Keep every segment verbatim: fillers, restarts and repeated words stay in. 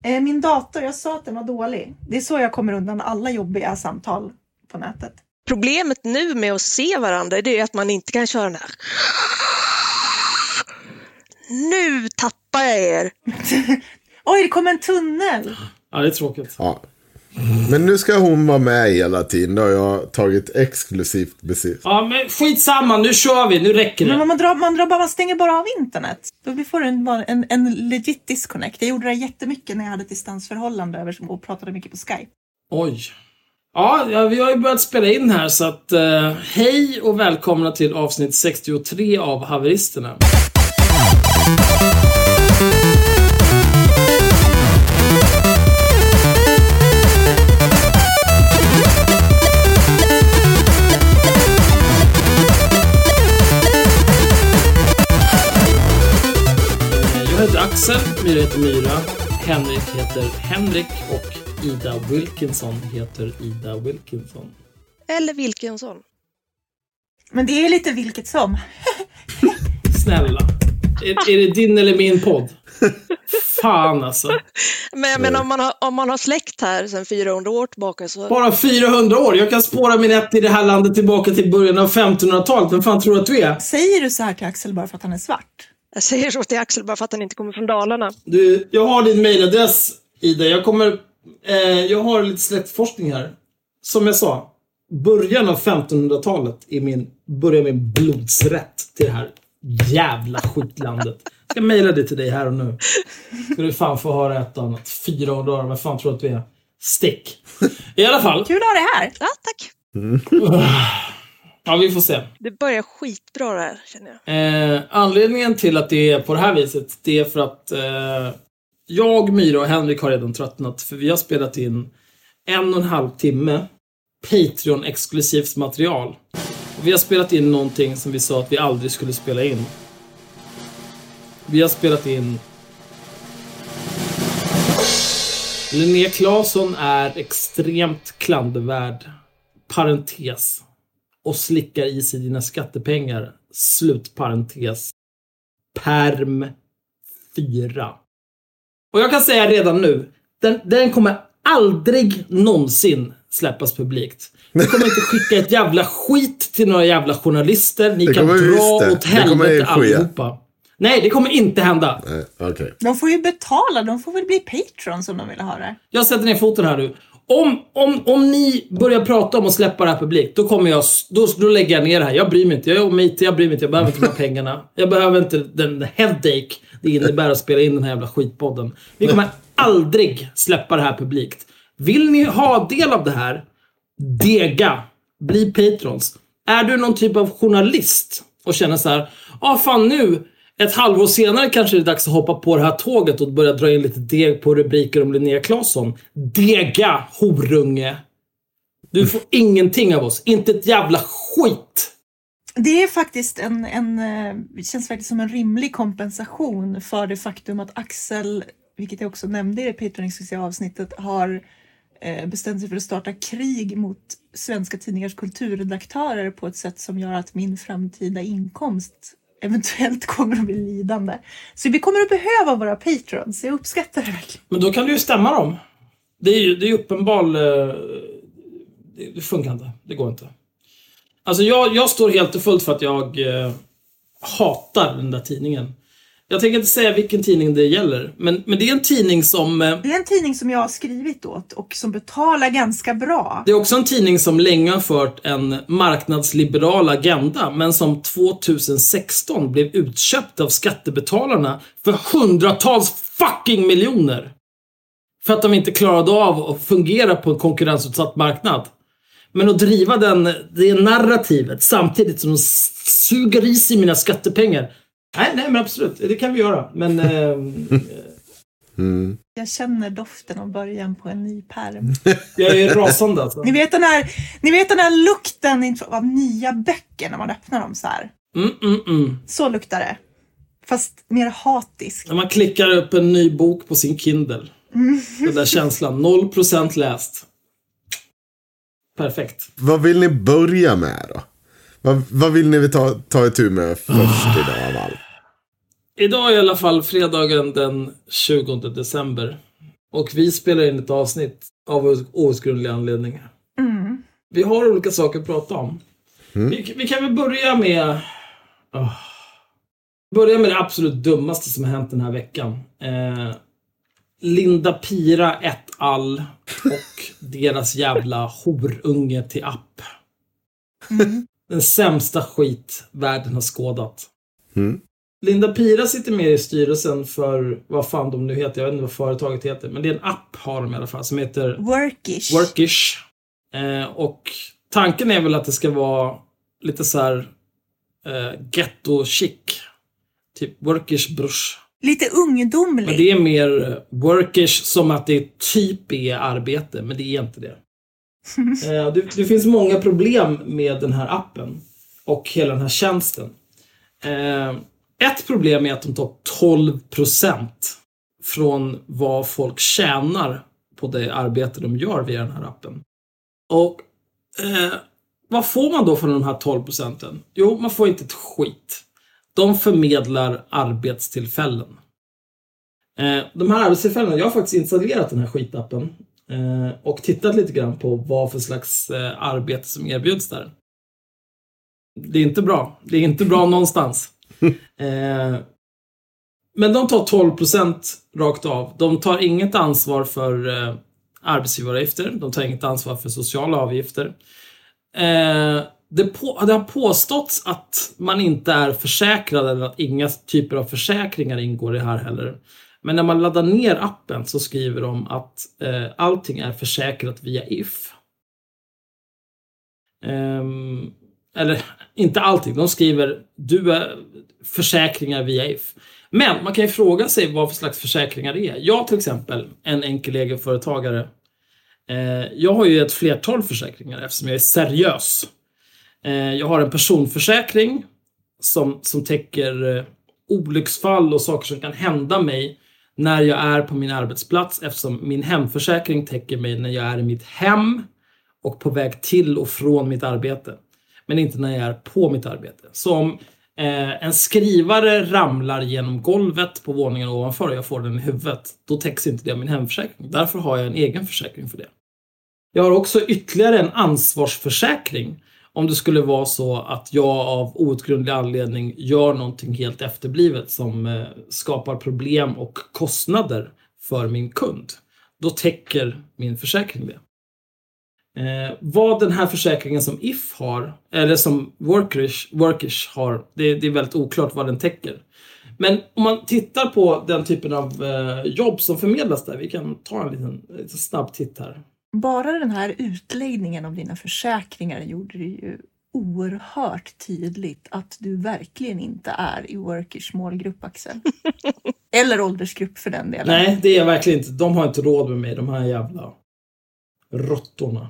Eh, min dator, jag sa att den var dålig. Det är så jag kommer undan alla jobbiga samtal på nätet. Problemet nu med att se varandra, det är att man inte kan köra den här. Nu tappar jag er. Oj, det kommer en tunnel. Ja, det är tråkigt. Ja. Men nu ska hon vara med hela tiden. Då har jag tagit exklusivt beslut. Ja, men skitsamma. Nu kör vi. Nu räcker det. Men man, drar, man, drar bara, man stänger bara av internet. Då vi får en, en, en legit disconnect. Jag gjorde det jättemycket när jag hade ett distansförhållande över och pratade mycket på Skype. Oj. Ja, ja, vi har ju börjat spela in här. Så att eh, hej och välkomna till avsnitt sextiotre av Haveristerna. Jag heter Axel, Myra heter Myra, Henrik heter Henrik och Ida Wilkinson heter Ida Wilkinson. Eller Wilkinson. Men det är lite vilket som. Snälla. Är, är det din eller min podd? Fan alltså. Men, men om, man har, om man har släkt här sedan fyrahundra år tillbaka så... Bara fyrahundra år? Jag kan spåra min ätt i det här landet tillbaka till början av femtonhundratalet. Vem fan tror du att du är? Säger du så här till Axel bara för att han är svart? Jag säger så till Axel bara för att han inte kommer från Dalarna. Du, jag har din mailadress, Ida. Jag kommer... Eh, jag har lite släktforskning här. Som jag sa, början av femtonhundratalet är min... Börjar min blodsrätt till det här jävla skitlandet. Jag ska mejla det till dig här och nu. Ska du fan få höra ett annat. fyrahundra år, vad fan tror du att vi är? Stick. I alla fall. Kul att ha det här. Ja, tack. Mm. Ja, vi får se. Det börjar skitbra det här, känner jag. Eh, anledningen till att det är på det här viset, det är för att eh, jag, Myra och Henrik har redan tröttnat. För vi har spelat in en och en halv timme Patreon-exklusivt material. Och vi har spelat in någonting som vi sa att vi aldrig skulle spela in. Vi har spelat in... Linnea Claesson är extremt klandervärd. Parentes. Och slickar i sig dina skattepengar. Slutparentes. Perm fyra. Och jag kan säga redan nu. Den, den kommer aldrig någonsin släppas publikt. Ni kommer inte skicka ett jävla skit till några jävla journalister. Ni kan dra åt helvete allihopa. Nej, det kommer inte hända. Nej, okay. De får ju betala, de får väl bli patrons om de vill ha det. Jag sätter ner foten här nu. Om, om, om ni börjar prata om att släppa det här publikt, då kommer jag, då, då lägger jag ner det här. Jag bryr mig inte, jag är omit, jag bryr mig inte, jag behöver inte de här pengarna. Jag behöver inte den headache det innebär att spela in den här jävla skitpodden. Vi kommer aldrig släppa det här publikt. Vill ni ha del av det här? Dega. Bli patrons. Är du någon typ av journalist och känner så här, ja ah, fan nu, ett halvår senare kanske det är dags att hoppa på det här tåget och börja dra in lite deg på rubriker om Linnea Claesson. Dega, horunge. Du får ingenting av oss. Inte ett jävla skit. Det är faktiskt en, en det känns faktiskt som en rimlig kompensation för det faktum att Axel, vilket jag också nämnde i det Patreon-exklusiva avsnittet, har bestämt sig för att starta krig mot svenska tidningars kulturredaktörer på ett sätt som gör att min framtida inkomst eventuellt kommer att bli lidande. Så vi kommer att behöva våra patrons. Jag uppskattar det verkligen. Men då kan du ju stämma dem. Det är ju det är uppenbar... Det, det funkar inte. Det går inte. Alltså jag, jag står helt och fullt för att jag eh, hatar den där tidningen. Jag tänker inte säga vilken tidning det gäller. Men, men det är en tidning som... Eh, det är en tidning som jag har skrivit åt och som betalar ganska bra. Det är också en tidning som länge har fört en marknadsliberal agenda. Men som tjugohundrasexton blev utköpt av skattebetalarna för hundratals fucking miljoner. För att de inte klarade av att fungera på en konkurrensutsatt marknad. Men att driva den, det narrativet samtidigt som de suger i sig mina skattepengar. Nej, nej, men absolut. Det kan vi göra. Men... Eh, mm. Jag känner doften av början på en ny pärm. Jag är rasande alltså. Ni vet den här, ni vet den här lukten av nya böcker när man öppnar dem så här. Mm, mm, mm. Så luktar det. Fast mer hatisk. När man klickar upp en ny bok på sin Kindle. Mm. Den där känslan. noll procent läst. Perfekt. Vad vill ni börja med då? Vad, vad vill ni ta, ta itu med först idag av allt? Idag är i alla fall fredagen den tjugonde december. Och vi spelar in ett avsnitt av outgrundliga anledningar. Mm. Vi har olika saker att prata om. Mm. Vi, vi kan väl börja med... Oh, börja med det absolut dummaste som har hänt den här veckan. Eh, Linda Pira et al. Och deras jävla horunge till app. Mm. Den sämsta skit världen har skådat. Mm. Linda Pira sitter med i styrelsen för vad fan de nu heter. Jag vet inte vad företaget heter. Men det är en app har de i alla fall som heter Workish. Workish. Eh, och tanken är väl att det ska vara lite så här eh, ghetto chic. Typ Workish brush. Lite ungdomlig. Men det är mer Workish som att det typ är arbete. Men det är inte det. eh, det. Det finns många problem med den här appen. Och hela den här tjänsten. Eh, ett problem är att de tar tolv procent från vad folk tjänar på det arbete de gör via den här appen. Och eh, vad får man då från de här tolv procenten? Jo, man får inte ett skit. De förmedlar arbetstillfällen. Eh, de här arbetstillfällena, jag har faktiskt installerat den här skitappen eh, och tittat lite grann på vad för slags eh, arbete som erbjuds där. Det är inte bra. Det är inte bra någonstans. Eh, men de tar tolv procent rakt av. De tar inget ansvar för eh, arbetsgivaravgifter. De tar inget ansvar för sociala avgifter. Eh, det, på, det har påståtts att man inte är försäkrad eller att inga typer av försäkringar ingår i det här heller. Men när man laddar ner appen så skriver de att eh, allting är försäkrat via I F. Eh, eller inte allting. De skriver du är försäkringar via I F. Men man kan ju fråga sig vad för slags försäkringar det är. Jag till exempel, en enkel egenföretagare. Eh, jag har ju ett flertal försäkringar eftersom jag är seriös. Eh, jag har en personförsäkring som, som täcker eh, olycksfall och saker som kan hända mig när jag är på min arbetsplats. Eftersom min hemförsäkring täcker mig när jag är i mitt hem och på väg till och från mitt arbete. Men inte när jag är på mitt arbete. Så om eh, en skrivare ramlar genom golvet på våningen ovanför och jag får den i huvudet, då täcks inte det av min hemförsäkring. Därför har jag en egen försäkring för det. Jag har också ytterligare en ansvarsförsäkring om det skulle vara så att jag av outgrundlig anledning gör någonting helt efterblivet som eh, skapar problem och kostnader för min kund. Då täcker min försäkring det. Eh, vad den här försäkringen som I F har, eller som Workish, Workish har, det, det är väldigt oklart vad den täcker. Men om man tittar på den typen av eh, jobb som förmedlas där, vi kan ta en liten, liten snabb titt här. Bara den här utläggningen om dina försäkringar gjorde det ju oerhört tydligt att du verkligen inte är i Workish målgrupp, Axel. Eller åldersgrupp för den delen. Nej, det är jag verkligen inte. De har inte råd med mig, de här jävla råttorna.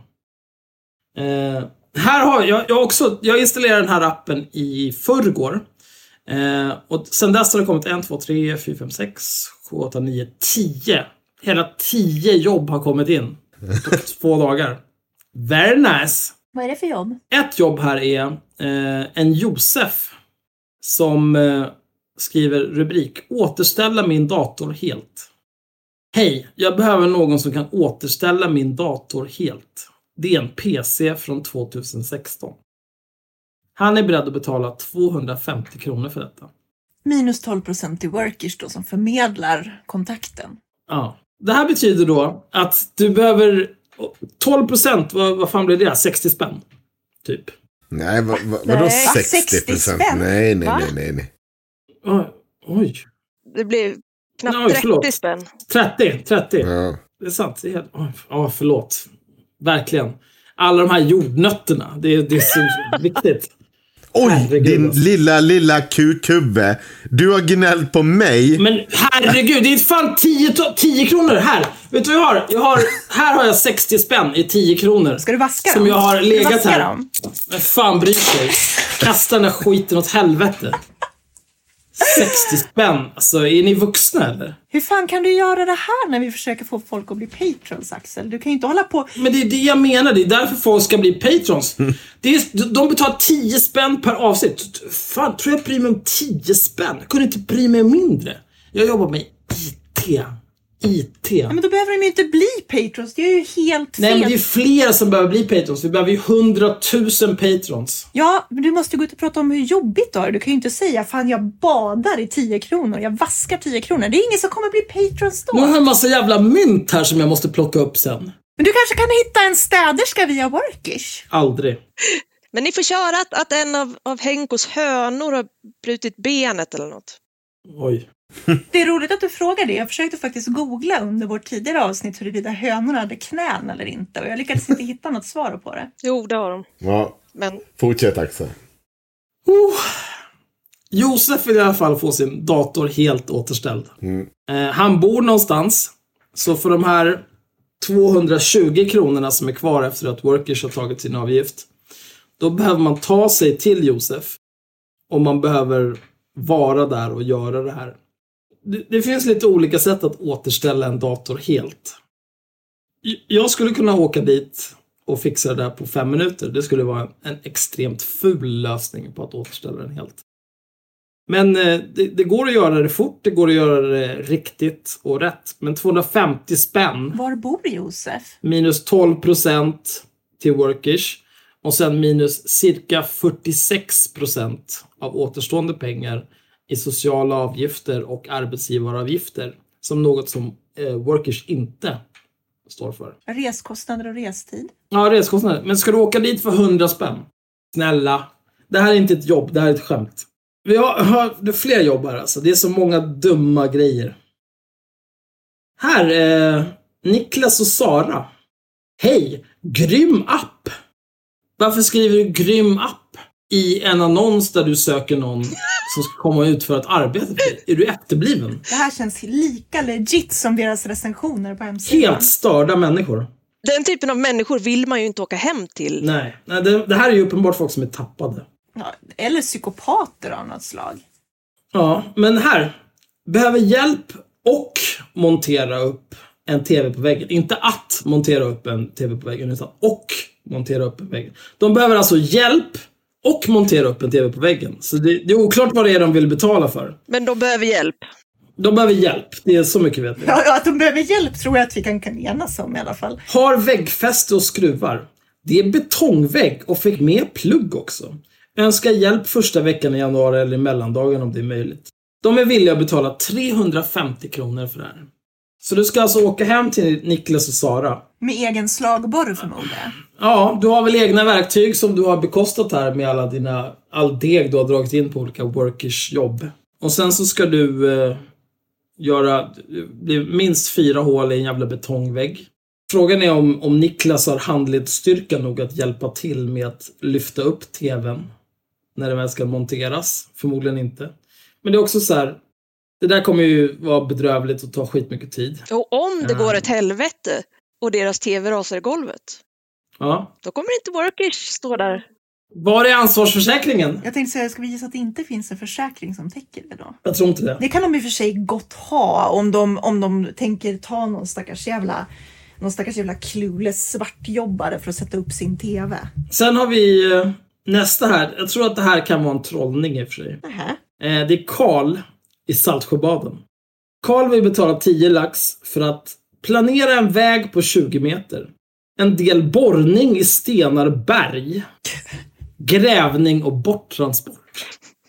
Eh, här har jag, jag också, jag installerade den här appen i förrgår. Eh, och sen dess har det kommit en, två, tre, fyra, fem, sex, sju, åtta, nio, tio. Hela tio jobb har kommit in på två dagar. Very nice. Vad är det för jobb? Ett jobb här är eh, en Josef som eh, skriver rubrik: återställa min dator helt. Hej, jag behöver någon som kan återställa min dator helt. Det är en P C från tjugohundrasexton. Han är beredd att betala tvåhundrafemtio kronor för detta. Minus tolv procent i Workish då som förmedlar kontakten. Ja. Det här betyder då att du behöver tolv procent, vad, vad fan blir det? sextio spänn, typ. Nej, vad, vad, vadå Nej, sextio procent? Nej, nej, nej, nej, nej. Oj. Oj. Det blir knappt Oj, förlåt. trettio spänn. trettio, trettio. Ja. Det är sant. Det är helt... Oj, oh, förlåt. Verkligen. Alla de här jordnötterna, det är, det är så viktigt. Oj, Herregud, din alltså. lilla, lilla kukubbe. Du har gnällt på mig. Men herregud, det är fan tio kronor här. Vet du vad jag har? Jag har här har jag sextio spänn i tio kronor. Ska du vaska som dem? jag har legat här. Dem? Men fan bryr sig. Kasta den här skiten åt helvete. sextio spänn. Alltså, är ni vuxna eller? Hur fan kan du göra det här när vi försöker få folk att bli patrons, Axel? Du kan ju inte hålla på... Men det är det jag menar. Det är därför folk ska bli patrons. Det är, de betalar tio spänn per avsnitt. Fan, tror jag bryr mig om tio spänn? Jag kunde inte bry mig mindre. Jag jobbar med I T. I T. Ja, men då behöver de ju inte bli patrons. Det är ju helt fel. Nej, men det är fler som behöver bli patrons. Vi behöver ju hundratusen patrons. Ja, men du måste gå ut och prata om hur jobbigt du har. Du kan ju inte säga, fan jag badar i tio kronor. Jag vaskar tio kronor. Det är ingen som kommer bli patrons då. Nu har jag en massa jävla mynt här som jag måste plocka upp sen. Men du kanske kan hitta en städerska via Workish. Aldrig. Men ni får köra att, att en av, av Henkos hönor har brutit benet eller något. Oj. Det är roligt att du frågar det. Jag försökte faktiskt googla under vårt tidigare avsnitt huruvida hönorna hade knän eller inte. Och jag lyckades inte hitta något svar på det. Jo, det har de. Ja, Men fortsätt Axel. Oh. Josef vill i alla fall få sin dator helt återställd. Mm. Eh, han bor någonstans. Så för de här tvåhundratjugo kronorna som är kvar efter att Workish har tagit sin avgift, då behöver man ta sig till Josef. Och man behöver vara där och göra det här. Det, det finns lite olika sätt att återställa en dator helt. Jag skulle kunna åka dit och fixa det där på fem minuter. Det skulle vara en, en extremt ful lösning på att återställa den helt. Men eh, det, det går att göra det fort, det går att göra det riktigt och rätt. Men tvåhundrafemtio spänn. Var bor Josef? Minus tolv procent till Workish. Och sen minus cirka fyrtiosex procent av återstående pengar i sociala avgifter och arbetsgivaravgifter. Som något som eh, Workish inte står för. Reskostnader och restid. Ja, reskostnader. Men ska du åka dit för hundra spänn? Snälla. Det här är inte ett jobb, det här är ett skämt. Vi har, har det är fler jobb här alltså. Det är så många dumma grejer. Här, eh, Niklas och Sara. Hej, grym app. Varför skriver du grym app i en annons där du söker någon som ska komma ut för ett arbete för dig? Är du efterbliven? Det här känns lika legit som deras recensioner på hemsidan. Helt störda människor. den typen av människor vill man ju inte åka hem till. Nej, Nej det, det här är ju uppenbart folk som är tappade. Ja, eller psykopater av något slag. Ja, men här. Behöver hjälp och montera upp en tv på väggen. Inte att montera upp en tv på väggen, utan och montera upp en vägg. De behöver alltså hjälp och montera upp en tv på väggen. Så det, det är oklart vad det är de vill betala för. Men de behöver hjälp. De behöver hjälp, det är så mycket vet vi. Ja, att de behöver hjälp tror jag att vi kan, kan enas om i alla fall. Har väggfäste och skruvar. Det är betongvägg och fick med plugg också. Önskar hjälp första veckan i januari eller i mellandagen om det är möjligt. De är villiga att betala trehundrafemtio kronor för det här. Så du ska alltså åka hem till Niklas och Sara. Med egen slagborr förmodligen. Ja, du har väl egna verktyg som du har bekostat här med alla dina, all deg du har dragit in på olika workers jobb. Och sen så ska du eh, göra bli minst fyra hål i en jävla betongvägg. Frågan är om, om Niklas har handledsstyrka nog att hjälpa till med att lyfta upp tvn när den väl ska monteras. Förmodligen inte. Men det är också så här, det där kommer ju vara bedrövligt och ta skitmycket tid. Och om det Ja. går ett helvete och deras tv rasar i golvet, Ja. då kommer inte Workish stå där. Var är ansvarsförsäkringen? Jag tänkte säga, ska vi gissa att det inte finns en försäkring som täcker det då? Jag tror inte det. Det kan de i och för sig gott ha om de, om de tänker ta någon stackars jävla, någon stackars jävla clueless svartjobbare för att sätta upp sin tv. Sen har vi eh, nästa här. Jag tror att det här kan vara en trollning i och för sig. Nähä. Eh, det är Karl i Saltsjöbaden. Karl vill betala tio lax för att planera en väg på tjugo meter. En del borrning i stenar berg. Grävning och borttransport.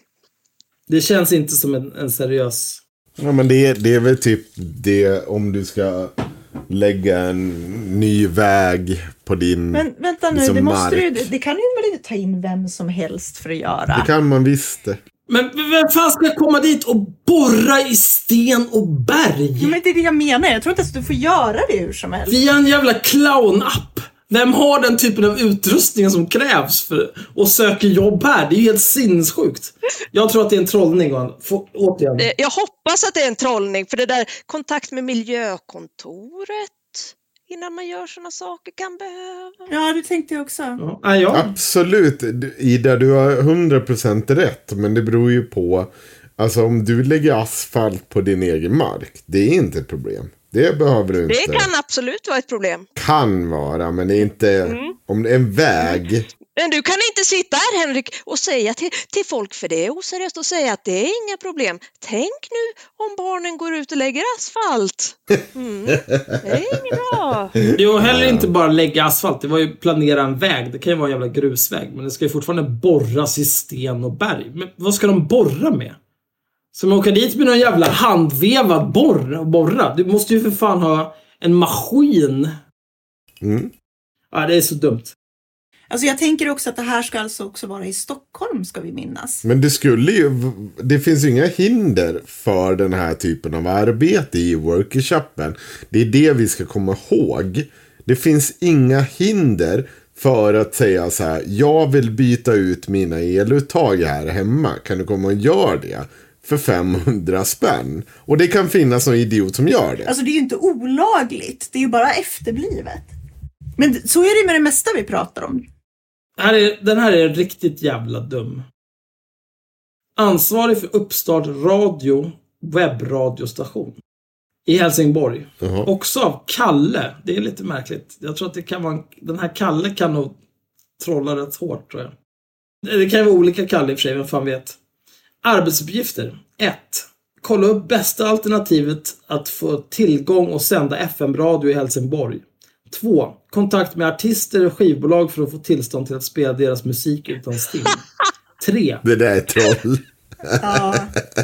Det känns inte som en, en seriös... Ja, men det är, det är väl typ det om du ska lägga en ny väg på din Men vänta nu, liksom det, måste mark. du, det, det kan ju väl inte ta in vem som helst för att göra. Det kan man visst det. Men vem fan ska komma dit och borra i sten och berg? Ja, men det är det jag menar, jag tror inte att du får göra det hur som helst. Via en jävla clown-app. Vem har den typen av utrustning som krävs för att söka jobb här? Det är ju helt sinnessjukt. Jag tror att det är en trollning. Få, återigen. Eh, Jag hoppas att det är en trollning, för det där kontakt med miljökontoret innan man gör såna saker kan behöva. Ja, det tänkte jag också. Ja, ja, ja. Absolut, Du- Ida, du har hundra procent rätt. Men det beror ju på, alltså om du lägger asfalt på din egen mark, det är inte ett problem. Det behöver du inte. Det kan absolut vara ett problem. Kan vara, men det är inte, Mm. om det är en väg, Men du kan inte sitta här, Henrik, och säga till, till folk, för det är oseriöst att säga att det är inga problem. Tänk nu om barnen går ut och lägger asfalt. Mm. Det är inget bra. Det var heller inte bara lägga asfalt. Det var ju planera en väg. Det kan ju vara en jävla grusväg. Men det ska ju fortfarande borras i sten och berg. Men vad ska de borra med? Så man åker dit med någon jävla handvevad borr och borra. Du måste ju för fan ha en maskin. Mm. Ja, det är så dumt. Alltså jag tänker också att det här ska alltså också vara i Stockholm, ska vi minnas. Men det skulle ju, det finns ju inga hinder för den här typen av arbete i workshopen. Det är det vi ska komma ihåg. Det finns inga hinder för att säga så här: jag vill byta ut mina eluttag här hemma. Kan du komma och göra det för femhundra spänn? Och det kan finnas någon idiot som gör det. Alltså det är ju inte olagligt, det är ju bara efterblivet. Men så är det med det mesta vi pratar om. Här är, den här är riktigt jävla dum. Ansvarig för uppstart radio, webbradiostation i Helsingborg. Uh-huh. Också av Kalle. Det är lite märkligt. Jag tror att det kan vara en, den här Kalle kan nog trolla rätt hårt, tror jag. Det kan ju vara olika Kalle i och för sig, vem fan vet. Arbetsuppgifter. ett. Kolla upp bästa alternativet att få tillgång och sända F M-radio i Helsingborg. två. Kontakt med artister och skivbolag för att få tillstånd till att spela deras musik utan sting. tre. Det där är troll. Ja.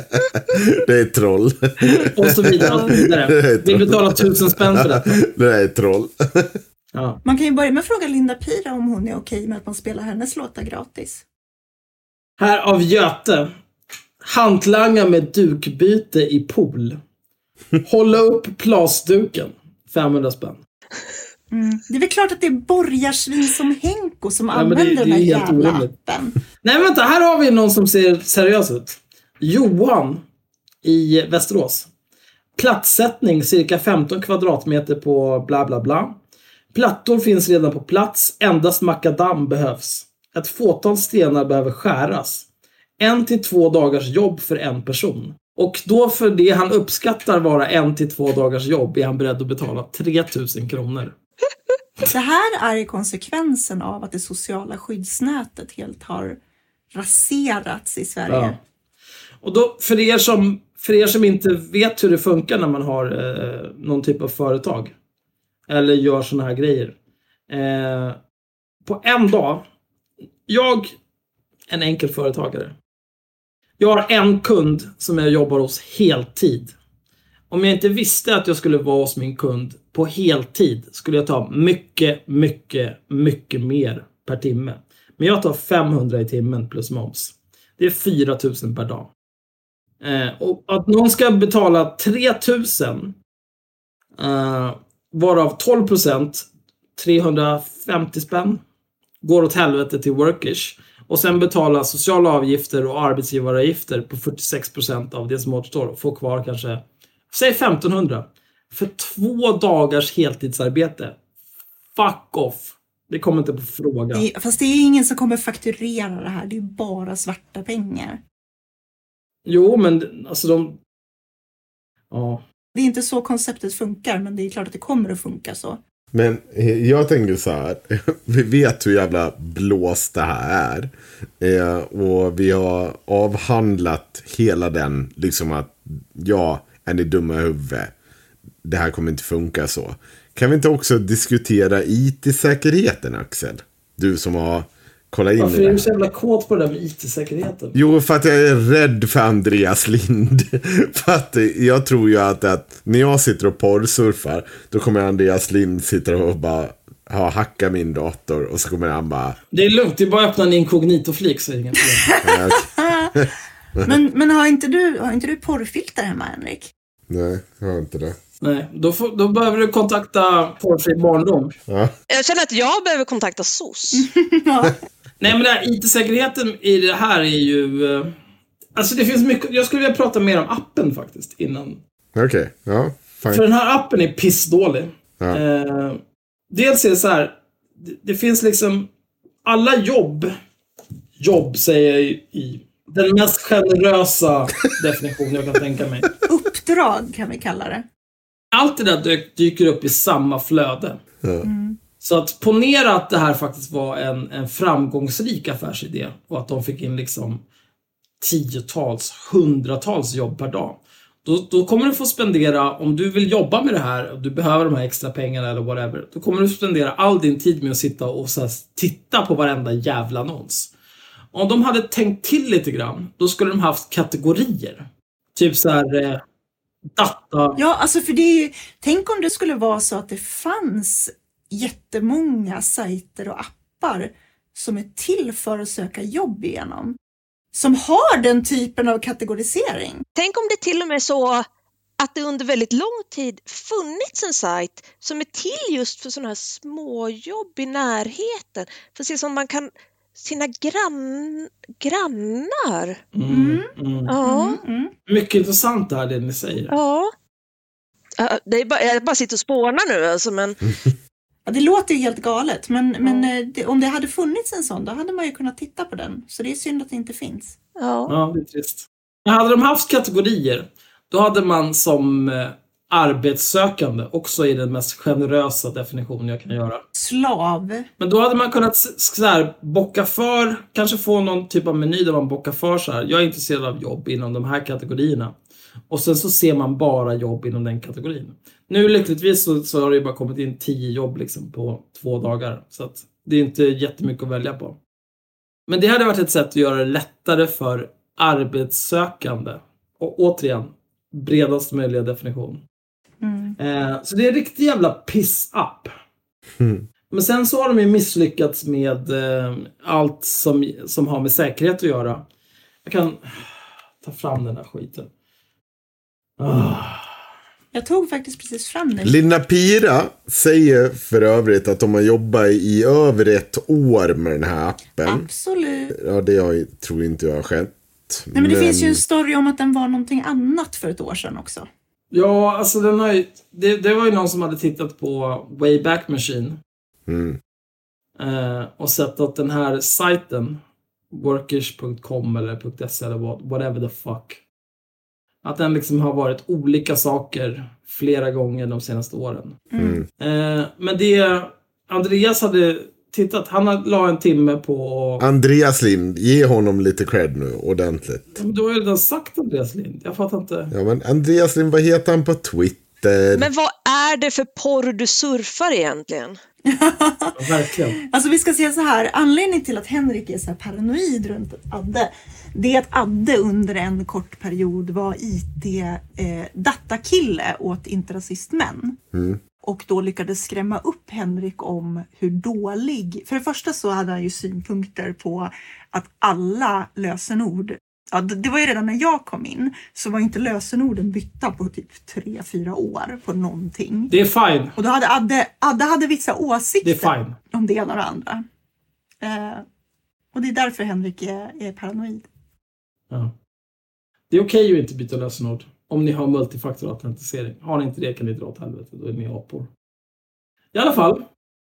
Det är troll. Och så vidare. Och så vidare. Vi betalar tusen spänn för detta. Det där är troll. Ja. Man kan ju börja med att fråga Linda Pira om hon är okej med att man spelar hennes låtar gratis. Här av Göte. Hantlanga med dukbyte i pool. Hålla upp plasduken. femhundra spänn. Mm. Det är väl klart att det är borgarsvin som Henko som Ja, använder det, det den här jävla orimligt. appen. Nej, vänta. Här har vi någon som ser seriös ut. Johan i Västerås. Platssättning cirka femton kvadratmeter på bla bla bla. Plattor finns redan på plats. Endast makadam behövs. Ett fåtal stenar behöver skäras. En till två dagars jobb för en person. Och då för det han uppskattar vara en till två dagars jobb är han beredd att betala tre tusen kronor. Det här är konsekvensen av att det sociala skyddsnätet helt har raserats i Sverige. Ja. Och då för er som för er som inte vet hur det funkar när man har eh, någon typ av företag eller gör såna här grejer. Eh, på en dag, jag en enkel företagare. Jag har en kund som jag jobbar hos heltid. Om jag inte visste att jag skulle vara hos min kund på heltid skulle jag ta mycket, mycket, mycket mer per timme. Men jag tar femhundra i timmen plus moms. Det är fyra tusen per dag. Eh, och att någon ska betala tre tusen eh, varav tolv procent trehundrafemtio spänn går åt helvete till workers. Och sen betala sociala avgifter och arbetsgivaravgifter på fyrtiosex procent av det som återstår och få kvar kanske, säg femtonhundra. För två dagars heltidsarbete. Fuck off. Det kommer inte på fråga. Det, fast det är ingen som kommer fakturera det här. Det är bara svarta pengar. Jo, men alltså de... Ja. Det är inte så konceptet funkar, men det är klart att det kommer att funka så. Men jag tänker så här, vi vet hur jävla blåst det här är. Eh, och vi har avhandlat hela den, liksom att ja, är ni dumma i huvudet? Det här kommer inte funka så. Kan vi inte också diskutera I T-säkerheten, Axel? Du som har kollat in. Varför är du så jävla kåt på det där med I T-säkerheten? Jo, för att jag är rädd för Andreas Lind. För att jag tror ju att, att när jag sitter och porrsurfar, då kommer Andreas Lind sitta och bara ha hacka min dator och så kommer han bara... Det är lugnt, det är bara att öppna en inkognito-flik så är det inga problem. men men har, inte du, har inte du porrfilter hemma, Henrik? Nej, jag har inte det. Nej, då, får, då behöver du kontakta Porrfri barndom. Ja. Jag känner att jag behöver kontakta S O S. Ja. Nej, men det här I T-säkerheten i det här är ju... Eh, alltså det finns mycket... Jag skulle vilja prata mer om appen faktiskt innan. Okej, okay. Ja, fine. För den här appen är pissdålig. Ja. Eh, dels är det så här... Det, det finns liksom... Alla jobb... Jobb säger jag i, i den mest generösa definition jag kan tänka mig. Uppdrag kan vi kalla det. Allt det där dyker upp i samma flöde. Ja. Mm. Så att ponera att det här faktiskt var en, en framgångsrik affärsidé och att de fick in liksom tiotals, hundratals jobb per dag. Då, då kommer du få spendera, om du vill jobba med det här och du behöver de här extra pengarna eller whatever, då kommer du spendera all din tid med att sitta och så här, titta på varenda jävla annons. Om de hade tänkt till lite grann, då skulle de haft kategorier. Typ så här eh, data. Ja, alltså för det är ju, tänk om det skulle vara så att det fanns jättemånga sajter och appar som är till för att söka jobb igenom. Som har den typen av kategorisering. Tänk om det till och med är så att det under väldigt lång tid funnits en sajt som är till just för sådana här småjobb i närheten. För att se som man kan sina grann, grannar. Mm, mm. Ja. Mm, mm. Mycket intressant det här det ni säger. Ja. Det är bara, jag bara sitter och spånar nu alltså, men... Ja, det låter ju helt galet, men, ja. men det, om det hade funnits en sån, då hade man ju kunnat titta på den. Så det är synd att det inte finns. Ja, ja det är trist. Men hade de haft kategorier, då hade man som eh, arbetssökande, också i den mest generösa definitionen jag kan göra. Slav. Men då hade man kunnat så här, bocka för, kanske få någon typ av meny där man bockar för så här. Jag är intresserad av jobb inom de här kategorierna. Och sen så ser man bara jobb inom den kategorin. Nu lyckligtvis så, så har det ju bara kommit in tio jobb liksom på två dagar. Så att det är inte jättemycket att välja på. Men det hade varit ett sätt att göra det lättare för arbetssökande. Och återigen, bredast möjliga definition. Mm. Eh, så det är en riktig jävla piss-up. Mm. Men sen så har de ju misslyckats med eh, allt som, som har med säkerhet att göra. Jag kan ta fram den här skiten. Oh. Jag tog faktiskt precis fram den. Linda Pira säger för övrigt att de har jobbat i över ett år med den här appen. Absolut. Ja, det jag, tror inte jag har skett. Nej, men det men... finns ju en story om att den var någonting annat för ett år sedan också. Ja, alltså den har ju, det, det var ju någon som hade tittat på Wayback Machine. Mm. Eh, och sett att den här sajten, workers punkt com eller .se eller what, whatever the fuck. Att den liksom har varit olika saker flera gånger de senaste åren. Mm. Eh, men det Andreas hade tittat, han la en timme på... Andreas Lind, ge honom lite cred nu, ordentligt. Du har ju redan sagt Andreas Lind, jag fattar inte. Ja, men Andreas Lind, vad heter han på Twitter? Men vad är det för porr du surfar egentligen? Ja, verkligen. Alltså vi ska säga så här, anledningen till att Henrik är så här paranoid runt Adde, det är att Adde under en kort period var I T-datakille eh, åt interrasistmän. Mm. Och då lyckades skrämma upp Henrik om hur dålig... För det första så hade han ju synpunkter på att alla lösenord... Ja, det var ju redan när jag kom in så var inte lösenorden bytta på typ tre, fyra år på någonting. Det är fine. Och då hade Adde, Adde hade vissa åsikter det är fine. om det ena och det andra. Eh, och det är därför Henrik är, är paranoid. Ja. Det är okej att inte byta lösenord om ni har multifaktorautentisering. Har ni inte det kan ni dra åt helvete, då är ni apor. I alla fall.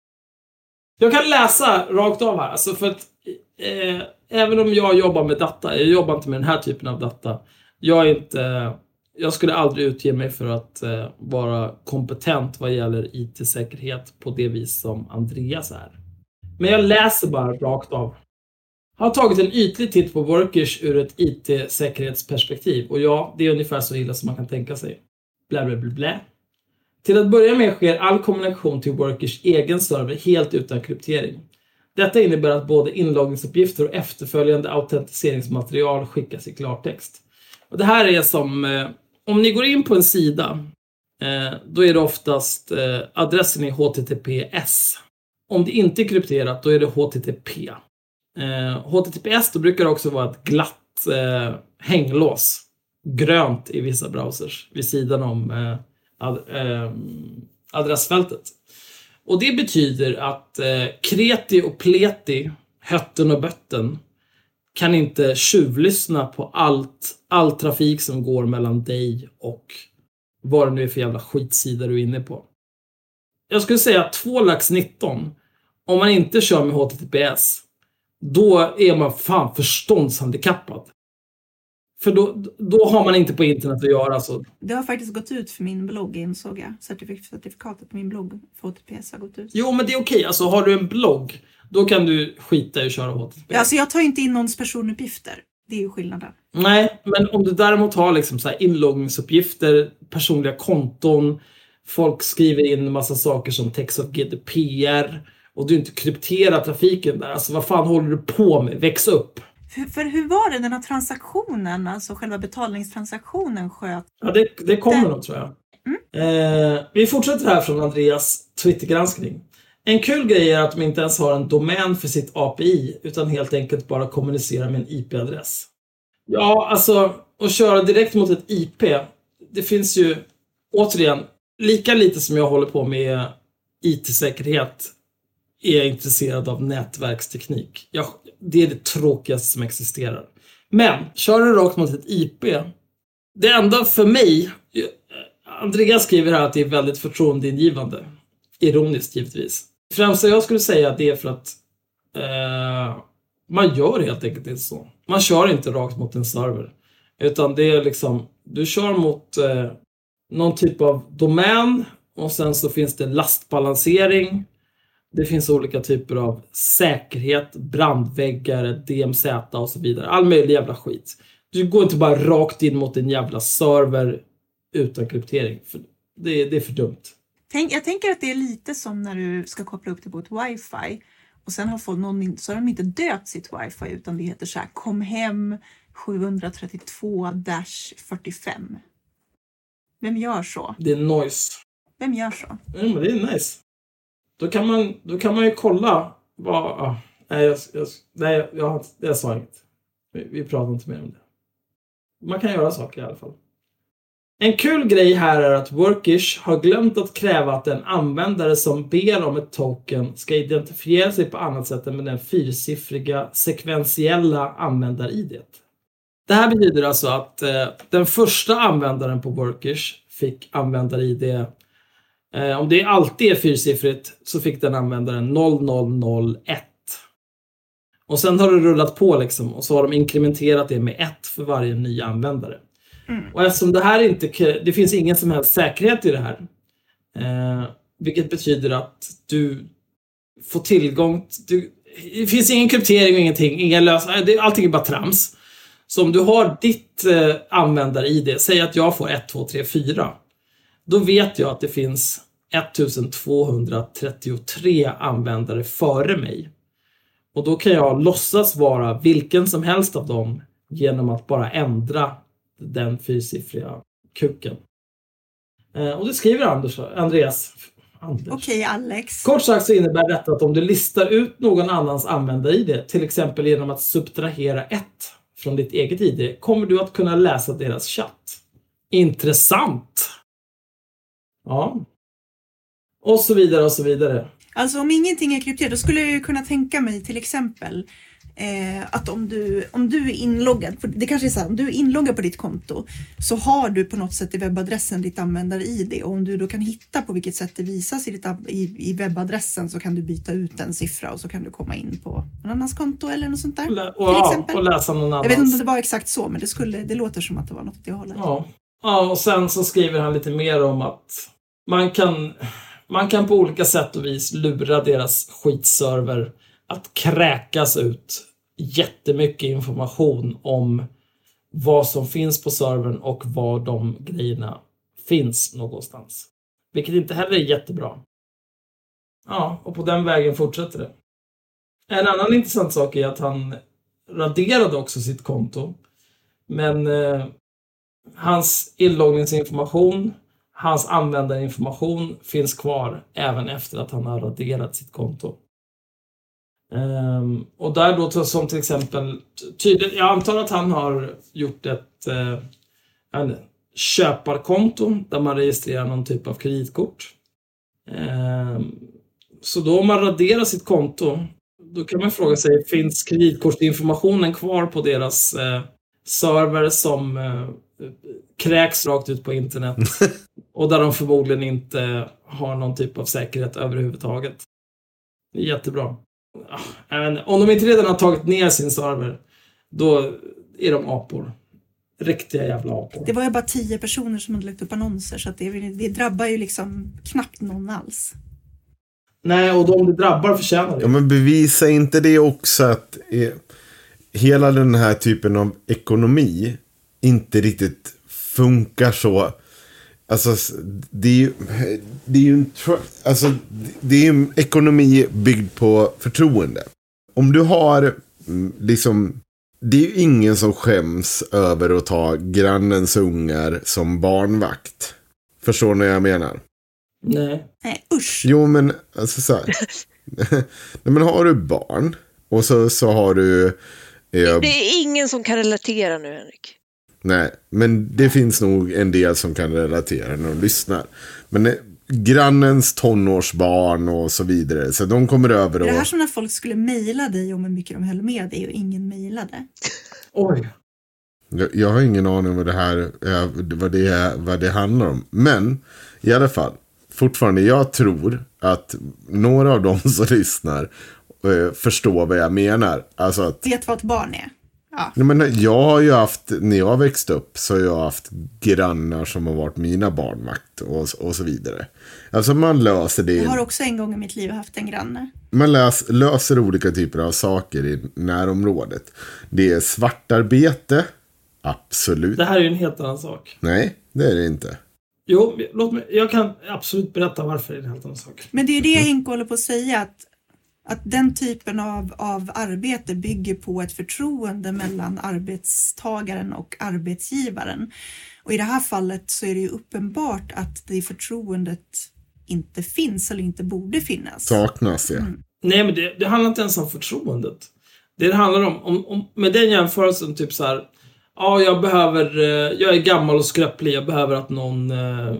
Jag kan läsa rakt av här. Alltså för att eh, även om jag jobbar med data, jag jobbar inte med den här typen av data. Jag är inte, jag skulle aldrig utge mig för att eh, vara kompetent vad gäller I T-säkerhet på det vis som Andreas är. Men jag läser bara rakt av. Jag har tagit en ytlig titt på Workers ur ett I T-säkerhetsperspektiv. Och ja, det är ungefär så illa som man kan tänka sig. Blä, blä, blä, blä. Till att börja med sker all kommunikation till Workers egen server helt utan kryptering. Detta innebär att både inloggningsuppgifter och efterföljande autentiseringsmaterial skickas i klartext. Och det här är som, eh, om ni går in på en sida, eh, då är det oftast eh, adressen är H T T P S. Om det inte är krypterat, då är det H T T P. Eh, H T T P S, då brukar det också vara ett glatt eh, hänglås. Grönt i vissa browsers vid sidan om eh, ad, eh, adressfältet. Och det betyder att eh, kreti och pleti, hötten och bötten, kan inte tjuvlyssna på allt, all trafik som går mellan dig och vad det nu är för jävla skitsida du är inne på. Jag skulle säga att två lax nitton, om man inte kör med H T T P S, då är man fan förståndshandikappad. För då, då har man inte på internet att göra. Alltså. Det har faktiskt gått ut för min blogg, insåg jag. Certifik- certifikatet på min blogg för H T T P S har gått ut. Jo, men det är okej. Alltså, har du en blogg, då kan du skita i att köra H T T P. Alltså jag tar ju inte in någons personuppgifter. Det är ju skillnaden. Nej, men om du däremot har liksom så här inloggningsuppgifter, personliga konton, folk skriver in en massa saker som text of G D P R och du inte krypterar trafiken där. Alltså vad fan håller du på med? Väx upp. För, för hur var det den här transaktionen, alltså själva betalningstransaktionen sköt? Ja, det, det kommer Den- nog tror jag. Mm. Eh, vi fortsätter här från Andreas Twittergranskning. En kul grej är att de inte ens har en domän för sitt A P I utan helt enkelt bara kommunicerar med en I P-adress. Ja, alltså att köra direkt mot ett I P, det finns ju återigen, lika lite som jag håller på med I T-säkerhet är jag intresserad av nätverksteknik. Jag, det är det tråkigaste som existerar. Men, kör du rakt mot ett I P, det enda för mig, Andreas skriver här att det är väldigt förtroendeingivande. Ironiskt givetvis. Främst jag skulle säga att det är för att eh, man gör helt enkelt inte så. Man kör inte rakt mot en server. Utan det är liksom, du kör mot eh, någon typ av domän och sen så finns det lastbalansering. Det finns olika typer av säkerhet, brandväggar, D M Z och så vidare. All möjlig jävla skit. Du går inte bara rakt in mot en jävla server utan kryptering. För det, det är för dumt. Tänk, jag tänker att det är lite som när du ska koppla upp det på ett wifi och sen har folk någon, så har de inte döpt sitt wifi utan det heter så här kom hem sjuhundratrettiotvå fyrtiofem. Vem gör så? Det är noise. Vem gör så? Ja, men det är nice. Då kan man, då kan man ju kolla vad... Ah, nej, jag, jag, nej jag, jag, jag sa inget. Vi, vi pratar inte mer om det. Man kan göra saker i alla fall. En kul grej här är att Workish har glömt att kräva att en användare som ber om ett token ska identifiera sig på annat sätt än med den fyrsiffriga sekventiella användar-I D. Det här betyder alltså att eh, den första användaren på Workish fick användar-I D. Eh, om det alltid är fyrsiffrigt så fick den användaren noll noll noll ett. Och sen har det rullat på liksom och så har de inkrementerat det med ett för varje ny användare. Mm. Och eftersom det här inte, det finns ingen som helst säkerhet i det här. Eh, vilket betyder att du får tillgång, du, det finns ingen kryptering och ingenting, inga lösningar, allting är bara trams. Så om du har ditt eh, användar-I D, säg att jag får ett, två, tre, fyra. Då vet jag att det finns ettusentvåhundratrettiotre användare före mig. Och då kan jag låtsas vara vilken som helst av dem genom att bara ändra den fyrsiffriga kuken. Eh, och det skriver Anders, Andreas. Anders. Okej, Alex. Kort sagt så innebär detta att om du listar ut någon annans användar-I D, till exempel genom att subtrahera ett från ditt eget I D, kommer du att kunna läsa deras chatt. Intressant! Ja. Och så vidare och så vidare. Alltså om ingenting är krypterat, då skulle jag ju kunna tänka mig till exempel eh, att om du, om du är inloggad, det kanske är så här, om du är inloggad på ditt konto så har du på något sätt i webbadressen ditt användar-I D och om du då kan hitta på vilket sätt det visas i, ditt, i, i webbadressen så kan du byta ut en siffra och så kan du komma in på någon annans konto eller något sånt där. Lä- och, till ja, exempel. och läsa någon annans. Jag vet inte om det var exakt så, men det, skulle, det låter som att det var något åt det hållet. Ja. Ja, och sen så skriver han lite mer om att man kan, man kan på olika sätt och vis lura deras skitserver att kräkas ut jättemycket information om vad som finns på servern och var de grejerna finns någonstans. Vilket inte heller är jättebra. Ja, och på den vägen fortsätter det. En annan intressant sak är att han raderade också sitt konto. Men eh, hans inloggningsinformation, hans användarinformation finns kvar även efter att han har raderat sitt konto. Um, och där då som till exempel tydligt, jag antar att han har gjort ett uh, en köparkonto där man registrerar någon typ av kreditkort. Um, så då om man raderar sitt konto, då kan man fråga sig, finns kreditkortsinformationen kvar på deras uh, server som uh, kräks rakt ut på internet och där de förmodligen inte har någon typ av säkerhet överhuvudtaget. Det är jättebra. Även, om de inte redan har tagit ner sin server, då är de apor. Riktiga jävla apor. Det var ju bara tio personer som hade lagt upp annonser, så att det, det drabbar ju liksom knappt någon alls. Nej, och de det drabbar förtjänar det. Ja, men bevisa inte det också att eh, hela den här typen av ekonomi inte riktigt funkar så. Alltså det är ju det är ju en alltså det är ju en ekonomi byggd på förtroende. Om du har liksom, det är ju ingen som skäms över att ta grannens ungar som barnvakt. Förstår ni vad jag menar? Nej. Nej, usch. Jo, men alltså så här. Nej, men har du barn och så, så har du eh, Det är ingen som kan relatera nu, Henrik. nej, men det finns nog en del som kan relatera när de lyssnar. Men eh, grannens tonårsbarn och så vidare, så de kommer över och... Det här som när folk skulle mejla dig om hur mycket de höll med dig och ingen mejlade. Oj. Jag, jag har ingen aning vad det här är, vad det är, vad det handlar om. Men i alla fall, fortfarande, jag tror att några av dem som lyssnar eh, förstår vad jag menar. Alltså att... Vet vad ett barn är. Ja. Nej, men jag har ju haft, när jag växte upp så har jag haft grannar som har varit mina barnvakt och, och så vidare. Alltså man löser det. Jag har också en gång i mitt liv haft en granne. Man lös, löser olika typer av saker i närområdet. Det är svartarbete, absolut. Det här är ju en helt annan sak. Nej, det är det inte. Jo, låt mig, jag kan absolut berätta varför det är en helt annan sak. Men det är ju det Henke håller på att säga, att Att den typen av, av arbete bygger på ett förtroende mellan arbetstagaren och arbetsgivaren. Och i det här fallet så är det ju uppenbart att det förtroendet inte finns eller inte borde finnas. Saknas, ja. Mm. Nej, men det, det handlar inte ens om förtroendet. Det det handlar om, om, om med den jämförelsen, typ så här, ja, jag behöver, jag är gammal och skröplig, jag behöver att någon eh,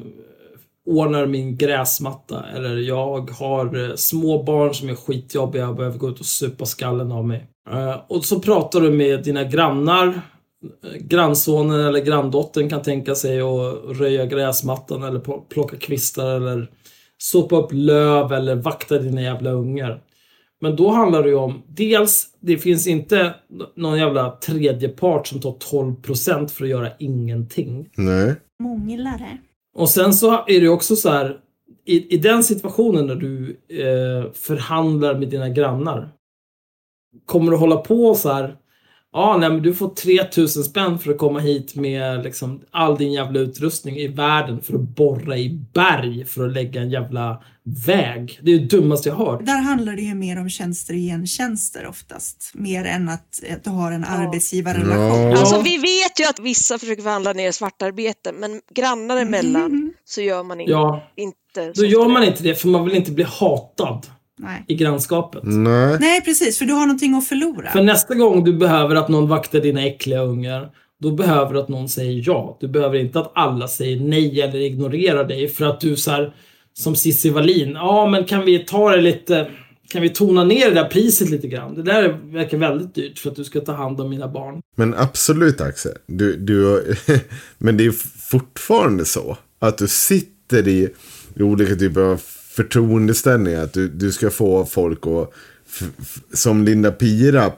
ordnar min gräsmatta, eller jag har små barn som är skitjobbiga, jag behöver gå ut och supa skallen av mig. Och så pratar du med dina grannar, grannsonen eller granndottern kan tänka sig att röja gräsmattan eller plocka kvistar eller sopa upp löv eller vakta dina jävla ungar. Men då handlar det ju om, dels, det finns inte någon jävla tredje part som tar tolv procent för att göra ingenting. Nej. Månglare. Och sen så är det också så här, i, i den situationen när du eh, förhandlar med dina grannar, kommer du hålla på så här, ja, nej, men du får tre tusen spänn för att komma hit med liksom all din jävla utrustning i världen för att borra i berg för att lägga en jävla väg. Det är det dummaste jag har hört. Där handlar det ju mer om tjänster och gentjänster oftast. Mer än att, att du har en ja. arbetsgivarrelation. Ja. Alltså vi vet ju att vissa försöker förhandla ner svartarbete, men grannar emellan mm. så gör man inte. Ja. inte Då gör man inte det, för man vill inte bli hatad. Nej. I grannskapet. Nej. Nej, precis, för du har någonting att förlora. För nästa gång du behöver att någon vaktar dina äckliga ungar, då behöver du att någon säger ja. Du behöver inte att alla säger nej eller ignorerar dig för att du så här, som Cissi Wallin, ja, men kan vi ta det lite, kan vi tona ner det där priset lite grann? Det där verkar väldigt dyrt för att du ska ta hand om mina barn. Men absolut, Axel. Du, du, men det är fortfarande så att du sitter i, i olika typer av förtroendeställning, att du, du ska få folk att f- f- som Linda Pira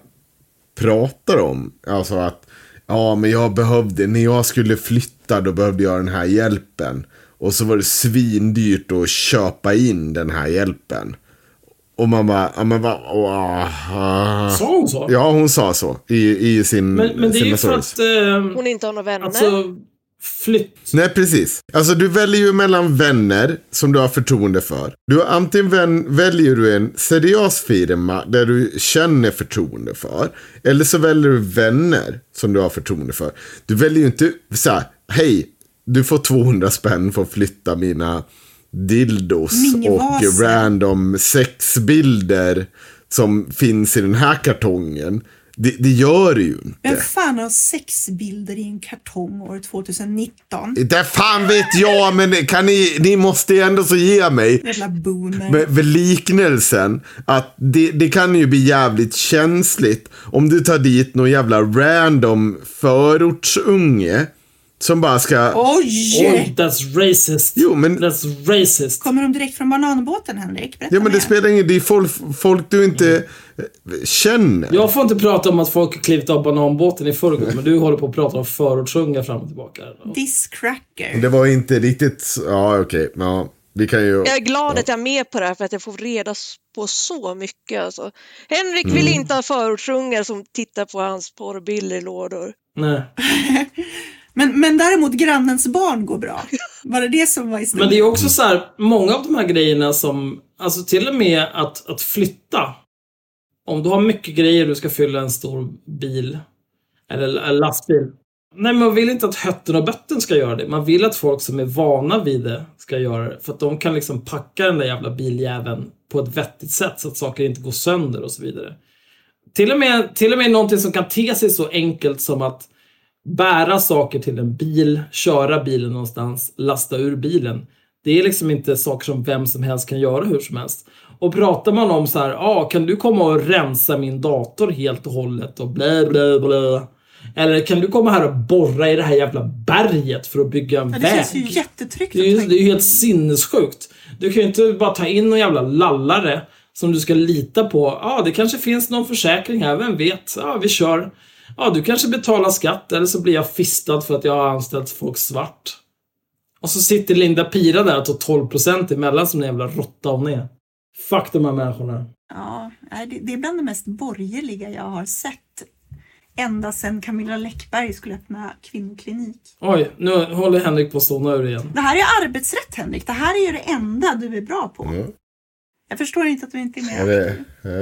pratar om, alltså att ja, men jag behövde, när jag skulle flytta då behövde jag den här hjälpen och så var det svindyrt att köpa in den här hjälpen och man bara, ja men vad oh, sa hon så? Ja, hon sa så i, i sin men, men det är ju för stories. att eh, hon inte har några vänner. Alltså, flytt. Nej, precis. Alltså du väljer ju mellan vänner som du har förtroende för. Du antingen vän, väljer du en seriös firma där du känner förtroende för. Eller så väljer du vänner som du har förtroende för. Du väljer ju inte så här, hej, du får tvåhundra spänn för att flytta mina dildos Minivase. Och random sexbilder som finns i den här kartongen. Det, det gör det ju inte. Vem fan har sex bilder i en kartong år tjugonitton? Det fan vet jag, men kan ni, ni måste ju ändå så ge mig jävla boomer. med, med liknelsen att det, det kan ju bli jävligt känsligt om du tar dit någon jävla random förortsunge Som bara ska... Oj! Oh, that's racist. Jo, men... That's racist. Kommer de direkt från bananbåten, Henrik? Berätta Ja, men det mer. spelar ingen... Det är folk, folk du inte mm. känner. Jag får inte prata om att folk har klivit av bananbåten i förrgår, men du håller på att prata om förortsungar fram och tillbaka. Discracker. Det var inte riktigt... Ja, okej. Okay. Ja, vi kan ju... Jag är glad ja. att jag är med på det här för att jag får reda på så mycket. Alltså. Henrik vill Mm. inte ha förortsungar som tittar på hans porrbillylådor. Nej. Men, men däremot grannens barn går bra. Var det det som var historien? Men det är också så här, många av de här grejerna som, alltså till och med att, att flytta. Om du har mycket grejer du ska fylla en stor bil eller en lastbil. Nej, man vill inte att hötten och bötten ska göra det. Man vill att folk som är vana vid det ska göra det. För att de kan liksom packa den där jävla biljäveln på ett vettigt sätt så att saker inte går sönder och så vidare. Till och med, till och med någonting som kan te sig så enkelt som att bära saker till en bil, köra bilen någonstans, lasta ur bilen. Det är liksom inte saker som vem som helst kan göra hur som helst. Och pratar man om så här, ah, kan du komma och rensa min dator helt och hållet och blä blä blä. Eller kan du komma här och borra i det här jävla berget för att bygga en ja, det väg? Det känns ju jättetryggt. Det är ju, det är ju helt sinnessjukt. Du kan ju inte bara ta in någon jävla lallare som du ska lita på. Ja, ah, det kanske finns någon försäkring här, vem vet? Ja, ah, vi kör. Ja, ah, du kanske betalar skatt eller så blir jag fistad för att jag har anställt folk svart. Och så sitter Linda Pira där och tar tolv procent emellan som en jävla råtta av ner. Fuck de här människorna. Ja, det, det är bland det mest borgerliga jag har sett. Ända sedan Camilla Läckberg skulle öppna kvinnoklinik. Oj, nu håller Henrik på att stå ur igen. Det här är arbetsrätt, Henrik. Det här är ju det enda du är bra på. Mm. Jag förstår inte att du inte är med. Det,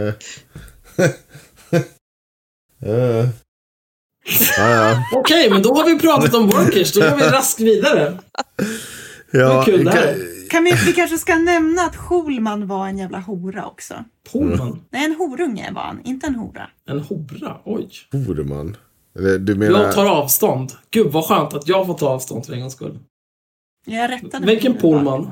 äh. äh. Ja, ja. Okej, okay, men då har vi pratat om workers. Då går vi raskt vidare. Ja, kul det här. Kan vi, vi kanske ska nämna att Schulman var en jävla hora också. Schulman? Nej, en horunge var han, inte en hora. En hora? Oj. Horman? Du menar... Jag tar avstånd. Gud vad skönt att jag får ta avstånd för en gångs skull. Jag rättade. Vilken Polman?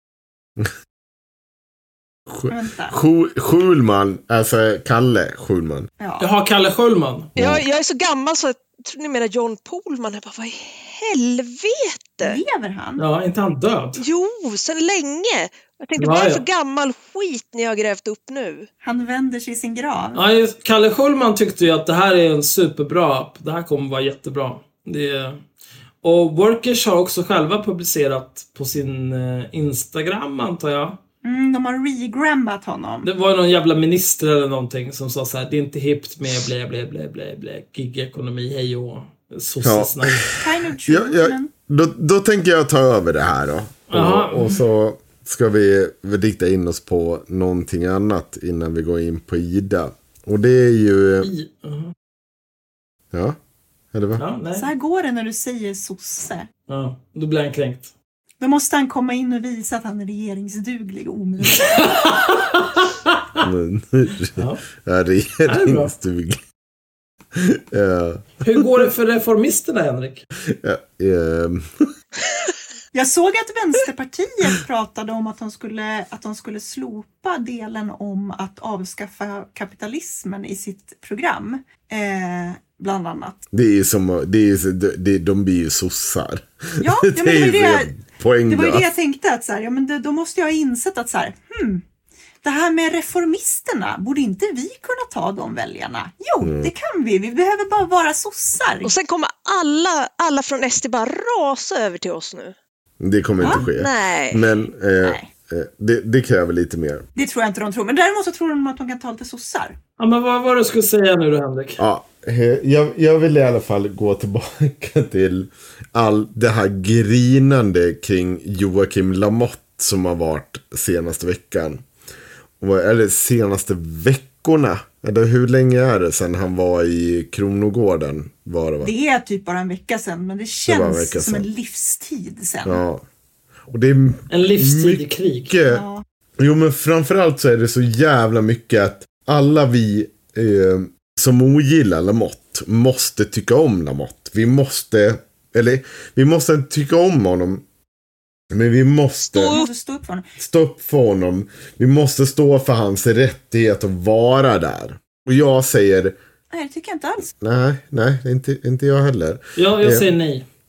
Schulman, alltså Kalle Schulman. Ja. Jag har Kalle Schulman. Jag, jag är så gammal så jag tror ni menar John Pohlman. Jag bara, vad i helvete? Lever han? Ja, inte han död? Jo, sedan länge. Jag tänkte, ja, vad är ja. för gammal skit ni har grävt upp nu? Han vänder sig i sin grav. Ja, just, Kalle Schulman tyckte ju att det här är en superbra app. Det här kommer vara jättebra. Det är... Och Workers har också själva publicerat på sin eh, Instagram, antar jag. Mm, de har regrammat honom. Det var någon jävla minister eller någonting som sa så här: det är inte hippt med blä blä blä blä blä gig-ekonomi, hej och sossesnack. Ja. Kind of true, ja, ja, men... då, då tänker jag ta över det här då. Och, och så ska vi rikta in oss på någonting annat innan vi går in på Ida. Och det är ju... I, uh-huh. Ja, eller vad? Ja, nej. Så här går det när du säger sosse. Ja, då blir han kränkt. Då måste han komma in och visa att han är regeringsduglig och omedelbart. ja, ja regeringsduglig. Ja. Hur går det för reformisterna, Henrik? Ja, um. Jag såg att Vänsterpartiet pratade om att de skulle, att de skulle slopa delen om att avskaffa kapitalismen i sitt program. Eh, bland annat. Det är som, det är, det, de blir ju sossar. Ja, ja men det var ju det, jag, det, var ju det jag tänkte. Att så här, ja, men då måste jag ha insett att så här, hmm, det här med reformisterna, borde inte vi kunna ta de väljarna? Jo, mm. det kan vi. Vi behöver bara vara sossar. Och sen kommer alla, alla från S D bara rasa över till oss nu. Det kommer ja? inte ske. Nej. Men eh, Nej. Det, det kräver lite mer. Det tror jag inte de tror. Men däremot så tror de att de kan ta lite sossar. Ja, men vad var det du skulle säga nu då, Henrik? Ja, jag, jag vill i alla fall gå tillbaka till all det här grinande kring Joakim Lamotte som har varit senaste veckan. Eller senaste veckorna. Eller hur länge är det sedan han var i Kronogården? Var det, va? Det är typ bara en vecka sedan. Men det känns det en som en livstid sedan. Ja. Och det är en livstid mycket, i krig. Ja. Jo, men framförallt så är det så jävla mycket att alla vi eh, som ogillar Lamotte måste tycka om Lamotte. Vi måste, eller vi måste tycka om honom. Men vi måste stå upp, stå upp för honom. Stå upp för honom. Vi måste stå för hans rättighet att vara där. Och jag säger... Nej, det tycker jag inte alls. Nej, nej inte, inte jag heller. Ja, jag säger nej.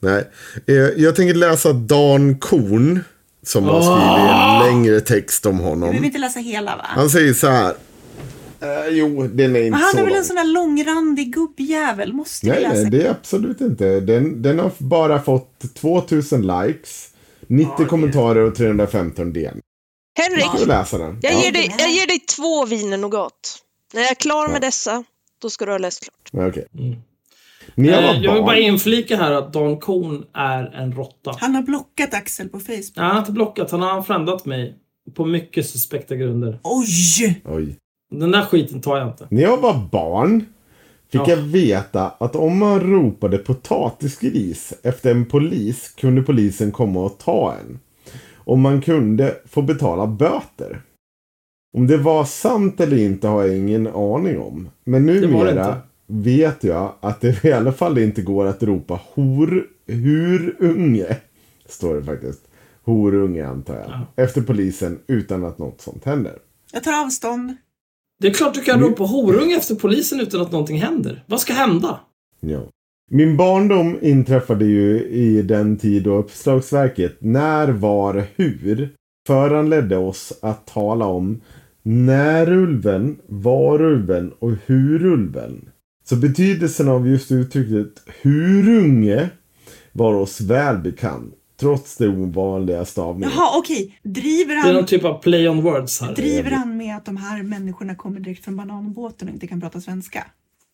Nej. Eh, jag tänker läsa Dan Korn som har skrivit en längre text om honom. Vi vill inte läsa hela, va? Han säger så här. Eh, jo, den är inte Men han så är väl lång. en sån där långrandig gubbjävel. Måste vi Nej, läsa? nej, det är absolut inte. Den, den har bara fått tvåtusen likes, nittio kommentarer och trehundrafemton D M. Henrik, Ska du läsa den? jag, Ja. ger dig, jag ger dig två viner nougat. När jag är klar med Ja. dessa, då ska du ha läst klart. Ja, okej. Mm. Ni har Eh, varit jag vill bara barn. inflika här att Dan Korn är en råtta. Han har blockat Axel på Facebook. Ja, han har inte blockat, han har friendat mig på mycket suspekta grunder. Oj! Oj. Den där skiten tar jag inte. När jag var barn fick Ja. jag veta att om man ropade potatisgris efter en polis kunde polisen komma och ta en. Och man kunde få betala böter. Om det var sant eller inte har jag ingen aning om. Men Det var det numera inte. vet jag att det i alla fall inte går att ropa hor, hurunge. Står det faktiskt. Horunge antar jag. Ja. Efter polisen utan att något sånt händer. Jag tar avstånd. Det är klart du kan Mm. ropa horunge efter polisen utan att någonting händer. Vad ska hända? Ja. Min barndom inträffade ju i den tid då Uppslagsverket När, var, hur föranledde oss att tala om närulven, varulven och hurulven. Så betydelsen av just uttrycket hurunge var oss välbekant, trots det ovanliga stavningen. Jaha, okej. Driver Det är någon han, typ av play on words här. driver han med att de här människorna kommer direkt från bananbåten och inte kan prata svenska?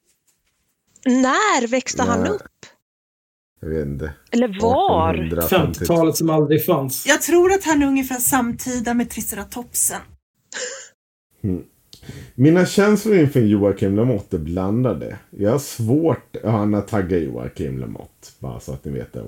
När växte han Nej. upp? Jag vet inte. Eller var? artonhundrafemtio. femtiotalet som aldrig fanns. Jag tror att han är ungefär samtida med Triceratopsen. Mina känslor inför Joakim Lamotte är blandade. Jag har svårt... Ja, han har taggat Joakim Lamotte. Bara så att ni vet det.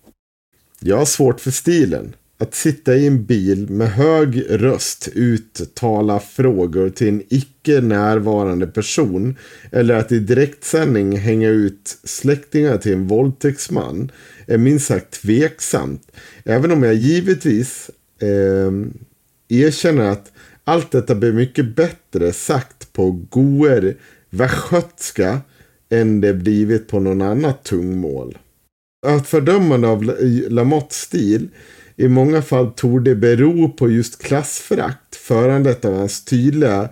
Jag har svårt för stilen. Att sitta i en bil med hög röst uttala frågor till en icke närvarande person. Eller att i direktsändning hänga ut släktingar till en våldtäktsman är minst sagt tveksamt. Även om jag givetvis eh, erkänner att allt detta blir mycket bättre sagt på goer västgötska än det blivit på någon annat tungmål. Att fördömande av Lamottes stil i många fall tog det bero på just klassförakt föranlett av hans tydliga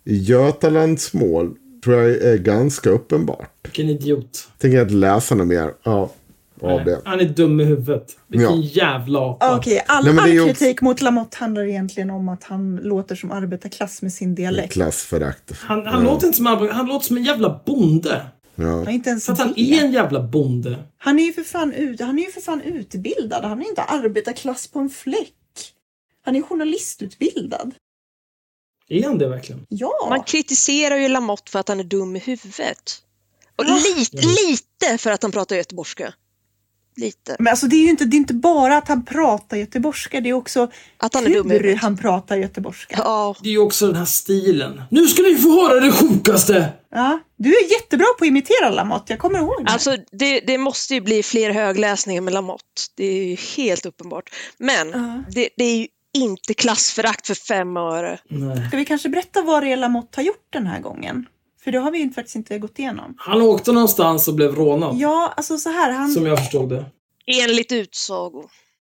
Götalandsmål tror jag är ganska uppenbart. Vilken idiot. Tänker jag inte läsa något mer ja, av Nej, det. han är dum i huvudet. Vilken Ja. jävla apa. Okej, all, Nej, men all det är ju kritik mot Lamotte handlar egentligen om att han låter som arbetarklass med sin dialekt. Klassförakt. Han, han, ja. låter inte som han, han låter som en jävla bonde. Ja. Ja, inte ens För att han det. är en jävla bonde. Han är ju för fan, ut, han är ju för fan utbildad. Han är inte arbetarklass på en fläck. Han är journalistutbildad. Är han det verkligen? Ja. Man kritiserar ju Lamotte för att han är dum i huvudet. Och Ja. lite, lite för att han pratar göteborgska. Lite. Men alltså det är ju inte, det är inte bara att han pratar göteborgska. Det är också Att han är dum i hur huvudet. han pratar göteborgska. Ja, Det är ju också den här stilen. Nu ska ni få höra det sjukaste! Ja, du är jättebra på att imitera Lamotte. Jag kommer ihåg det. alltså det, det måste ju bli fler högläsningar med Lamotte. Det är ju helt uppenbart. Men Ja. det, det är ju inte klassförakt för fem öre. Nej. Ska vi kanske berätta vad det är Lamotte har gjort den här gången? För det har vi ju faktiskt inte gått igenom. Han åkte någonstans och blev rånad. Ja, alltså så här. Han, Som jag förstod det. Enligt utsago.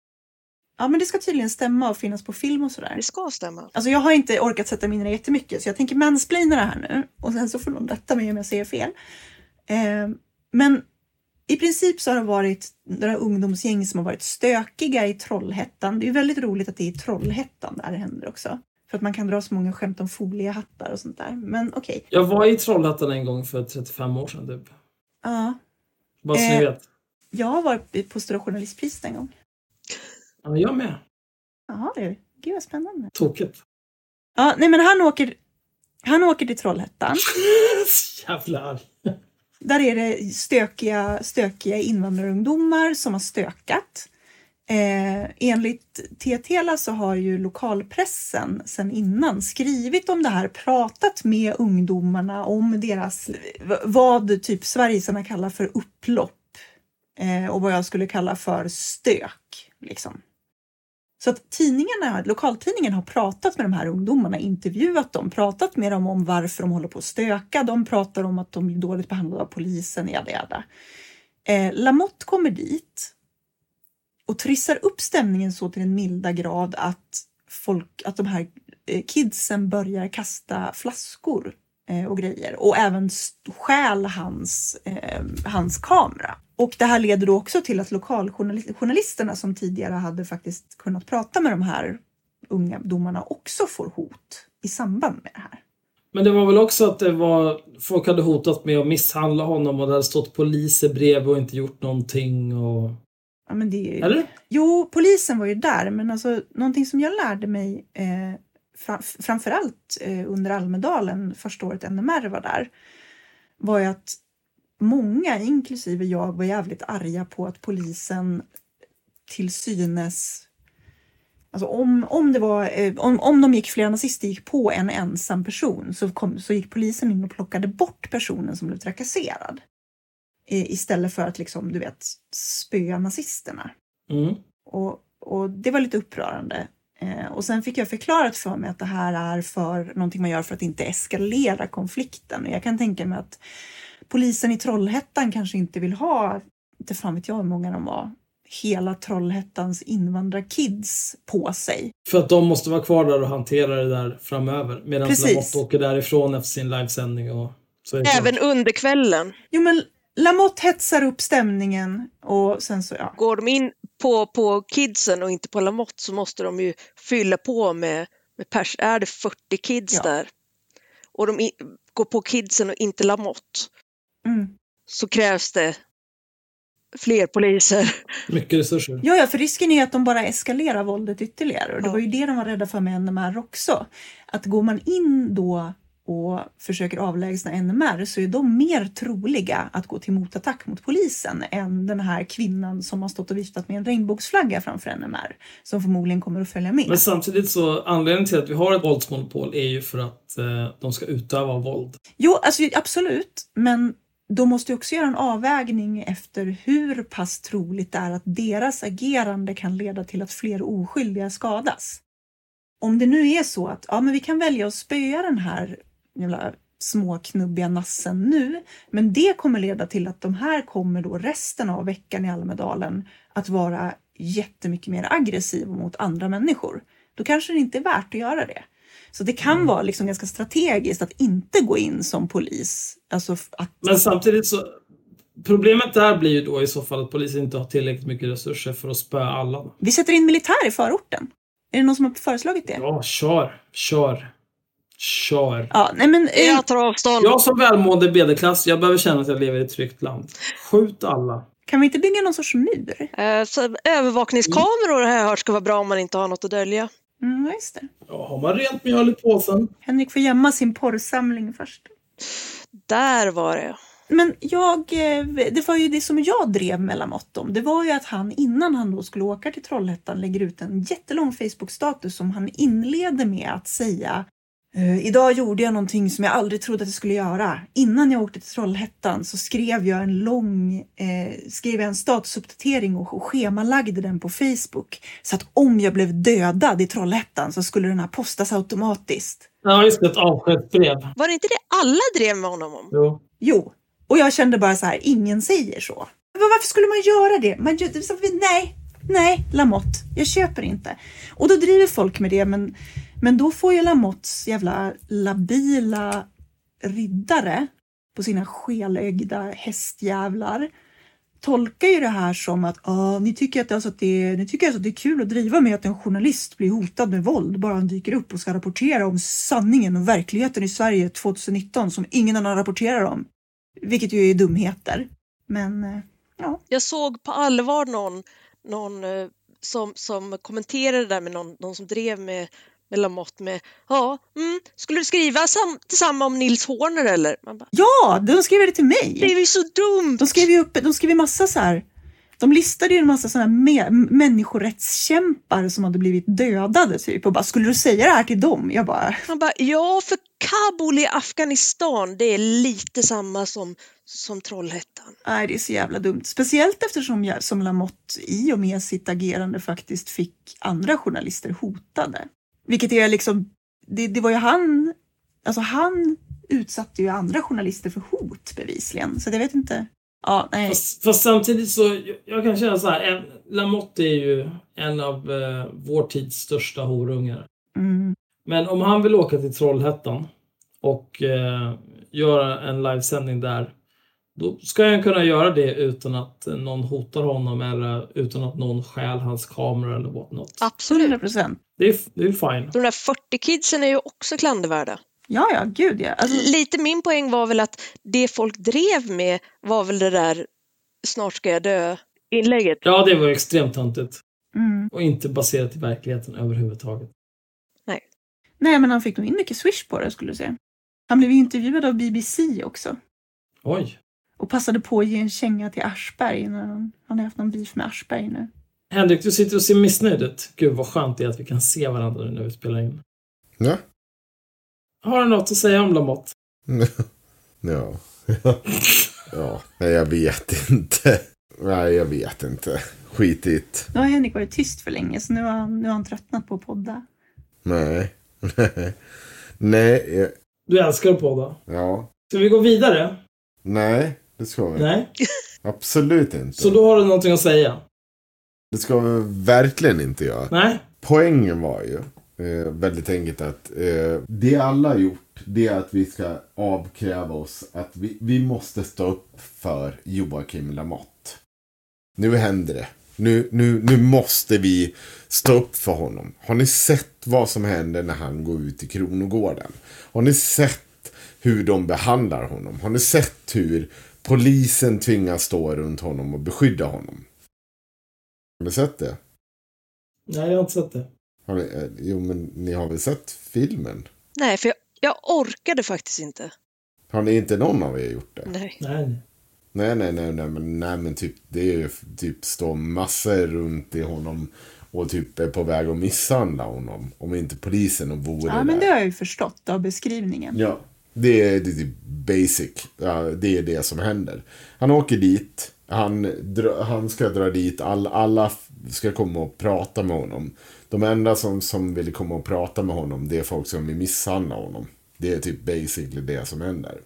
ja, men det ska tydligen stämma och finnas på film och sådär. Det ska stämma. Alltså jag har inte orkat sätta mig in i det jättemycket så jag tänker mansplaina det här nu och sen så får någon rätta mig om jag säger fel. Eh, men i princip så har det varit några ungdomsgäng som har varit stökiga i Trollhättan. Det är ju väldigt roligt att det är i Trollhättan där det händer också. För att man kan dra så många skämt om foliehattar och sånt där. Men okej. Okay. Jag var i Trollhättan en gång för trettiofem år sedan typ. Ja, Bara så ni Eh. vet. jag har varit på Stora Journalistpriset en gång. Ja, jag med. Jaha du, gud vad spännande. Tokigt. Ja, nej men han åker, han åker till Trollhättan. Så jävla arg. Där är det stökiga, stökiga invandrarungdomar som har stökat. Eh, enligt T T så har ju lokalpressen sedan innan skrivit om det här, pratat med ungdomarna om deras, vad typ Sverigesarna kallar för upplopp eh, och vad jag skulle kalla för stök. Liksom. Så att tidningarna, lokaltidningen har pratat med de här ungdomarna, intervjuat dem, pratat med dem om varför de håller på att stöka. De pratar om att de blir dåligt behandlade av polisen, jada jada. Eh, Lamotte kommer dit och trissar upp stämningen så till en milda grad att folk, att de här kidsen börjar kasta flaskor eh, och grejer. Och även stjäl hans, eh, hans kamera. Och det här leder då också till att lokaljournalisterna som tidigare hade faktiskt kunnat prata med de här unga domarna också får hot i samband med det här. Men det var väl också att det var, folk hade hotat med att misshandla honom och det hade stått poliser bredvid och inte gjort någonting. Och... Ja, men det är... Eller? Jo, polisen var ju där, men alltså någonting som jag lärde mig eh, fra, framförallt eh, under Almedalen första året N M R var där, var ju att många, inklusive jag, var jävligt arga på att polisen till synes, alltså om, om det var, eh, om, om de gick, flera nazister gick på en ensam person så, kom, så gick polisen in och plockade bort personen som blev trakasserad. Istället för att liksom, du vet, spöa nazisterna. Mm. Och, och det var lite upprörande. Eh, och sen fick jag förklarat för mig att det här är för någonting man gör för att inte eskalera konflikten. Och jag kan tänka mig att polisen i Trollhättan kanske inte vill ha, inte fan vet jag hur många de var, hela Trollhättans invandrarkids på sig. För att de måste vara kvar där och hantera det där framöver. Medan Lamotte åker därifrån efter sin livesändning. Och så är det även klart. under kvällen. Jo, men Lamotte hetsar upp stämningen och sen så, ja. Går de in på, på kidsen och inte på Lamotte så måste de ju fylla på med, med pers. Är det fyrtio kids Ja. där och de i, går på kidsen och inte Lamotte Mm. så krävs det fler poliser. Mycket resurser. Ja, ja, för risken är att de bara eskalerar våldet ytterligare. Och det Ja. var ju det de var rädda för med N M R också. Att går man in då och försöker avlägsna N M R så är de mer troliga att gå till motattack mot polisen än den här kvinnan som har stått och viftat med en regnbågsflagga framför N M R. Som förmodligen kommer att följa med. Men samtidigt så anledningen till att vi har ett våldsmonopol är ju för att eh, de ska utöva våld. Jo, alltså absolut. Men de måste ju också göra en avvägning efter hur pass troligt det är att deras agerande kan leda till att fler oskyldiga skadas. Om det nu är så att ja, men vi kan välja att spöa den här jävla småknubbiga nassen nu, men det kommer leda till att de här kommer då resten av veckan i Almedalen att vara jättemycket mer aggressiva mot andra människor. Då kanske det inte är värt att göra det. Så det kan mm. vara liksom ganska strategiskt att inte gå in som polis. Alltså att... Men samtidigt så, problemet där blir ju då i så fall att polisen inte har tillräckligt mycket resurser för att spöa alla. Vi sätter in militär i förorten. Är det någon som har föreslagit det? Ja, kör, kör, kör. Ja, nej men... Eh... Jag tar avstånd. Jag som välmående medelklass, jag behöver känna att jag lever i ett tryggt land. Skjut alla. Kan vi inte bygga någon sorts mur? Eh, så övervakningskameror har jag hört ska vara bra om man inte har något att dölja. Mm, just det. Ja, har man rent mjöl i påsen? Henrik får gömma sin porrsamling först. Där var det. Men jag, det var ju det som jag drev med Lamotte om. Det var ju att han innan han då skulle åka till Trollhättan lägger ut en jättelång Facebook-status som han inleder med att säga: idag gjorde jag någonting som jag aldrig trodde att jag skulle göra. Innan jag åkte till Trollhättan så skrev jag en lång eh, skrev jag en statusuppdatering och, och schemalagde den på Facebook. Så att om jag blev dödad i Trollhättan så skulle den här postas automatiskt. Ja, just det, ett avskedsbrev. Var det inte det alla drev med honom om? Jo. Jo, och jag kände bara så här, ingen säger så. Varför skulle man göra det? Man gör, nej, nej, Lamotte, jag köper inte. Och då driver folk med det, men, men då får ju Lamottes jävla labila riddare på sina skelögda hästjävlar tolkar ju det här som att ah, ni tycker att, alltså att, det är, ni tycker alltså att det är kul att driva med att en journalist blir hotad med våld bara han dyker upp och ska rapportera om sanningen och verkligheten i Sverige tjugonitton som ingen annan rapporterar om. Vilket ju är dumheter. Men ja. Jag såg på allvar någon, någon som, som kommenterade det där med någon, någon som drev med, med Lamotte med ja, mm, skulle du skriva sam, tillsammans om Nils Horner eller? Man bara, ja, de skrev det till mig. Det är ju så dumt. De skrev ju upp, de skrev ju massa så här. De listade ju en massa sådana me- människorättskämpar som hade blivit dödade typ och bara, skulle du säga det här till dem? Jag bara... Man bara, ja, för Kabul i Afghanistan, det är lite samma som, som Trollhättan. Nej, det är så jävla dumt. Speciellt eftersom jag, som Lamotte i och med sitt agerande faktiskt fick andra journalister hotade. Vilket är liksom, det, det var ju han, alltså han utsatte ju andra journalister för hot bevisligen. Så jag vet inte. Ja, nej. Fast, fast samtidigt så, jag, jag kan känna så här, en, Lamotte är ju en av eh, vår tids största horungar. Mm. Men om han vill åka till Trollhättan och eh, göra en livesändning där, då ska han kunna göra det utan att någon hotar honom eller utan att någon stjäl hans kamera eller what not. Absolut. hundra procent. Det är, det är fine. De där fyrtio kidsen är ju också klandervärda. Ja, ja, gud ja. Alltså, Lite min poäng var väl att det folk drev med var väl det där snart ska jag dö inlägget. Ja, det var extremt töntigt. mm. Och inte baserat i verkligheten överhuvudtaget. Nej, men han fick nog in mycket swish på det, skulle du säga. Han blev intervjuad av B B C också. Oj. Och passade på att ge en känga till Aschberg när han, han har haft någon beef med Aschberg nu. Henrik, du sitter och ser missnöjd ut. Gud vad skönt det är att vi kan se varandra nu när vi spelar in. Ja. Har du något att säga om Lamotte? Ja. Ja, nej jag vet inte. Nej, jag vet inte. Skitigt. Nu har Henrik varit tyst för länge, så nu har han, nu har han tröttnat på att podda. Nej. Nej. jag- Du älskar att podda. Ja. Ska vi gå vidare? Nej, det ska vi. Nej. Absolut inte. Så då har du någonting att säga? Det ska vi verkligen inte göra. Nej. Poängen var ju eh, väldigt enkelt att eh, det alla har gjort, det är att vi ska avkräva oss att vi, vi måste stå upp för Joakim Lamotte. Nu händer det. Nu, nu, nu måste vi stå upp för honom. Har ni sett vad som händer när han går ut i Kronogården? Har ni sett hur de behandlar honom? Har ni sett hur polisen tvingas stå runt honom och beskydda honom? Har ni sett det? Nej, jag har inte sett det. Har ni, eh, jo, men ni har väl sett filmen? Nej, för jag, jag orkade faktiskt inte. Har ni inte någon av er gjort det? Nej. Nej. Nej, nej, nej, nej, men, nej, men typ, det är ju typ stå massor runt i honom och typ är på väg att misshandla honom. Om inte polisen och vore Ja, där. men det har jag ju förstått av beskrivningen. Ja, det är, det är typ basic. Ja, det är det som händer. Han åker dit. Han, dra, han ska dra dit. All, alla ska komma och prata med honom. De enda som, som vill komma och prata med honom, det är folk som vill misshandla honom. Det är typ basically det som händer.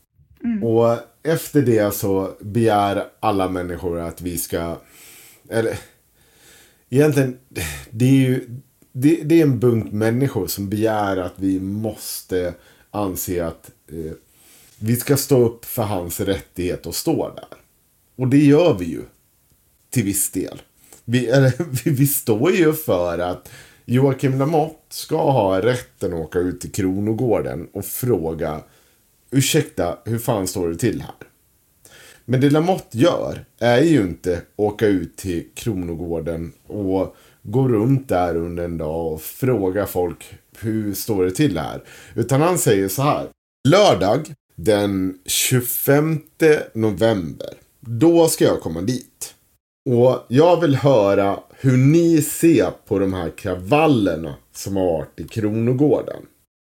Mm. Och efter det så begär alla människor att vi ska... Eller... Egentligen, det är ju... Det, det är en bunt människor som begär att vi måste anse att eh, vi ska stå upp för hans rättighet att stå där. Och det gör vi ju till viss del. Vi, eller, vi, vi står ju för att Joakim Lamotte ska ha rätten att åka ut till Kronogården och fråga: ursäkta, hur fan står det till här? Men det Lamotte gör är ju inte åka ut till Kronogården och gå runt där under en dag och fråga folk hur står det till här. Utan han säger så här: lördag den tjugofemte november, då ska jag komma dit. Och jag vill höra hur ni ser på de här kravallerna som har varit i Kronogården.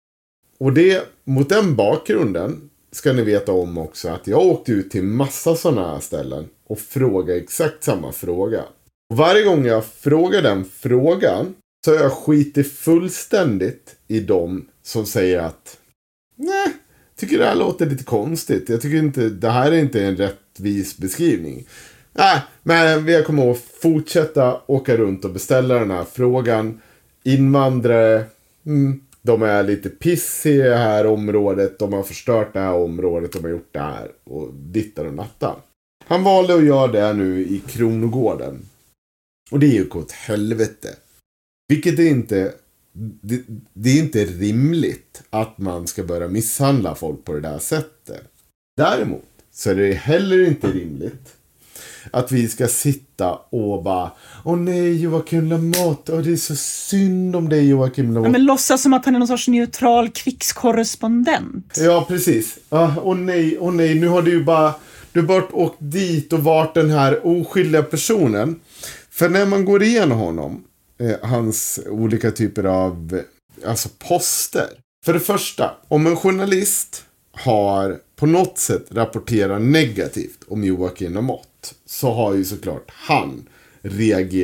Och det, mot den bakgrunden ska ni veta om också att jag åkte ut till massa sådana här ställen och frågade exakt samma fråga. Och varje gång jag frågar den frågan så har jag skitit fullständigt i dem som säger att nej, tycker det här låter lite konstigt. Jag tycker inte, det här är inte en rättvis beskrivning. Nej, men vi kommer att fortsätta åka runt och beställa den här frågan. Invandrare, mm, de är lite piss i det här området. De har förstört det här området. De har gjort det här. Och dittar och natta. Han valde att göra det nu i Kronogården. Och det är ju åt helvete. Vilket är inte... Det, det är inte rimligt att man ska börja misshandla folk på det där sättet. Däremot så är det heller inte rimligt att vi ska sitta och bara: åh nej, Joakim Lamotte, och det är så synd om dig, Joakim Lamotte. Ja, men låtsas som att han är någon sorts neutral krigskorrespondent. Ja, precis. Ah, åh nej, åh nej, nu har du ju bara du har bara åkt dit och varit den här oskyldiga personen. För när man går igenom honom, eh, hans olika typer av alltså poster. För det första, om en journalist har på något sätt rapporterat negativt om Joakim Lamotte, så har ju såklart han reagerat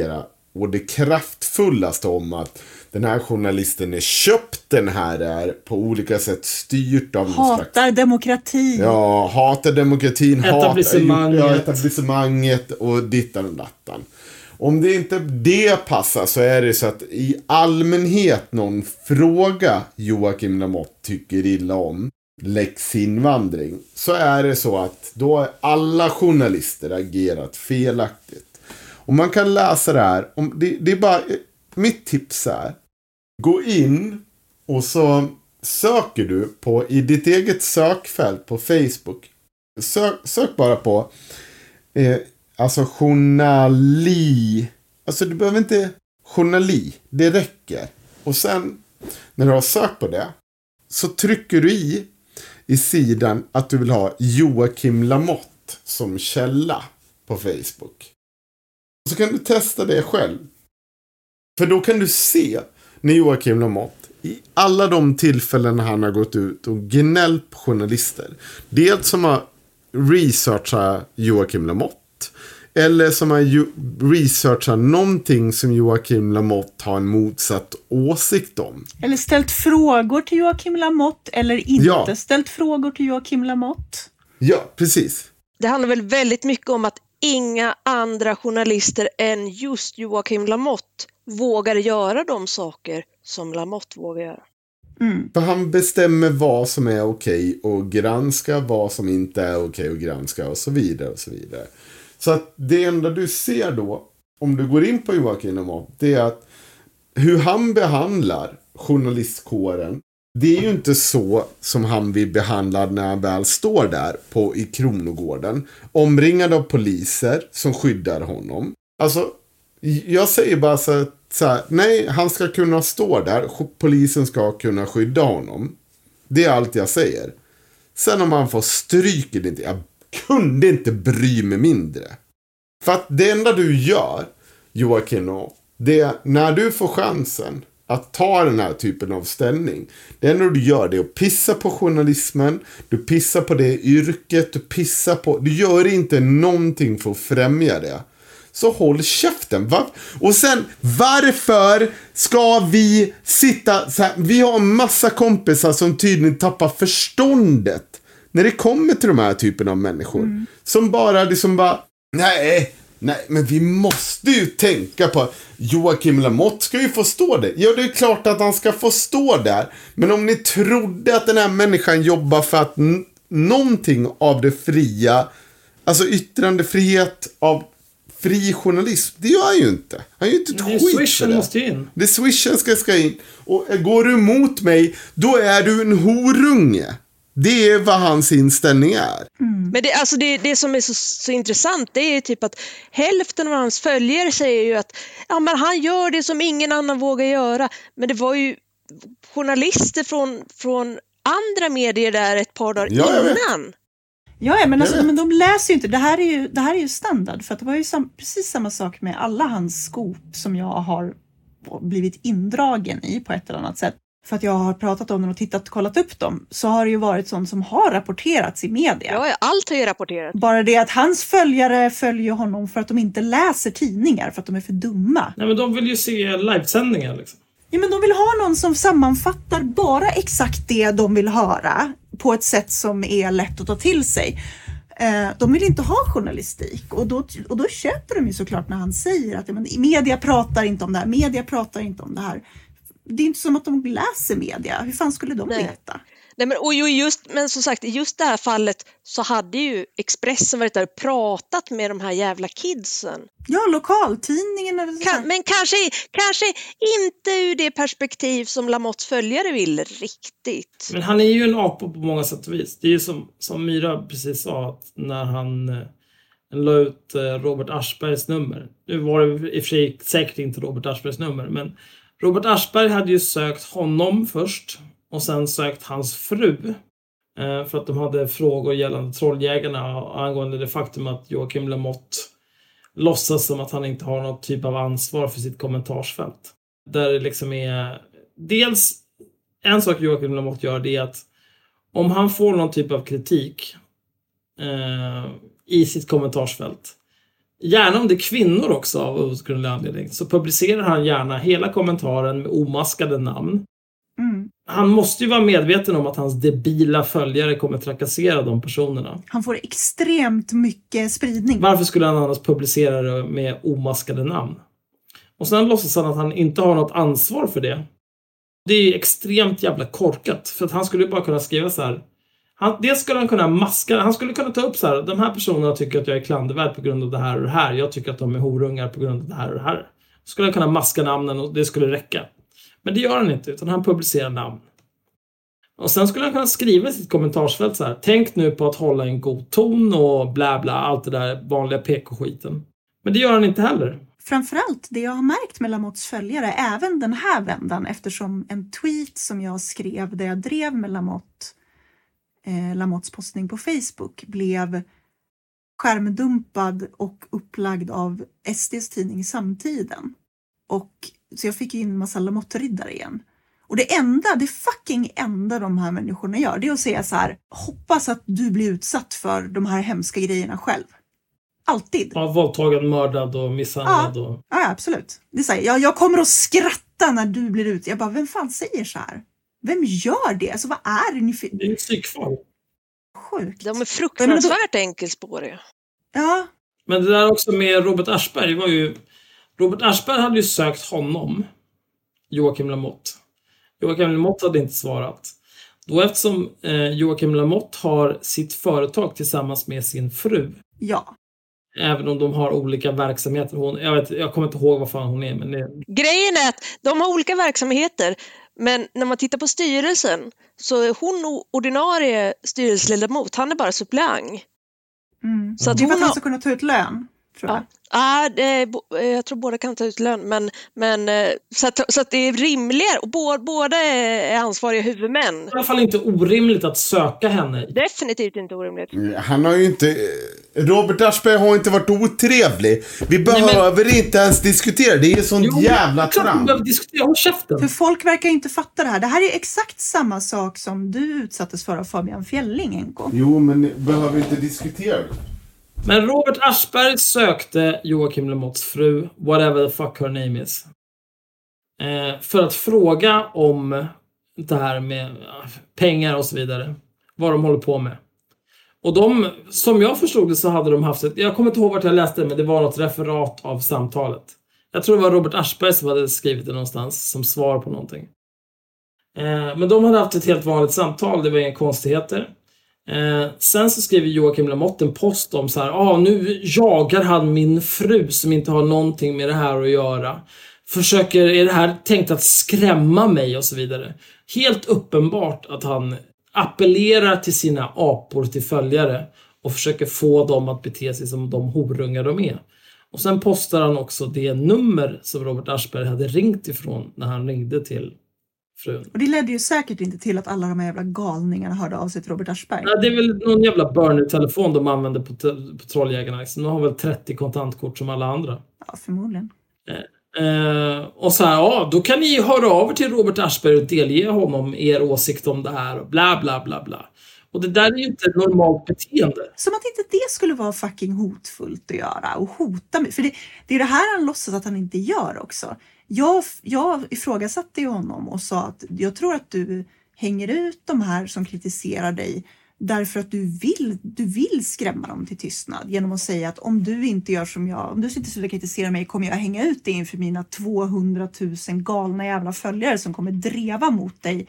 och det kraftfullaste om att den här journalisten är köpt, den här är på olika sätt styrt av hatar slags... demokrati. Ja, hatar demokratin, etablissemanget. hatar ja, etablissemanget och dittan och dattan. Om det inte det passar så är det så att i allmänhet någon fråga Joakim Lamotte tycker illa om Lex invandring, så är det så att då har alla journalister agerat felaktigt. Och man kan läsa det här, om det, det är bara mitt tips är, gå in och så söker du på i ditt eget sökfält på Facebook. Sök, sök bara på eh, alltså journali. Alltså du behöver inte journali, det räcker. Och sen när du har sökt på det så trycker du i i sidan att du vill ha Joakim Lamotte som källa på Facebook. Och så kan du testa det själv. För då kan du se när Joakim Lamotte i alla de tillfällen han har gått ut och gnällt på journalister. Dels som har researchat Joakim Lamotte. Eller som har ju researchat någonting som Joakim Lamotte har en motsatt åsikt om. Eller ställt frågor till Joakim Lamotte eller inte ja. ställt frågor till Joakim Lamotte. Ja, precis. Det handlar väl väldigt mycket om att inga andra journalister än just Joakim Lamotte vågar göra de saker som Lamotte vågar göra. Mm. För han bestämmer vad som är okej och granska, vad som inte är okej och granska och så vidare och så vidare. Så att det enda du ser då, om du går in på Joakim Lamotte, det är att hur han behandlar journalistkåren, det är ju inte så som han vill behandla när han väl står där på, i Kronogården. Omringad av poliser som skyddar honom. Alltså, jag säger bara så, så här, nej, han ska kunna stå där. Polisen ska kunna skydda honom. Det är allt jag säger. Sen om han får stryk det inte, jag kunde inte bry mig mindre. För att det enda du gör, Joakim, det är när du får chansen att ta den här typen av ställning. Det enda du gör det är att pissa på journalismen, du pissar på det yrket, du pissar på, du gör inte någonting för att främja det. Så håll käften, va? Och sen, varför ska vi sitta så här? Vi har en massa kompisar som tydligen tappar förståndet när det kommer till de här typen av människor. Mm. Som bara, liksom bara, nej, nej, men vi måste ju tänka på Joakim Lamotte ska ju få stå där. Ja, det är klart att han ska få stå där. Men om ni trodde att den här människan jobbar för att n- någonting av det fria, alltså yttrandefrihet av fri journalism, det gör han ju inte. Han är ju inte ett skit för det. Swishen måste in. Det swishen ska, ska in. Och går du emot mig, då är du en horunge. Det är vad hans inställning är. Mm. Men det, alltså det, det som är så, så intressant, det är typ att hälften av hans följare säger ju att ja, men han gör det som ingen annan vågar göra. Men det var ju journalister från, från andra medier där ett par dagar ja, innan. Ja, men, alltså, men de läser ju inte. Det här är ju, det här är ju standard. För att det var ju sam, precis samma sak med alla hans skop som jag har blivit indragen i på ett eller annat sätt. För att jag har pratat om dem och tittat och kollat upp dem. Så har det ju varit sånt som har rapporterats i media. Ja, allt har ju rapporterats. Bara det att hans följare följer honom för att de inte läser tidningar. För att de är för dumma. Nej, men de vill ju se livesändningar liksom. Ja, men de vill ha någon som sammanfattar bara exakt det de vill höra. På ett sätt som är lätt att ta till sig. De vill inte ha journalistik. Och då, och då köper de ju såklart när han säger att men, media pratar inte om det här. Media pratar inte om det här. Det är inte som att de läser media. Hur fan skulle de Nej. veta? Nej, men, och just, men som sagt, i just det här fallet så hade ju Expressen varit där och pratat med de här jävla kidsen. Ja, lokaltidningen. Eller kan, men kanske, kanske inte ur det perspektiv som Lamottes följare vill riktigt. Men han är ju en apa på många sätt och vis. Det är ju som, som Myra precis sa, att när han eh, la ut eh, Robert Aschbergs nummer. Nu var det i och för sig säkert inte Robert Aschbergs nummer, men Robert Aschberg hade ju sökt honom först och sen sökt hans fru eh, för att de hade frågor gällande Trolljägarna angående det faktum att Joakim Lamotte låtsas som att han inte har någon typ av ansvar för sitt kommentarsfält. Där det liksom är dels en sak Joakim Lamotte gör, det är att om han får någon typ av kritik eh, i sitt kommentarsfält, gärna om det är kvinnor också av outgrundlig anledning, så publicerar han gärna hela kommentaren med omaskade namn. Mm. Han måste ju vara medveten om att hans debila följare kommer trakassera de personerna. Han får extremt mycket spridning. Varför skulle han annars publicera det med omaskade namn? Och sen låtsas han att han inte har något ansvar för det. Det är extremt jävla korkat. För att han skulle bara kunna skriva så här. Han, det skulle han kunna maska. Han skulle kunna ta upp så här. De här personerna tycker att jag är klandervärd på grund av det här och det här. Jag tycker att de är horungar på grund av det här och det här. Skulle han kunna maska namnen och det skulle räcka. Men det gör han inte, utan han publicerar namn. Och sen skulle han kunna skriva i sitt kommentarsfält så här. Tänk nu på att hålla en god ton och bla bla. Allt det där vanliga P K-skiten. Men det gör han inte heller. Framförallt det jag har märkt med Lamotts följare, även den här vändan, eftersom en tweet som jag skrev där jag drev med Lamotte, eh, Lamotts postning på Facebook, blev skärmdumpad och upplagd av S D:s tidning Samtiden. Och så jag fick ju in en massa Lamotte-riddare igen. Och det enda, det fucking enda de här människorna gör, det är att säga så här: hoppas att du blir utsatt för de här hemska grejerna själv. Alltid. Ja, våldtagen, mördad och misshandlad. Ja, och... ja absolut. Det säger jag. Jag kommer att skratta när du blir ute. Jag bara, vem fan säger så här? Vem gör det? Alltså vad är det ni för... Det är ju psykfall. Sjukt. De är fruktansvärt enkelspåriga. Ja. Men det där också med Robert Aschberg var ju... Robert Aschberg hade ju sökt honom, Joakim Lamotte. Joakim Lamotte hade inte svarat. Då eftersom eh, Joakim Lamotte har sitt företag tillsammans med sin fru. Ja. Även om de har olika verksamheter. Hon, jag, vet, jag kommer inte ihåg vad fan hon är. Men det... Grejen är att de har olika verksamheter. Men när man tittar på styrelsen så är hon ordinarie styrelseledamot. Han är bara suppleant. Mm. Så att det är för hon att han har... ska kunna ta ut lön, tror jag. Ja. Ah, det, jag tror båda kan ta ut lön, men, men så, att, så att det är rimligare och båda, båda är ansvariga huvudmän. I alla fall inte orimligt att söka henne. Definitivt inte orimligt. Han har ju inte... Robert Aschberg har inte varit otrevlig. Vi behöver Nej, men... inte ens diskutera. Det är sån jo, jävla trams. Vi behöver diskutera. Håll käften. För folk verkar inte fatta det här. Det här är exakt samma sak som du utsattes för av Fabian Fjelling, Enko. Jo, men vi behöver inte diskutera det. Men Robert Aschberg sökte Joakim Lamottes fru, whatever the fuck her name is, eh, för att fråga om det här med pengar och så vidare. Vad de håller på med. Och de, som jag förstod det så hade de haft ett, jag kommer inte ihåg vart jag läste det, men det var något referat av samtalet. Jag tror det var Robert Aschberg som hade skrivit det någonstans som svar på någonting. Eh, men de hade haft ett helt vanligt samtal, det var inga konstigheter. Eh, sen så skriver Joakim Lamotte en post om så här, ah, nu jagar han min fru som inte har någonting med det här att göra. Försöker, är det här tänkt att skrämma mig och så vidare. Helt uppenbart att han appellerar till sina apor till följare och försöker få dem att bete sig som de horungar de är. Och sen postar han också det nummer som Robert Aschberg hade ringt ifrån när han ringde till frun. Och det ledde ju säkert inte till att alla de här jävla galningarna hörde av sig till Robert Aschberg. Ja, det är väl någon jävla burner-telefon de använder på, te- på Trolljägarna. De har väl trettio kontantkort som alla andra. Ja, förmodligen. Eh, eh, och så här, ja, då kan ni höra av er till Robert Aschberg och delge honom er åsikt om det här och bla bla bla bla. Och det där är ju inte ett normalt beteende. Som att inte det skulle vara fucking hotfullt att göra och hota mig. För det, det är det här han låtsas att han inte gör också. Jag, jag ifrågasatte ju honom och sa att jag tror att du hänger ut de här som kritiserar dig därför att du vill, du vill skrämma dem till tystnad genom att säga att om du inte gör som jag, om du inte slutar kritisera mig kommer jag hänga ut dig inför mina tvåhundratusen galna jävla följare som kommer dreva mot dig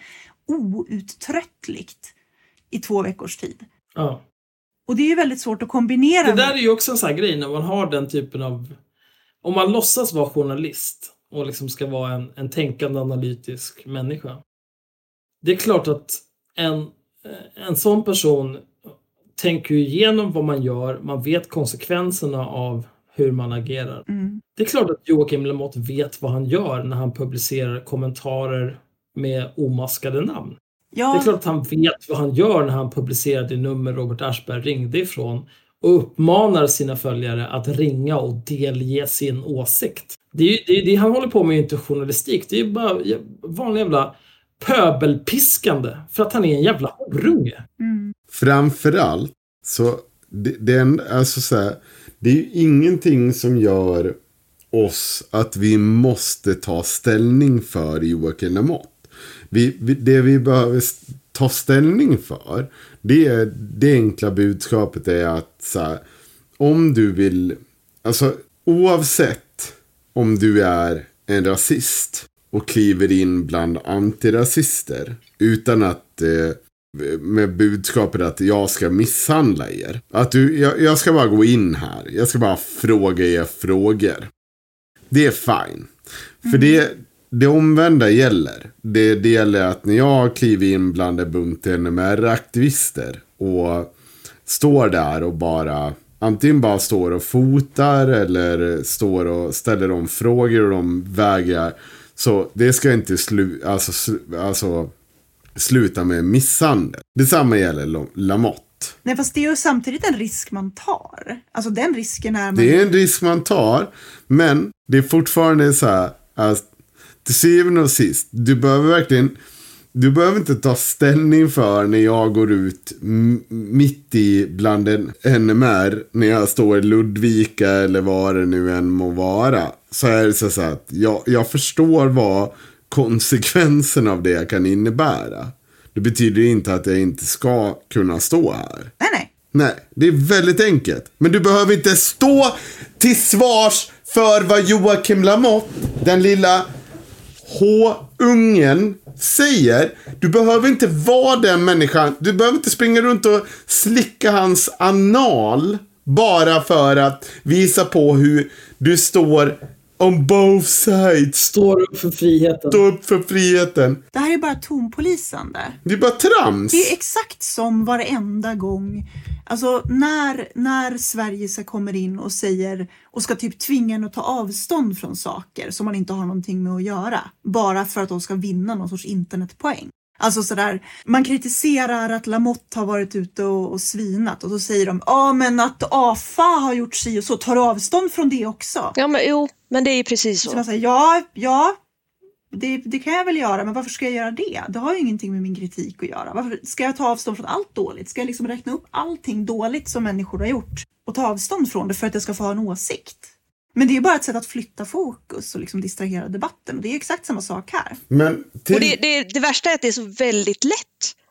outtröttligt i två veckors tid. Ja. Och det är ju väldigt svårt att kombinera. Det där är ju också en sån här grej när man har den typen av... Om man låtsas vara journalist och liksom ska vara en, en tänkande analytisk människa. Det är klart att en, en sån person tänker ju igenom vad man gör. Man vet konsekvenserna av hur man agerar. Mm. Det är klart att Joakim Lamotte vet vad han gör när han publicerar kommentarer med omaskade namn. Ja. Det är klart att han vet vad han gör när han publicerar det nummer Robert Aschberg ringde ifrån och uppmanar sina följare att ringa och delge sin åsikt. Det, är ju, det, det han håller på med är inte journalistik. Det är ju bara vanlig jävla pöbelpiskande för att han är en jävla horunge. Mm. Framförallt så det, det, är, alltså så här, det är ju ingenting som gör oss att vi måste ta ställning för Joakim Lamotte. Vi, vi, det vi behöver ta ställning för, det är det enkla budskapet är att så här, om du vill, alltså oavsett om du är en rasist och kliver in bland antirasister utan att eh, med budskapet att jag ska misshandla er. Att du, jag, jag ska bara gå in här. Jag ska bara fråga er frågor. Det är fine. För mm. det, det omvända gäller. Det, det gäller att när jag kliver in bland en bunt N M R-aktivister och står där och bara antingen bara står och fotar eller står och ställer de frågor och de vägrar. Så det ska inte slu, alltså, slu, alltså, sluta med misshandel. Detsamma gäller Lamotte. Nej, fast det är ju samtidigt en risk man tar. Alltså den risken är man... Det är en risk man tar, men det är fortfarande så här att till syvende och sist, du behöver verkligen, du behöver inte ta ställning för när jag går ut m- mitt i bland en N M R, när jag står i Ludvika eller vad det nu än må vara. Så är det så att jag, jag förstår vad konsekvenserna av det kan innebära. Det betyder inte att jag inte ska kunna stå här. Nej, nej. Nej, det är väldigt enkelt. Men du behöver inte stå till svars för vad Joakim Lamotte, den lilla H-ungen, säger. Du behöver inte vara den människan. Du behöver inte springa runt och slicka hans anal bara för att visa på hur du står on both sides. Står upp för friheten. Står upp för friheten. Det här är bara tompolisande. Det är bara trams. Det är exakt som varenda gång. Alltså när, när Sverige ska kommer in och säger och ska typ tvinga en att ta avstånd från saker som man inte har någonting med att göra. Bara för att de ska vinna någon sorts internetpoäng. Alltså sådär, man kritiserar att Lamotte har varit ute och, och svinat och då säger de, ja ah, men att A F A har gjort sig och så, tar du avstånd från det också? Ja men jo, men det är precis så. Så man säger, ja, ja, det, det kan jag väl göra, men varför ska jag göra det? Det har ju ingenting med min kritik att göra. Varför ska jag ta avstånd från allt dåligt? Ska jag liksom räkna upp allting dåligt som människor har gjort och ta avstånd från det för att jag ska få ha en åsikt? Men det är bara ett sätt att flytta fokus och liksom distrahera debatten. Och det är exakt samma sak här. Men till... och det, det, det värsta är att det är så väldigt lätt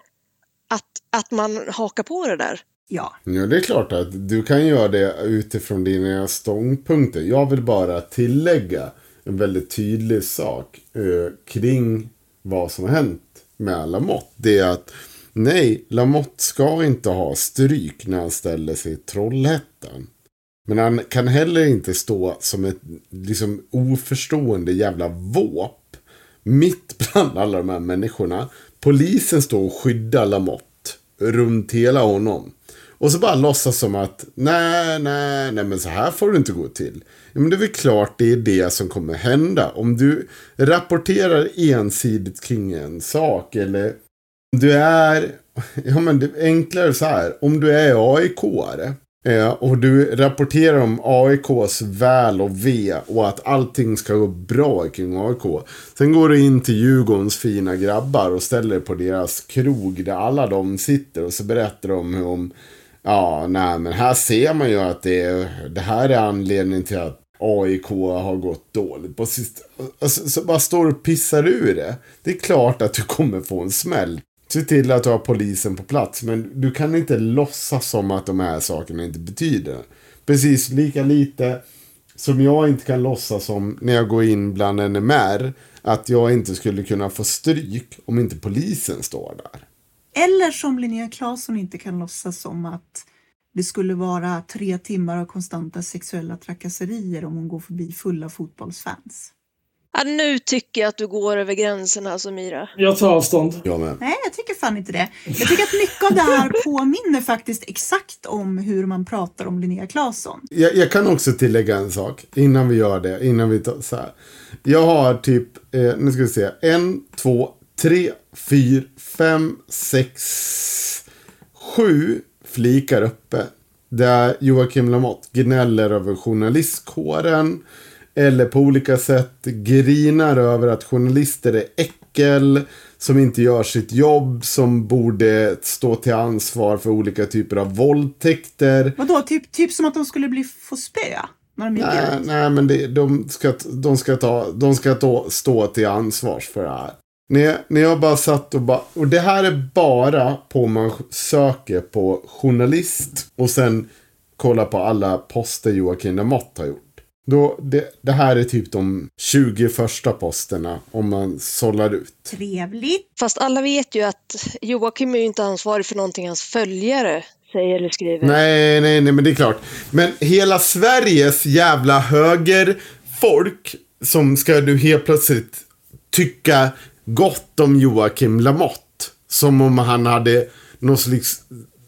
att, att man hakar på det där. Ja. Ja, det är klart att du kan göra det utifrån dina ståndpunkter. Jag vill bara tillägga en väldigt tydlig sak eh, kring vad som har hänt med Lamotte. Det är att nej, Lamotte ska inte ha stryk när han ställer sig i Trollhättan. Men han kan heller inte stå som ett liksom oförstående jävla våp mitt bland alla de här människorna. Polisen står och skyddar Lamotte runt hela honom. Och så bara låtsas som att nej, nej, nej, men så här får du inte gå till. Ja, men det är väl klart det är det som kommer hända. Om du rapporterar ensidigt kring en sak eller om du är, ja men det är enklare så här, om du är A I K-are. Ja, och du rapporterar om A I K:s väl och ve och att allting ska gå bra kring A I K. Sen går du in till Djurgårdens fina grabbar och ställer på deras krog där alla de sitter och så berättar de hur om, ja, nej men här ser man ju att det, är, det här är anledningen till att A I K har gått dåligt. På sist, alltså, så bara står och pissar ur det. Det är klart att du kommer få en smäll. Se till att du har polisen på plats. Men du kan inte låtsas som att de här sakerna inte betyder. Precis lika lite som jag inte kan låtsas som när jag går in bland N M R. Att jag inte skulle kunna få stryk om inte polisen står där. Eller som Linnea Claesson inte kan låtsas som att det skulle vara tre timmar av konstanta sexuella trakasserier om hon går förbi fulla fotbollsfans. Ja, nu tycker jag att du går över gränsen här, Samira. Jag tar avstånd. Jag med. Nej, jag tycker fan inte det. Jag tycker att mycket av det här påminner faktiskt exakt om hur man pratar om Linnea Claesson. Jag, jag kan också tillägga en sak innan vi gör det. Innan vi tar så här. Jag har typ, eh, nu ska vi se, en, två, tre, fyra, fem, sex, sju flikar uppe. Där Joakim Lamotte gnäller över journalistkåren. Eller på olika sätt grinar över att journalister är jäkel som inte gör sitt jobb, som borde stå till ansvar för olika typer av våldtäkter. Vadå? Typ, typ som att de skulle bli få spö? När de nej, nej, men det, de ska, de ska, ta, de ska ta, stå till ansvars för det här. När, när jag bara satt och bara... Och det här är bara på man söker på journalist och sen kolla på alla poster Joakim Lamotte har gjort. Då, det, det här är typ de tjugo första posterna om man sållar ut. Trevligt. Fast alla vet ju att Joakim är ju inte ansvarig för någonting hans följare säger eller skriver. Nej, nej, nej, men det är klart. Men hela Sveriges jävla högerfolk som ska du helt plötsligt tycka gott om Joakim Lamotte. Som om han hade någon slags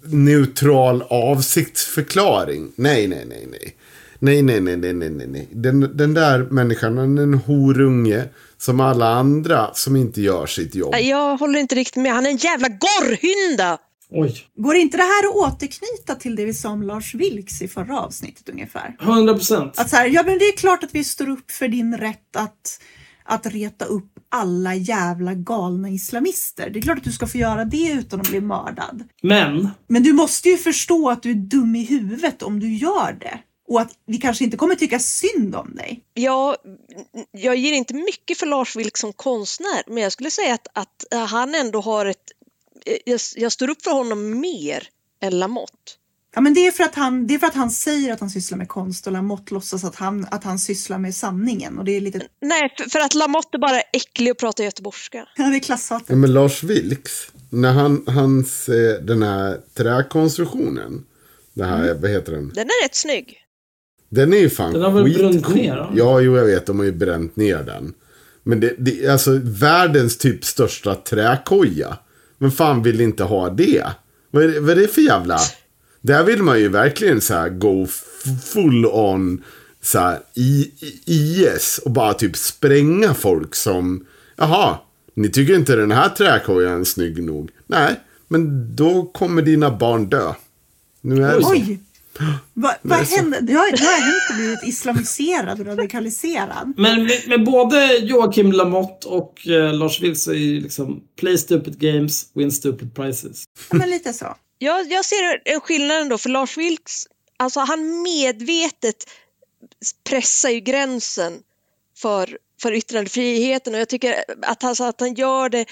neutral avsiktsförklaring. Nej, nej, nej, nej. Nej, nej, nej, nej, nej, nej. Den, den där människan är en horunge som alla andra som inte gör sitt jobb. Jag håller inte riktigt med. Han är en jävla gorrhynda! Oj. Går inte det här att återknyta till det vi sa om Lars Vilks i förra avsnittet ungefär? hundra procent. Att så här, ja men det är klart att vi står upp för din rätt att, att reta upp alla jävla galna islamister. Det är klart att du ska få göra det utan att bli mördad. Men. Men du måste ju förstå att du är dum i huvudet om du gör det. Och att vi kanske inte kommer tycka synd om dig. Ja, jag ger inte mycket för Lars Vilks som konstnär. Men jag skulle säga att, att han ändå har ett... Jag, jag står upp för honom mer än Lamotte. Ja, men det är för att han, det är för att han säger att han sysslar med konst och Lamotte låtsas att han, att han sysslar med sanningen. Och det är lite... Nej, för, för att Lamotte är bara äcklig och pratar göteborgska. Ja, det är klasshatet. Ja, men Lars Vilks, när han, hans, den här träkonstruktionen, det här, mm. vad heter den? Den är rätt snygg. Den är ju fan den har väl skitcool. bränt ner då? Ja, jo, jag vet, de har ju bränt ner den. Men det, det är alltså världens typ största träkoja. Men fan vill inte ha det? Vad är, vad är det för jävla... Där vill man ju verkligen så här go full on så här I, I S och bara typ spränga folk som, jaha, ni tycker inte den här träkojan är snygg nog? Nej, men då kommer dina barn dö. Nu är det så. Oj! Vad va hände? Du har, du har inte blivit islamiserad och radikaliserad. Men med, med både Joakim Lamotte och eh, Lars Vilks är ju liksom play stupid games, win stupid prizes. Ja, men lite så. Jag, jag ser en skillnad ändå för Lars Vilks, alltså han medvetet pressar ju gränsen för, för yttrandefriheten och jag tycker att, alltså, att han gör det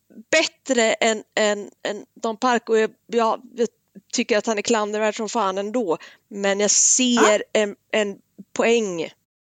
bättre än, än, än Don Park och jag, jag tycker att han är klandervärd som fan ändå. Men jag ser ah. en, en poäng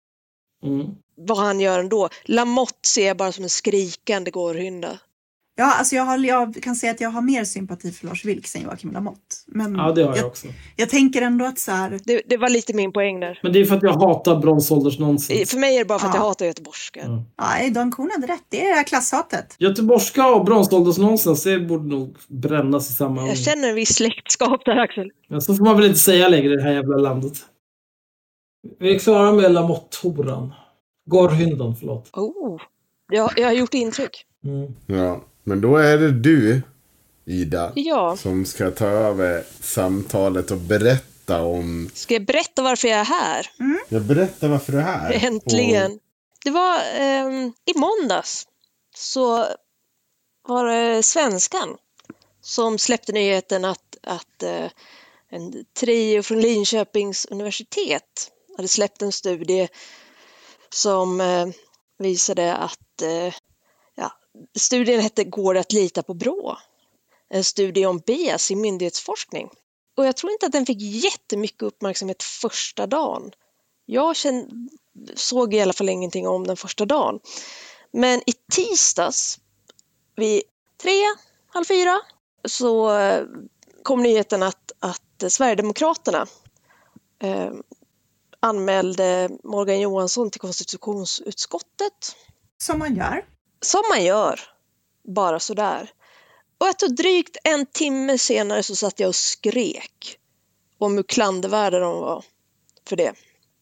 mm. vad han gör ändå. Lamotte ser jag bara som en skrikande gårhynda. Ja, alltså jag, har, jag kan säga att jag har mer sympati för Lars Vilks än Joakim Lamotte. Men ja, det har jag, jag också. Jag tänker ändå att så här... Det, det var lite min poäng där. Men det är för att jag hatar bronsålders nonsens. För mig är det bara för att ja. jag hatar göteborgska. Ja. Nej, Dan Korn hade rätt. Det är det här klasshatet. Göteborgska och bronsålders nonsens, det borde nog brännas i samma... Jag känner en viss släktskap där, Axel. Men så får man väl inte säga längre i det här jävla landet. Vi är klara med Lamotte-horan. Gorhyndan, förlåt. Oh, jag, jag har gjort intryck. Mm. Ja. Men då är det du, Ida, ja. som ska ta över samtalet och berätta om... Ska jag berätta varför jag är här? Mm. Jag berättar varför du är här. Äntligen. Och... Det var eh, i måndags så var det Svenskan som släppte nyheten att, att eh, en trio från Linköpings universitet hade släppt en studie som eh, visade att eh, studien hette Går det att lita på Brå? En studie om bias i myndighetsforskning. Och jag tror inte att den fick jättemycket uppmärksamhet första dagen. Jag kände, såg i alla fall ingenting om den första dagen. Men i tisdags vid tre, halv fyra så kom nyheten att, att Sverigedemokraterna eh, anmälde Morgan Johansson till konstitutionsutskottet. Som man gör. Som man gör, bara sådär. Och efter drygt en timme senare så satt jag och skrek om hur klandervärda de var för det.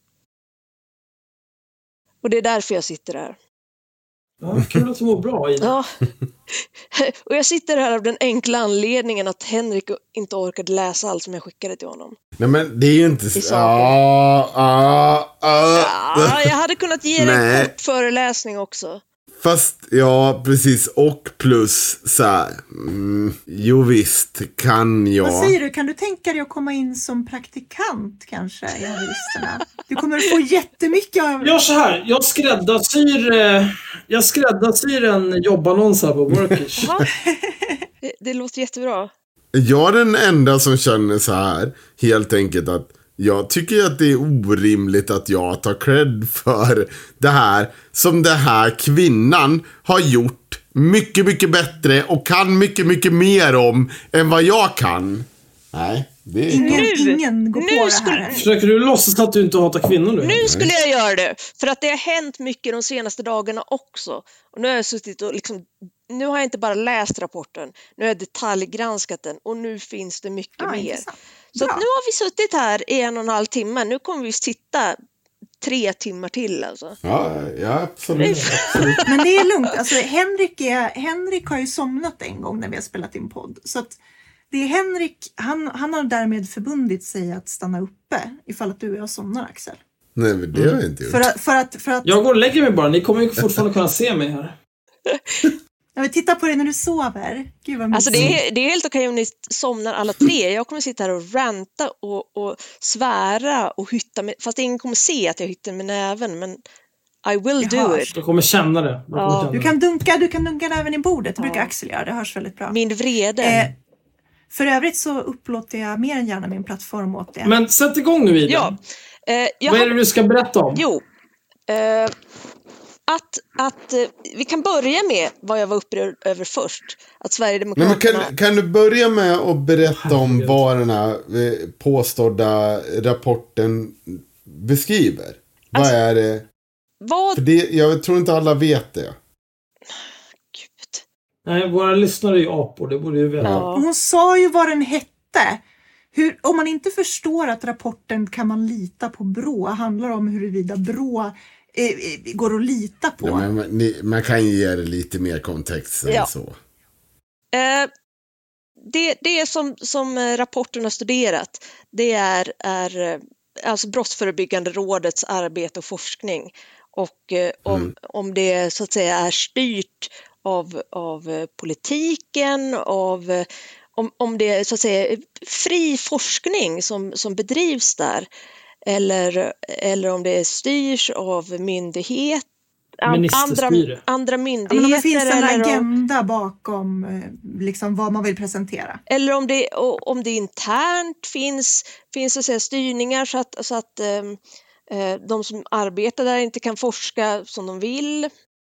Och det är därför jag sitter här. Ja, kul att du mår bra, Ida. Ja. Och jag sitter här av den enkla anledningen att Henrik inte orkade läsa allt som jag skickade till honom. Nej, men det är ju inte så... Ah, ah, ah. Ja, jag hade kunnat ge dig en kort föreläsning också. Fast, ja, precis. Och plus så här, mm, jo visst, kan jag. Vad säger du? Kan du tänka dig att komma in som praktikant kanske i haveristerna? Du kommer att få jättemycket av... Gör så här, jag skräddarsyr, eh, jag skräddarsyr en jobbannons här på Workish. det, det låter jättebra. Jag är den enda som känner så här, helt enkelt att jag tycker att det är orimligt att jag tar cred för det här som den här kvinnan har gjort mycket, mycket bättre och kan mycket, mycket mer om än vad jag kan. Nej, det är Ingen, Nu- ingen går nu på det skulle- här. Försöker du låtsas att du inte hatar kvinnor nu? Nu skulle jag göra det, för att det har hänt mycket de senaste dagarna också. Och nu har jag suttit och liksom, nu har jag inte bara läst rapporten, nu har jag detaljgranskat den och nu finns det mycket Ja, mer. intressant. Så att Bra. nu har vi suttit här i en och en halv timme, nu kommer vi sitta tre timmar till alltså. Ja, ja absolut. absolut. Men det är lugnt. Alltså, Henrik, är, Henrik har ju somnat en gång när vi har spelat in podd. Så att det är Henrik, han, han har därmed förbundit sig att stanna uppe ifall att du och jag somnar, Axel. Nej, men det har jag inte gjort. För att, för att, för att Jag går och lägger mig bara, ni kommer ju fortfarande kunna se mig här. jag vill titta på dig när du sover. Gud vad Alltså mysigt. det är, det är helt okej om ni somnar alla tre. Jag kommer sitta här och ranta och, och svära och hytta med, fast ingen kommer se att jag hyttar med näven, men I will Det do hörs. it. Jag kommer känna det. Jag kommer Ja. känna Du det. kan dunka, du kan dunka även i bordet. Det brukar Ja. Axel göra. Det hörs väldigt bra. Min vrede. Eh, för övrigt så upplåter jag mer än gärna min plattform åt det. Men sätt igång nu, Ida. Ja. Eh, jag Vad är har, det du ska berätta om? jo. Eh, att, att eh, vi kan börja med vad jag var uppe över först. Att Nej, Sverigedemokraterna... men kan, kan du börja med att berätta om Herregud. vad den här eh, påstådda rapporten beskriver? Vad Alltså- är det? Vad... För det? Jag tror inte alla vet det. Gud. Nej, våra lyssnare är ju apor, det borde ju veta. Ja. Hon sa ju vad den hette. Hur, om man inte förstår att rapporten Kan man lita på Brå handlar om huruvida Brå eh, eh, går att lita på. Ja, men, man, ni, man kan ge det lite mer kontext än Ja. så. Eh, det, det som, som eh, rapporten har studerat, det är, är eh, alltså Brottsförebyggande rådets arbete och forskning. Och eh, om, Mm. om det så att säga är styrt av, av eh, politiken, av, eh, om, om det är så att säga fri forskning som, som bedrivs där, eller, eller om det styrs av myndighet, an- andra, Ministerstyre. andra Ja, men myndigheter. om det finns en eller om- agenda bakom eh, liksom vad man vill presentera. Eller om det, och om det internt finns, finns så att säga, styrningar så att, så att ehm, eh, de som arbetar där inte kan forska som de vill.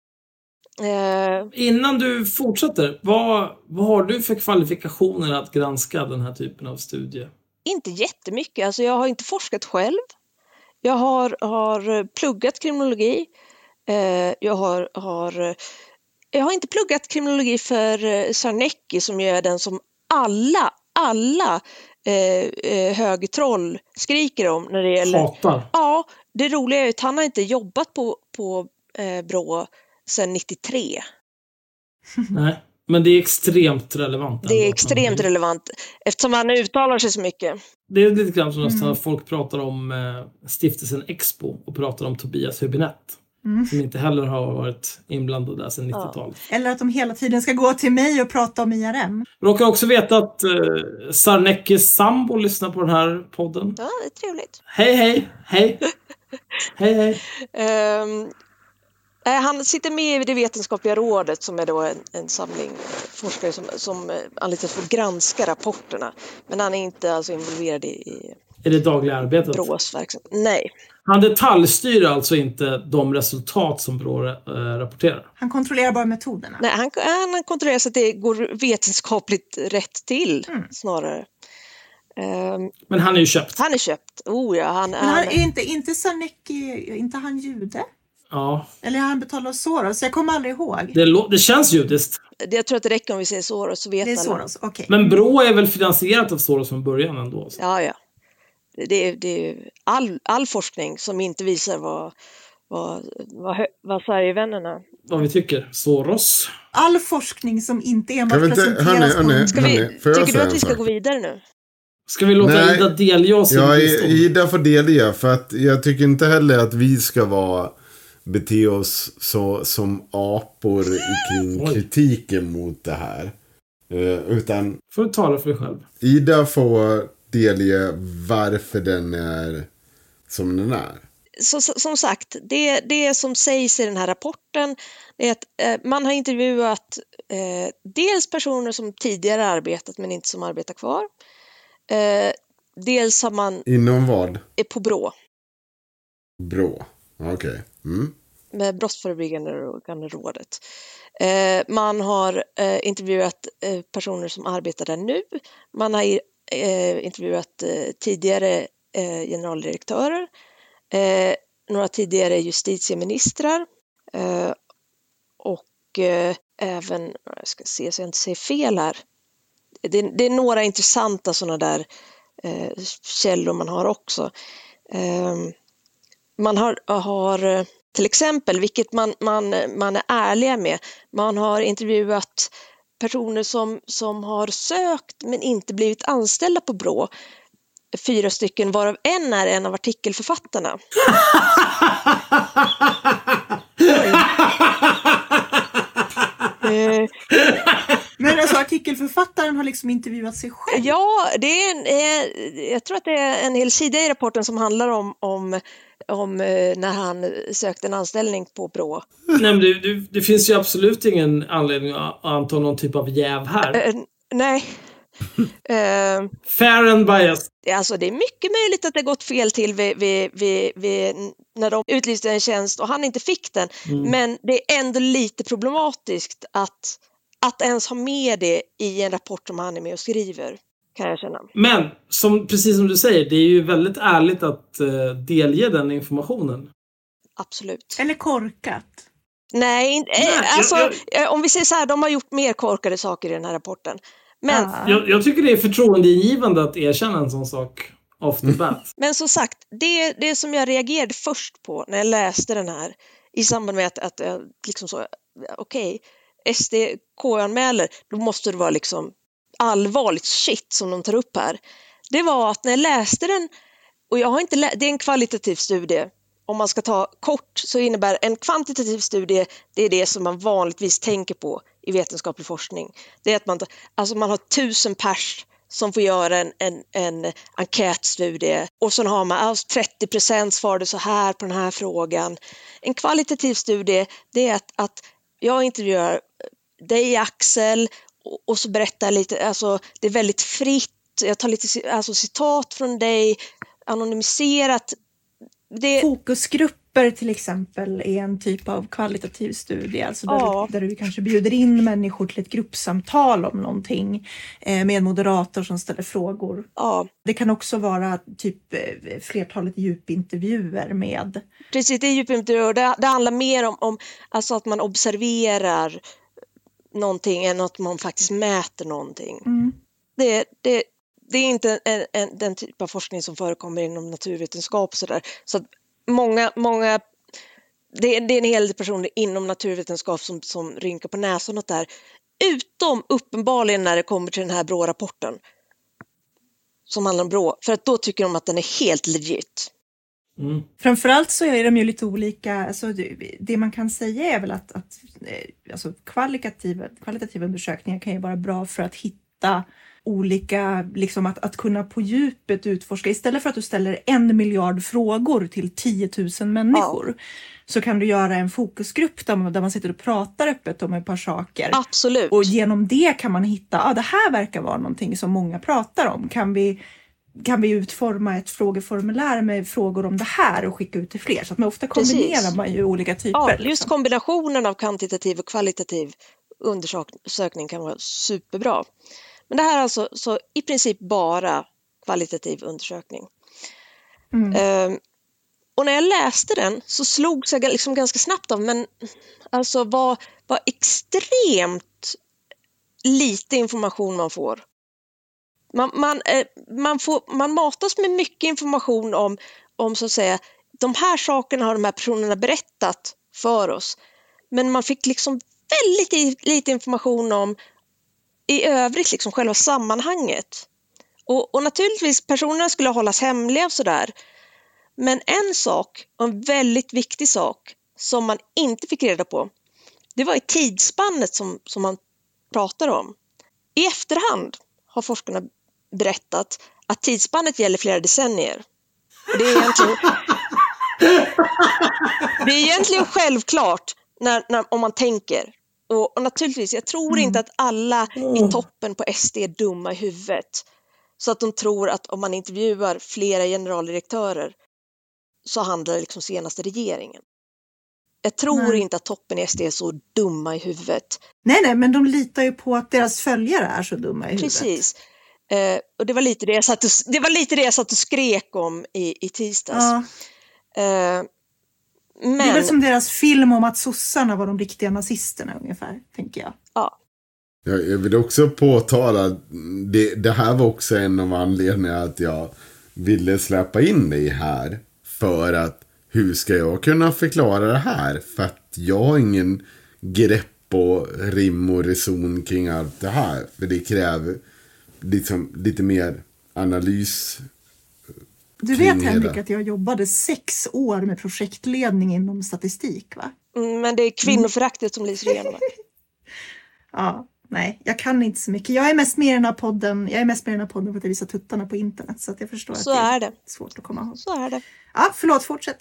Eh, Innan du fortsätter, vad, vad har du för kvalifikationer att granska den här typen av studie? inte jättemycket, alltså jag har inte forskat själv. Jag har, har pluggat kriminologi. Eh, jag, har, har, jag har inte pluggat kriminologi för eh, Sarnecki som ju är den som alla, alla eh, eh, högtroll skriker om när det gäller... Hatar. Ja, det roliga är att han har inte jobbat på, på eh, Brå sedan nittiotre. Nej, men det är extremt relevant. Det är ändå. extremt relevant eftersom han uttalar sig så mycket. Det är lite grann som nästan Mm. att folk pratar om eh, stiftelsen Expo och pratar om Tobias Hübinette. Mm. Som inte heller har varit inblandad där sedan nittiotalet. Eller att de hela tiden ska gå till mig och prata om I R M. Råkar också veta att eh, Sarneckis sambo lyssnar på den här podden. Ja, det är trevligt. Hej, hej, hej. hej, hej. Ehm, nej, han sitter med i det vetenskapliga rådet som är då en, en samling forskare som, som eh, anlitas för att granska rapporterna. Men han är inte alltså involverad i, i Är det dagliga arbetet? Brås verksamhet. Nej. Han detaljstyr alltså inte de resultat som Brå eh, rapporterar. Han kontrollerar bara metoderna. Nej, han, han kontrollerar så att det går vetenskapligt rätt till Mm. snarare. Ehm, Men han är ju köpt. han är köpt. Oh ja, han, Men han, han, är inte, inte Sarnecki, inte han jude? Ja, Eller är han betald av Soros? Jag kommer aldrig ihåg. det, lå- det känns judiskt. det, jag tror att det räcker om vi säger Soros så vet Det är alla. Soros, okej. Men Brå är väl finansierat av Soros från början ändå. Så. Ja, ja. Det är, det är all, all forskning som inte visar vad, vad, vad, hö- vad Sverigevännerna... Vad vi tycker. Soros. All forskning som inte enbart Kan vi inte- presenteras hörni, på... hörni. Ska vi, Hörni, får jag tycker du säga att vi en ska sak? gå vidare nu? Ska vi låta Nej. Ida delge oss sin Ja, visdom? Ida får delge för att jag tycker inte heller att vi ska vara bete oss så, som apor kring kritiken mot det här. Uh, utan får du tala för dig själv. Ida får delge varför den är som den är. Så, som sagt, det, det som sägs i den här rapporten är att eh, man har intervjuat eh, dels personer som tidigare arbetat men inte som arbetar kvar. Eh, dels har man... Inom vad? Är på Brå. Brå, okej. Okay. Mm. Med Brottsförebyggande rådet. Eh, man har eh, intervjuat eh, personer som arbetar där nu. Man har eh, intervjuat eh, tidigare eh, generaldirektörer. Eh, några tidigare justitieministrar eh, och eh, även, jag ska se så jag inte säger fel här, det, det är några intressanta sådana där eh, källor man har också. Eh, man har, har till exempel, vilket man, man, man är ärliga med, man har intervjuat personer som, som har sökt men inte blivit anställda på Brå. Fyra stycken, varav en är en av artikelförfattarna. uh. Men alltså artikelförfattaren har liksom intervjuat sig själv? Ja, det är en, eh, jag tror att det är en hel sida i rapporten som handlar om, om, om eh, när han sökte en anställning på Brå. Nej, men det, det, det finns ju absolut ingen anledning att anta någon typ av jäv här. Uh, nej. Uh, Fair and biased. Alltså det är mycket möjligt att det gått fel till vid, vid, vid, vid, när de utlyste en tjänst och han inte fick den. Mm. Men det är ändå lite problematiskt att, att ens ha med det i en rapport som han är med och skriver, kan jag känna. Men som, precis som du säger, det är ju väldigt ärligt att uh, delge den informationen. Absolut. Eller korkat. Nej, Nej alltså jag, jag... om vi säger så här, de har gjort mer korkade saker i den här rapporten. Men, jag, jag tycker det är förtroendeingivande att erkänna en sån sak off the bat. Men som sagt, det, det som jag reagerade först på när jag läste den här i samband med att, att jag liksom så, okej, okay, S D K-anmäler, då måste det vara liksom allvarligt shit som de tar upp här. Det var att när jag läste den, och jag har inte lä- det är en kvalitativ studie. Om man ska ta kort så innebär en kvantitativ studie, det är det som man vanligtvis tänker på i vetenskaplig forskning. Det är att man, alltså man har tusen pers som får göra en, en, en enkätstudie och så har man alltså trettio procent svarade så här på den här frågan. En kvalitativ studie, det är att, att jag intervjuar dig Axel och, och så berättar lite, alltså det är väldigt fritt, jag tar lite alltså, citat från dig, anonymiserat. Det... Fokusgrupper till exempel är en typ av kvalitativ studie, alltså där, ja. du, där du kanske bjuder in människor till ett gruppsamtal om någonting eh, med en moderator som ställer frågor. Ja. Det kan också vara typ eh, flertalet djupintervjuer med... Precis, det är djupintervjuer. Det, det handlar mer om, om alltså att man observerar någonting än att man faktiskt mäter någonting. Mm. Det, det, det är inte en, en, den typ av forskning som förekommer inom naturvetenskap och sådär. Så att många, många det, det är en hel del personer inom naturvetenskap som, som rynkar på näsan åt det här. Utom uppenbarligen när det kommer till den här Brå-rapporten som handlar om Brå. För att då tycker de att den är helt legit. Mm. Framförallt så är de ju lite olika, alltså det, det man kan säga är väl att, att alltså kvalitativa, kvalitativa undersökningar kan ju vara bra för att hitta olika, liksom att, att kunna på djupet utforska, istället för att du ställer en miljard frågor till tiotusen människor, ja. Så kan du göra en fokusgrupp där man, där man sitter och pratar öppet om ett par saker. Absolut. Och genom det kan man hitta, ja ah, det här verkar vara någonting som många pratar om, kan vi kan vi utforma ett frågeformulär med frågor om det här och skicka ut till fler. Så att man ofta kombinerar Precis. Man ju olika typer. Ja, just liksom. Kombinationen av kvantitativ och kvalitativ undersökning kan vara superbra. Men det här är alltså så i princip bara kvalitativ undersökning. Mm. Um, och när jag läste den så slogs jag liksom ganska snabbt av, men alltså vad, vad extremt lite information man får. Man, man, man, får, man matas med mycket information om, om så att säga, de här sakerna har de här personerna berättat för oss. Men man fick liksom väldigt lite information om i övrigt liksom själva sammanhanget. Och, och naturligtvis personerna skulle hållas hemliga och sådär. Men en sak, och en väldigt viktig sak, som man inte fick reda på, det var i tidsspannet som, som man pratar om. I efterhand har forskarna berättat att tidsspannet gäller flera decennier. Och det är egentligen, det är egentligen självklart när, när, om man tänker. Och, och naturligtvis, jag tror mm. inte att alla i toppen på S D är dumma i huvudet. Så att de tror att om man intervjuar flera generaldirektörer så handlar det liksom senaste regeringen. Jag tror nej. inte att toppen i S D är så dumma i huvudet. Nej, nej, men de litar ju på att deras följare är så dumma i Precis. huvudet. Precis. Eh, och det var lite det jag satt och, det var lite det jag satt och skrek om i, i tisdags. Ja. Eh, men... Det är väl som deras film om att sossarna var de riktiga nazisterna ungefär, tänker jag. Ja. Jag, jag vill också påtala, det, det här var också en av anledningarna att jag ville släppa in dig här. För att hur ska jag kunna förklara det här? För att jag har ingen grepp och rim och reson kring allt det här. För det kräver liksom lite mer analys. Du vet, Henrik, att jag jobbade sex år med projektledning inom statistik, va? Mm, men det är kvinnoföraktet som lyser igenom. Ja, nej, jag kan inte så mycket. Jag är mest med i den här podden, jag är mest med i den här podden för att jag visar tuttarna på internet. Så att jag förstår så att det är, är det. svårt att komma ihåg. Så är det. Ja, förlåt, fortsätt.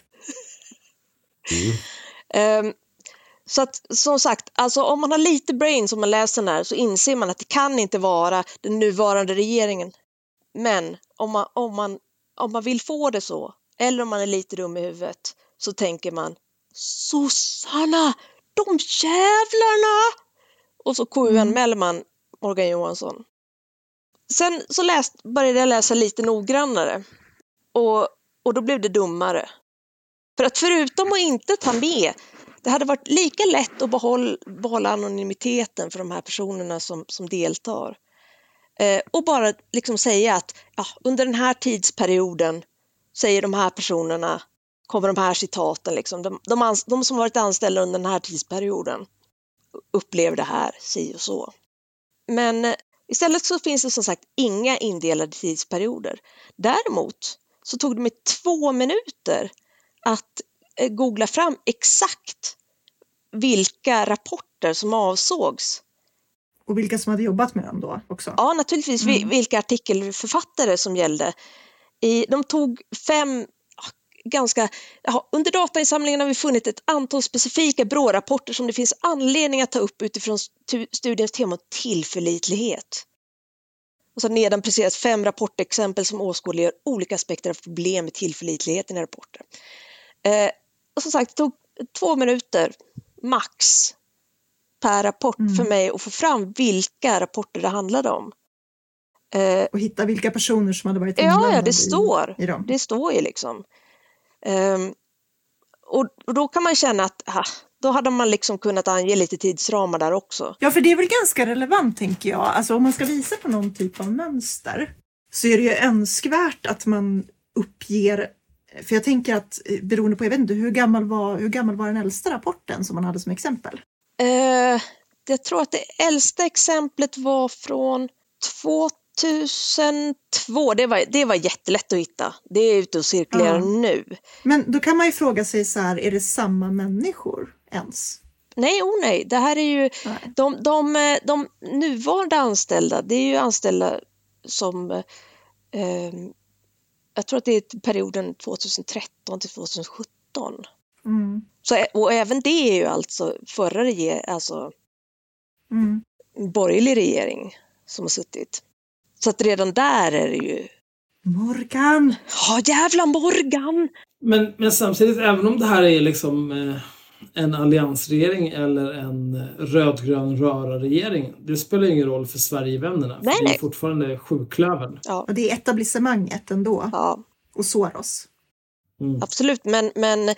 Mm. um, så att, som sagt, alltså om man har lite brain som man läser den här så inser man att det kan inte vara den nuvarande regeringen. Men om man, om man, om man vill få det så, eller om man är lite dum i huvudet, så tänker man sossarna, de jävlarna! Och så K U-anmäler man Morgan Johansson. Sen så läst, började jag läsa lite noggrannare. Och, och då blev det dummare. För att förutom att inte ta med, det hade varit lika lätt att behålla, behålla anonymiteten för de här personerna som, som deltar. Eh, och bara liksom säga att ja, under den här tidsperioden säger de här personerna, kommer de här citaten, liksom, de, de, ans- de som varit anställda under den här tidsperioden upplever det här, si och så. Men eh, istället så finns det som sagt inga indelade tidsperioder. Däremot så tog det mig två minuter att eh, googla fram exakt vilka rapporter som avsågs. Och vilka som hade jobbat med dem då också? Ja, naturligtvis mm. vilka artikelförfattare som gällde. I, de tog fem ganska... Ja, under datainsamlingen har vi funnit ett antal specifika B R Å-rapporter som det finns anledning att ta upp utifrån stu, studiens tema tillförlitlighet. Och så nedan precis fem rapportexempel som åskådliggör olika aspekter av problem med tillförlitligheten i rapporter. Eh, och som sagt, det tog två minuter max per rapport mm. för mig att få fram vilka rapporter det handlade om. Eh, och hitta vilka personer som hade varit inblandade. Ja, ja, det står. I, i dem. Det står ju liksom. Eh, och, och då kan man känna att ah, då hade man liksom kunnat ange lite tidsramar där också. Ja, för det är väl ganska relevant, tänker jag. Alltså om man ska visa på någon typ av mönster så är det ju önskvärt att man uppger. För jag tänker att beroende på, jag vet inte, hur gammal var, hur gammal var den äldsta rapporten som man hade som exempel? Uh, jag tror att det äldsta exemplet var från tvåtusentvå. Det var, det var jättelätt att hitta. Det är ute och cirkulerar ja. nu. Men då kan man ju fråga sig så här, är det samma människor ens? Nej, oh nej. Det här är ju, de, de, de nuvarande anställda, det är ju anställda som, eh, jag tror att det är perioden tjugotretton till tjugosjutton. Mm. Så, och även det är ju alltså förra regering, alltså mm. borgerlig regering som har suttit. Så att redan där är det ju... Morgan! Ja, jävla Morgan! Men, men samtidigt, även om det här är liksom eh, en alliansregering eller en rödgrön röra-regering, det spelar ingen roll för Sverigevännerna. Nej, för det är nej. fortfarande sjuklövern. Ja. Och det är etablissemanget ändå. Ja. Och Soros. Mm. Absolut, men, men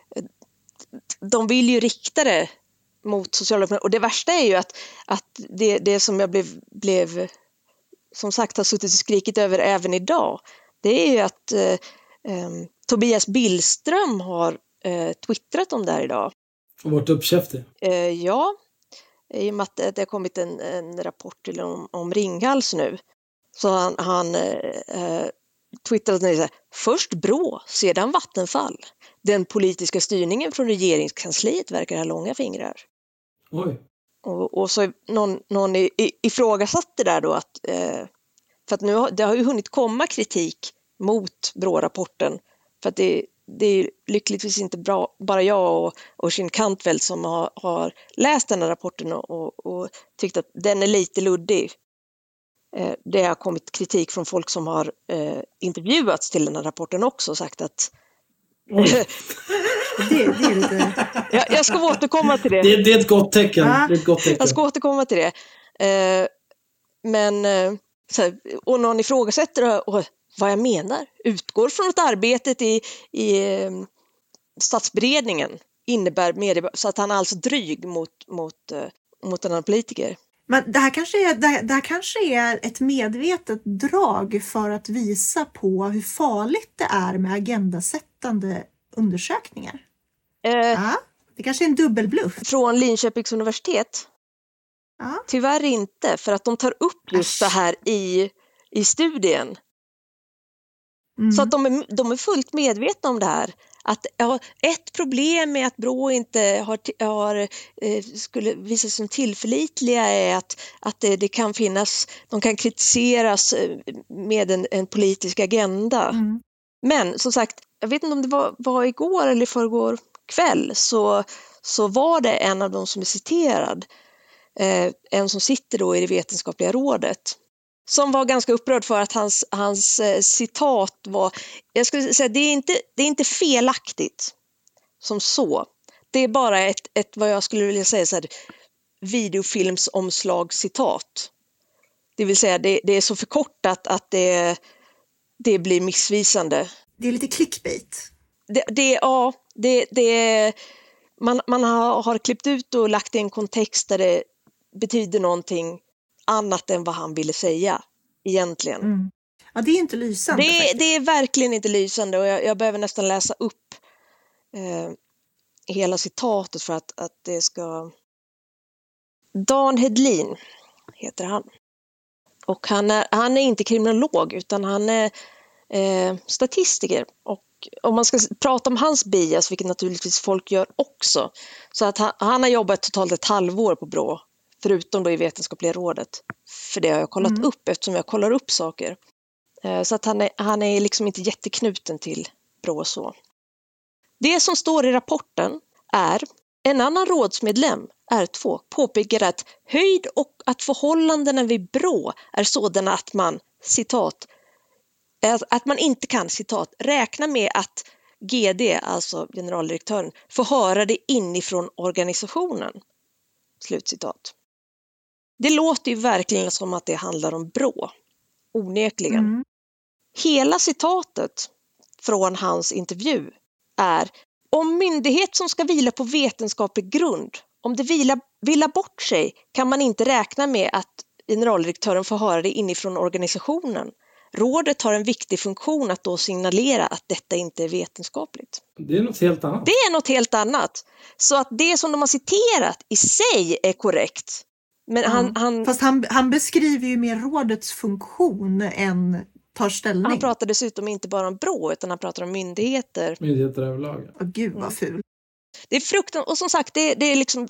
de vill ju rikta det mot Socialdemokraterna. Och det värsta är ju att, att det, det som jag blev, blev som sagt har suttit och skrikit över även idag, det är ju att eh, eh, Tobias Billström har eh, twittrat om det här idag. Och varit uppkäftig. Eh, ja, i och med att det har kommit en, en rapport till om, om Ringhals nu. Så han, han eh, twittrat när det är först Brå, sedan Vattenfall. Den politiska styrningen från regeringskansliet verkar ha långa fingrar. Oj. Och, och så någon, någon i, i, ifrågasatte där då att, eh, för att nu har, det har ju hunnit komma kritik mot Brå-rapporten, för att det, det är lyckligtvis inte bra, bara jag och, och Shin Cantwell som har, har läst den här rapporten och, och, och tyckt att den är lite luddig. Eh, det har kommit kritik från folk som har eh, intervjuats till den här rapporten också, sagt att det, det är lite... jag, jag ska återkomma till det. Det, det är ett gott tecken. Ja. Det är ett gott tecken. Jag ska återkomma till det. Eh, men eh, så här, och någon ifrågasätter och, vad jag menar. Utgår från att arbetet i, i eh, statsberedningen innebär medie, så att han är alltså dryg mot, mot, eh, mot en annan politiker. Men det här, kanske är, det, här, det här kanske är ett medvetet drag för att visa på hur farligt det är med agendasättande undersökningar. Eh, Ja, det kanske är en dubbelbluff. Från Linköpings universitet? Ja. Tyvärr inte, för att de tar upp just det här i, i studien. Mm. Så att de är, de är fullt medvetna om det här. Att ja, ett problem med att Brå inte har, har, eh, skulle visa sig som tillförlitliga är att, att det, det kan finnas, de kan kritiseras med en, en politisk agenda. Mm. Men som sagt, jag vet inte om det var, var igår eller förrgår kväll, så, så var det en av de som är citerad, eh, en som sitter då i det vetenskapliga rådet, som var ganska upprörd för att hans, hans eh, citat var, jag skulle säga, det är inte, det är inte felaktigt som så. Det är bara ett, ett vad jag skulle vilja säga så här, videofilmsomslagscitat. Det vill säga, det, det är så förkortat att det, det blir missvisande. Det är lite clickbait. Det, det, ja, det, det, man, man har, har klippt ut och lagt i en kontext där det betyder någonting annat än vad han ville säga egentligen. Mm. Ja, det är inte lysande. Det, det är verkligen inte lysande, och jag, jag behöver nästan läsa upp eh, hela citatet för att, att det ska... Dan Hedlin heter han. Och han är, han är inte kriminolog, utan han är eh, statistiker. Och om man ska prata om hans bias, vilket naturligtvis folk gör också, så att han, han har jobbat totalt ett halvår på Brå, förutom då i vetenskapliga rådet. För det har jag kollat Mm. upp, eftersom jag kollar upp saker. Eh, så att han är, han är liksom inte jätteknuten till Brå så. Det som står i rapporten är: en annan rådsmedlem, R två, påpekar att höjd och att förhållandena vid Brå är sådana att man, citat, att man inte kan, citat, räkna med att G D, alltså generaldirektören, får höra det inifrån organisationen. Slutcitat. Det låter ju verkligen som att det handlar om Brå. Onekligen. Mm. Hela citatet från hans intervju är: om myndighet som ska vila på vetenskaplig grund, om det vila, vilar bort sig, kan man inte räkna med att generaldirektören får höra det inifrån organisationen. Rådet har en viktig funktion att då signalera att detta inte är vetenskapligt. Det är något helt annat. Det är något helt annat. Så att det som de har citerat i sig är korrekt. Men Ja. han, han, Fast han, han beskriver ju mer rådets funktion än tar ställning. han pratar dessutom inte bara om Brå, utan han pratar om myndigheter. Myndigheter överlag. Åh, gud vad ful. Det är fruktansvärt, och som sagt, det, det är liksom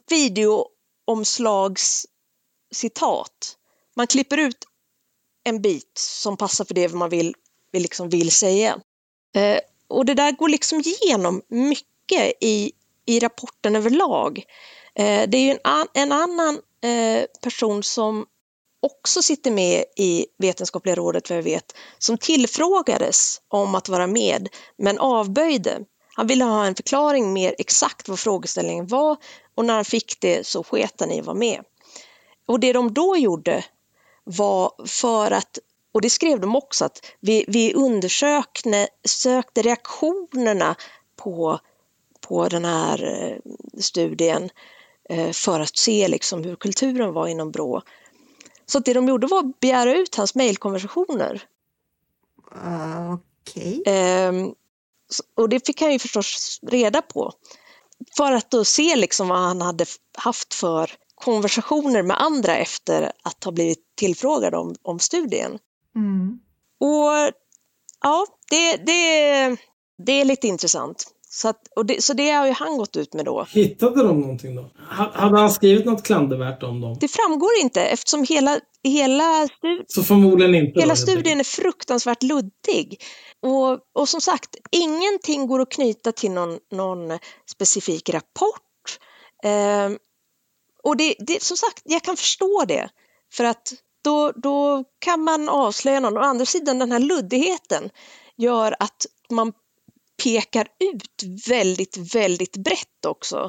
videoomslagscitat. Man klipper ut en bit som passar för det man vill, vill, liksom vill säga. Eh, och det där går liksom igenom mycket i, i rapporten överlag. Eh, det är ju en, an, en annan eh, person som också sitter med i vetenskapliga rådet, vad jag vet, som tillfrågades om att vara med, men avböjde. Han ville ha en förklaring mer exakt vad frågeställningen var, och när han fick det så sket han i att vara med. Och det de då gjorde var för att, och det skrev de också, att vi, vi undersökte sökte reaktionerna på, på den här studien för att se liksom hur kulturen var inom Brå. Så det de gjorde var att begära ut hans mejlkonversationer. Uh, Okej. Okay. Ehm, och det fick han ju förstås reda på. För att då se liksom vad han hade haft för konversationer med andra efter att ha blivit tillfrågad om, om studien. Mm. Och ja, det, det, det är lite intressant. Så, att, och det, så det har ju han gått ut med då. Hittade de någonting då? Hade han skrivit något klandervärt om dem? Det framgår inte eftersom hela, hela, studi- Så förmodligen inte. hela då, studien är fruktansvärt luddig. Och, och som sagt, ingenting går att knyta till någon, någon specifik rapport. Eh, och det, det, som sagt, jag kan förstå det. För att då, då kan man avslöja någon. Å andra sidan, den här luddigheten gör att man pekar ut väldigt, väldigt brett också.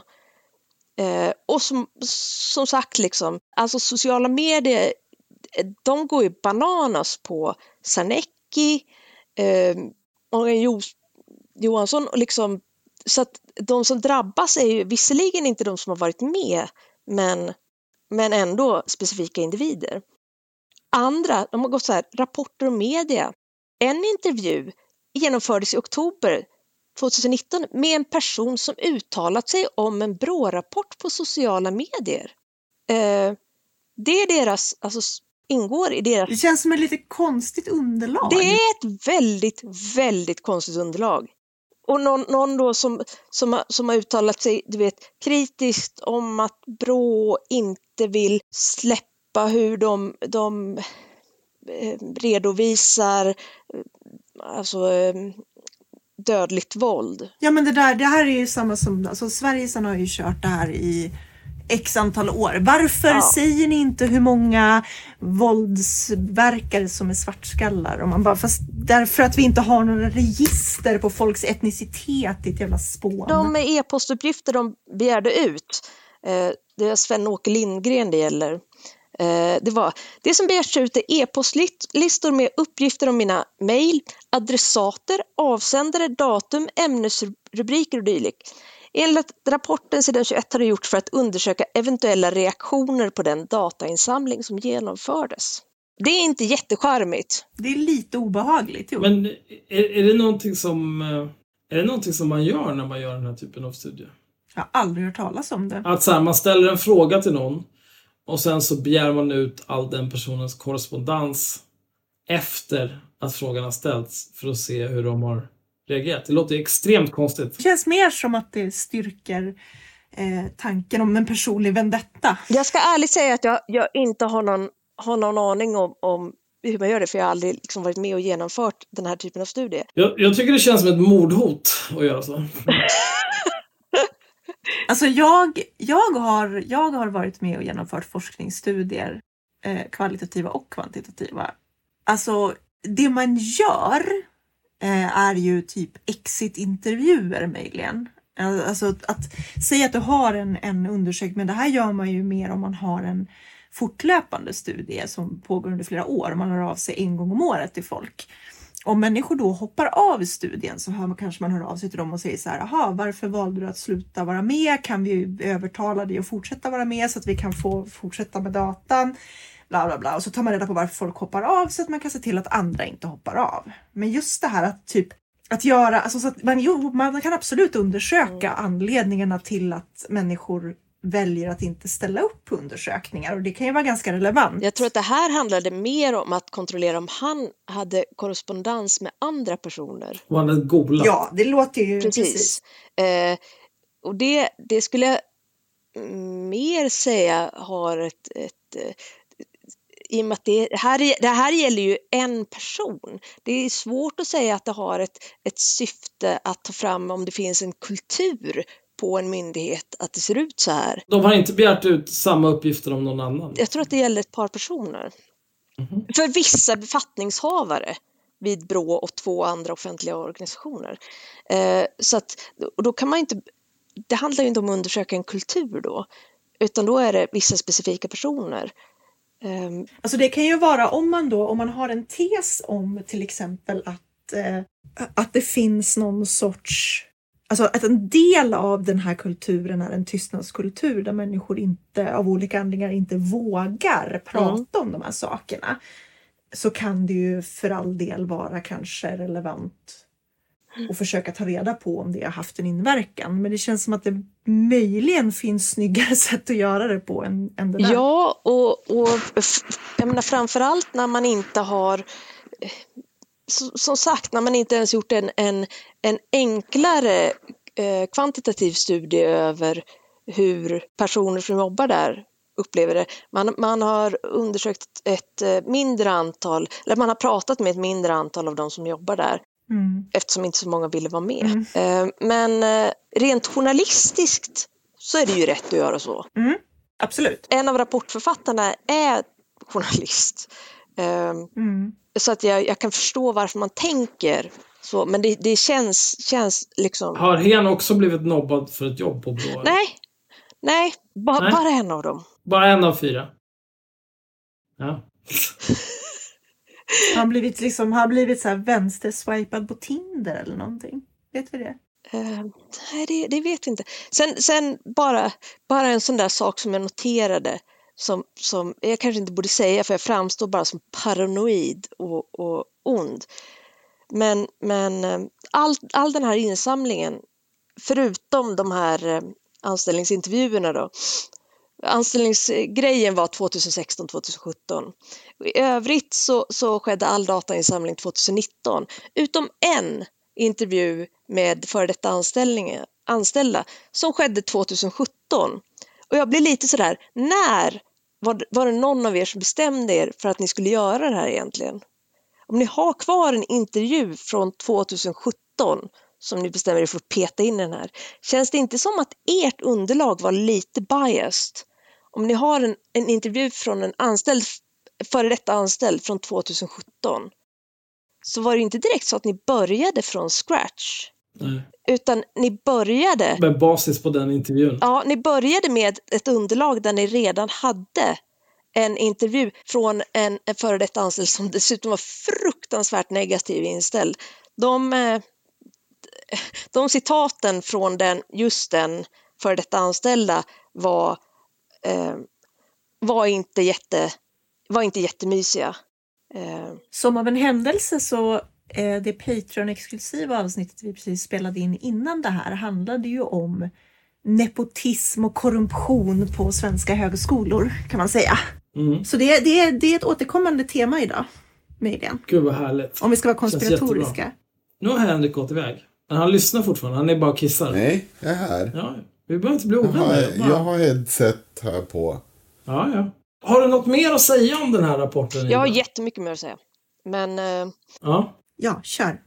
Eh, och som, som sagt, liksom, alltså sociala medier, de går ju bananas på Sarnecki, eh, Morgan Johansson, och liksom, så att de som drabbas är ju visserligen inte de som har varit med, men, men ändå specifika individer. Andra, de har gått så här, rapporter och media. En intervju genomfördes i oktober tjugonitton med en person som uttalat sig om en Brå-rapport på sociala medier. Eh, det är deras, alltså ingår i deras... Det känns som ett lite konstigt underlag. Det är ett väldigt, väldigt konstigt underlag. Och någon, någon då som, som, har, som har uttalat sig, du vet, kritiskt om att Brå inte vill släppa hur de, de eh, redovisar alltså eh, dödligt våld. Ja, men det där, det här är ju samma som, alltså Sverigesarna har ju kört det här i x antal år. Varför Ja. säger ni inte hur många våldsverkare som är svartskallar? Och man bara, fast därför att vi inte har några register på folks etnicitet i ett jävla spån. De e-postuppgifter de begärde ut, eh, det är Sven-Åke Lindgren det gäller. Eh, det var det som begärs ut är e-postlistor med uppgifter om mina mejl, adressater, avsändare, datum, ämnesrubriker och dylikt. Enligt rapporten sidan tjugoett har det gjorts för att undersöka eventuella reaktioner på den datainsamling som genomfördes. Det är inte jättecharmigt. Det är lite obehagligt. Jo. Men är, är det någonting som är det någonting som man gör när man gör den här typen av studier? Jag har aldrig hört talas om det. Att så här, man ställer en fråga till någon och sen så begär man ut all den personens korrespondens efter att frågan har ställts för att se hur de har reagerat. Det låter extremt konstigt. Det känns mer som att det styrker eh, tanken om en personlig vendetta. Jag ska ärligt säga att jag, jag inte har någon, har någon aning om, om hur man gör det, för jag har aldrig liksom varit med och genomfört den här typen av studier. Jag, jag tycker det känns som ett mordhot att göra så. Alltså jag, jag, har, jag har varit med och genomfört forskningsstudier, eh, kvalitativa och kvantitativa. Alltså det man gör eh, är ju typ exit-intervjuer möjligen. Alltså att, att säga att du har en, en undersökning, men det här gör man ju mer om man har en fortlöpande studie som pågår under flera år. Man hör av sig en gång om året till folk. Om människor då hoppar av studien så hör man, kanske man hör av sig till dem och säger så här: aha, varför valde du att sluta vara med? Kan vi övertala dig att fortsätta vara med så att vi kan få fortsätta med datan? Bla bla bla. Och så tar man reda på varför folk hoppar av så att man kan se till att andra inte hoppar av. Men just det här att typ att göra, alltså så att man, jo, man kan absolut undersöka mm. anledningarna till att människor väljer att inte ställa upp på undersökningar, och det kan ju vara ganska relevant. Jag tror att det här handlade mer om att kontrollera om han hade korrespondens med andra personer. Och han hade googlat. Ja, det låter ju precis. precis. Eh, och det, det skulle jag mer säga har ett, ett i och med att det här, det här gäller ju en person. Det är svårt att säga att det har ett, ett syfte att ta fram om det finns en kultur på en myndighet att det ser ut så här. De har inte begärt ut samma uppgifter om någon annan. Jag tror att det gäller ett par personer. Mm-hmm. För vissa befattningshavare vid Brå och två andra offentliga organisationer. Eh, så att, och då kan man inte, det handlar ju inte om att undersöka en kultur då, utan då är det vissa specifika personer. Um, alltså det kan ju vara om man då, om man har en tes om till exempel att, eh, att det finns någon sorts, alltså att en del av den här kulturen är en tystnadskultur där människor inte av olika anledningar inte vågar prata mm. om de här sakerna, så kan det ju för all del vara kanske relevant och försöka ta reda på om det har haft en inverkan. Men det känns som att det möjligen finns snyggare sätt att göra det på än, än det där. Ja, och, och jag menar, framförallt när man inte har... som sagt, när man inte ens gjort en, en, en enklare eh, kvantitativ studie över hur personer som jobbar där upplever det. Man, man har undersökt ett, ett mindre antal, eller man har pratat med ett mindre antal av de som jobbar där. Mm. Eftersom inte så många ville vara med. Mm. Eh, men eh, rent journalistiskt så är det ju rätt att göra så. Mm. Absolut. En av rapportförfattarna är journalist. Eh, mm. Så att jag, jag kan förstå varför man tänker så. Men det, det känns, känns liksom... Har hen också blivit nobbad för ett jobb på Brå? Nej. Nej, ba, Nej, bara en av dem. Bara en av fyra? Ja. Han blivit liksom, han blivit så här vänsterswipad på Tinder eller någonting. Vet vi det? Uh, nej, det, det vet vi inte. Sen, sen bara, bara en sån där sak som jag noterade som, som jag kanske inte borde säga för jag framstår bara som paranoid och, och ond. Men, men all, all den här insamlingen, förutom de här anställningsintervjuerna då. Anställningsgrejen var tjugohundrasexton tjugosjutton. I övrigt så, så skedde all datainsamling tjugonitton. Utom en intervju med före detta anställda som skedde tjugosjutton. Och jag blir lite sådär, när var, var det någon av er som bestämde er för att ni skulle göra det här egentligen? Om ni har kvar en intervju från tjugosjutton som ni bestämmer er för att peta in den här. Känns det inte som att ert underlag var lite biased? Om ni har en, en intervju från en anställd, före detta anställd från tjugosjutton så var det inte direkt så att ni började från scratch. Nej. Utan ni började... Med basis på den intervjun. Ja, ni började med ett underlag där ni redan hade en intervju från en, en före detta anställd som dessutom var fruktansvärt negativ inställd. De... De citaten från den, just den för detta anställda var, eh, var, inte jätte, var inte jättemysiga. Eh. Som av en händelse så eh, det Patreon-exklusiva avsnittet vi precis spelade in innan det här handlade ju om nepotism och korruption på svenska högskolor kan man säga. Mm. Så det, det, det är ett återkommande tema idag, möjligen. Gud vad härligt. Om vi ska vara konspiratoriska. Nu har Henrik gått iväg. Men han lyssnar fortfarande, han är bara kissar. Nej, jag är här. Ja, vi behöver inte bli ovänner. Jag, jag har headset här på. Ja, ja. Har du något mer att säga om den här rapporten? Jag har jättemycket mer att säga. Men... Uh... Ja. Ja, kör. uh,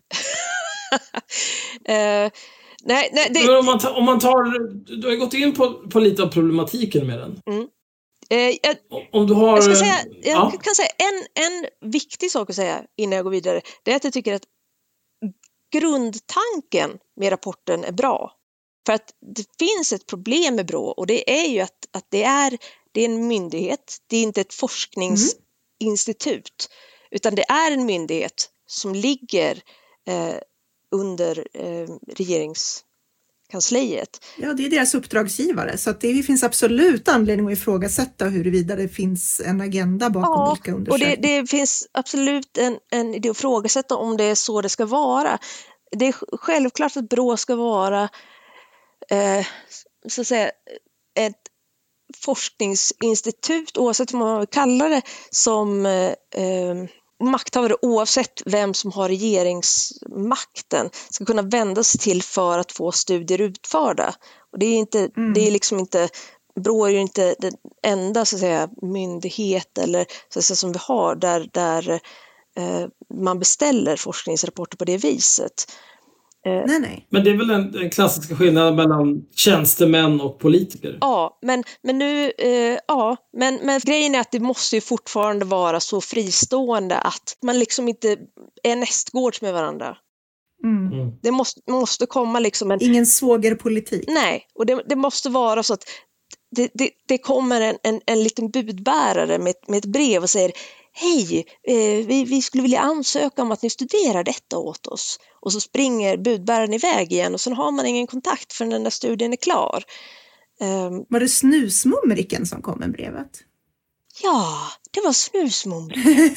nej, nej, det... Men om man, ta, om man tar... Du har gått in på, på lite av problematiken med den. Mm. Uh, jag, om du har... Jag, ska säga, jag ja. kan säga en, en viktig sak att säga innan jag går vidare. Det är att jag tycker att grundtanken med rapporten är bra. För att det finns ett problem med Brå och det är ju att, att det, är, det är en myndighet. Det är inte ett forskningsinstitut mm. utan det är en myndighet som ligger eh, under eh, regeringskansliet. Ja, det är deras uppdragsgivare så att det finns absolut anledning att ifrågasätta huruvida det finns en agenda bakom ja, olika undersökningar. Och det, det finns absolut en, en idé att ifrågasätta om det är så det ska vara. Det är självklart att Brå ska vara eh, så att säga, ett forskningsinstitut oavsett vad man kallar det som eh, makthavare oavsett vem som har regeringsmakten ska kunna vända sig till för att få studier utförda. Och det är inte, mm. det är liksom inte, Brå är ju inte den enda så att säga, myndighet eller så att säga, som vi har där, där eh, man beställer forskningsrapporter på det viset. Nej, nej. Men det är väl den, den klassiska skillnaden mellan tjänstemän och politiker? Ja, men, men nu, eh, ja, men, men grejen är att det måste ju fortfarande vara så fristående att man liksom inte är nästgårds med varandra. Mm. Mm. Det måste, måste komma liksom en... Ingen svågerpolitik. Nej, och det, det måste vara så att det, det, det kommer en, en, en liten budbärare med, med ett brev och säger hej, eh, vi, vi skulle vilja ansöka om att ni studerar detta åt oss. Och så springer budbäraren iväg igen och så har man ingen kontakt förrän den där studien är klar. Um, var det snusmumriken som kom med brevet? Ja, det var snusmumriken.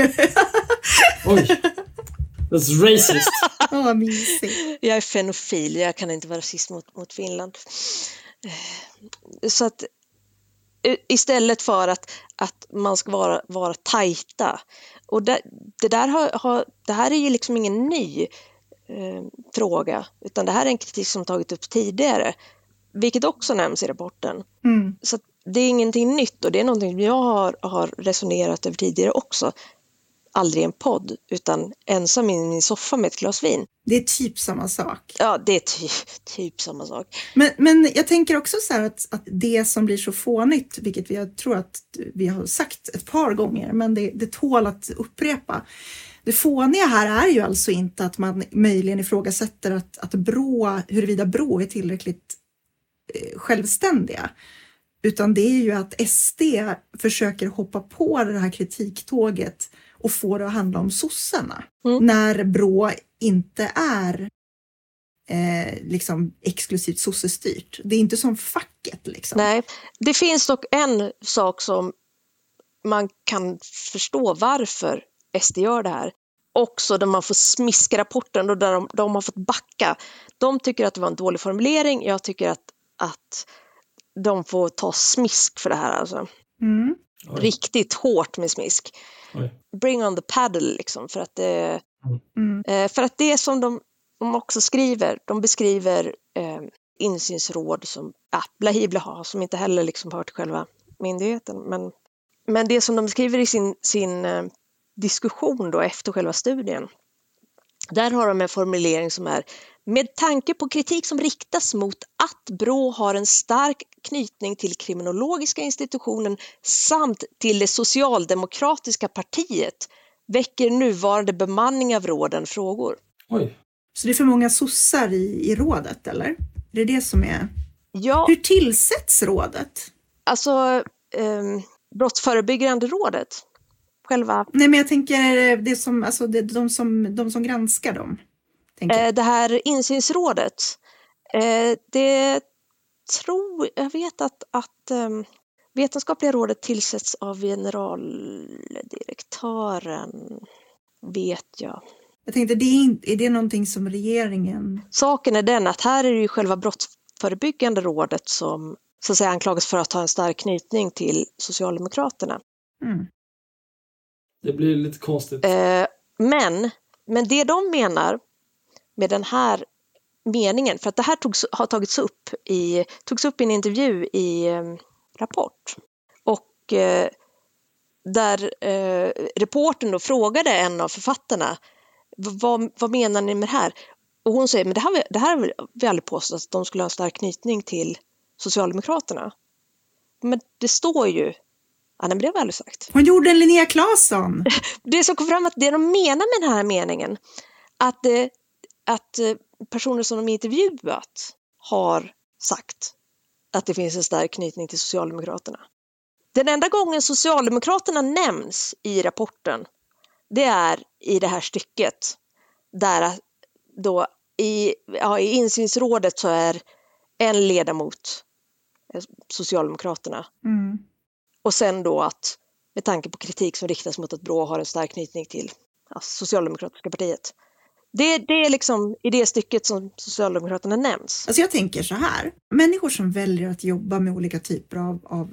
Oj, that's racist. Åh, mysigt. Jag är fenofil, jag kan inte vara rasist mot, mot Finland. Så att Istället för att, att man ska vara, vara tajta. Och det, det, där har, har, det här är ju liksom ingen ny eh, fråga, utan det här är en kritik som tagit upp tidigare, vilket också nämns i rapporten. Mm. Så det är ingenting nytt, och det är någonting som jag har, har resonerat över tidigare också. Aldrig i en podd, utan ensam i min soffa med ett glas vin. Det är typ samma sak. Ja, det är ty, typ samma sak. Men, men jag tänker också så här att, att det som blir så fånigt, vilket jag tror att vi har sagt ett par gånger, men det, det tål att upprepa. Det fåniga här är ju alltså inte att man möjligen ifrågasätter att, att Brå, huruvida Brå är tillräckligt eh, självständiga. Utan det är ju att S D försöker hoppa på det här kritiktåget och få det att handla om sossarna. Mm. När Brå inte är eh, liksom exklusivt sossestyrt. Det är inte som facket liksom. Nej, det finns dock en sak som man kan förstå varför S D gör det här. Också där man får smiska rapporten och där de, de har fått backa. De tycker att det var en dålig formulering. Jag tycker att, att de får ta smisk för det här alltså. Mm. Riktigt hårt med smisk. Oj. Bring on the paddle liksom, för att det Mm. eh, för att det som de, de också skriver, de beskriver eh, insynsråd som ja, blahi blaha, som inte heller liksom hör till själva myndigheten, men men det som de skriver i sin sin eh, diskussion då efter själva studien, där har de en formulering som är: med tanke på kritik som riktas mot att Brå har en stark knytning till kriminologiska institutionen samt till det socialdemokratiska partiet väcker nuvarande bemanning av råden frågor. Oj. Så det är för många sossar i, i rådet, eller? Är det det som är... Ja, Hur tillsätts rådet? alltså eh, brottsförebyggande rådet själva. Nej, men jag tänker det som, alltså det, de, som, de som granskar dem. Tänker. Eh, det här insynsrådet, eh, det tror jag vet att, att eh, vetenskapliga rådet tillsätts av generaldirektören, vet jag. Jag tänkte, det är, är det någonting som regeringen... Saken är den att här är det ju själva brottsförebyggande rådet som så att säga anklagas för att ha en stark knytning till Socialdemokraterna. Mm. Det blir lite konstigt. Eh, men, men det de menar med den här meningen, för att det här togs, har tagits upp i, togs upp i en intervju i eh, Rapport. Och eh, där eh, reportern då frågade en av författarna, vad, vad menar ni med det här? Och hon säger, men det här, det här har vi aldrig påstått att de skulle ha en stark knytning till Socialdemokraterna. Men det står ju, ja, men det har vi aldrig sagt. Hon gjorde en Linnea Claesson. Det som kom fram att det de menar med den här meningen, att, eh, att eh, personer som de intervjuat har sagt att det finns en stark knytning till Socialdemokraterna. Den enda gången Socialdemokraterna nämns i rapporten, det är i det här stycket där då i, ja, i insynsrådet så är en ledamot Socialdemokraterna. Mm. Och sen då att med tanke på kritik som riktas mot att Brå har en stark knytning till ja, Socialdemokratiska partiet. Det, det är liksom i det stycket som Socialdemokraterna nämns. Alltså jag tänker så här. Människor som väljer att jobba med olika typer av, av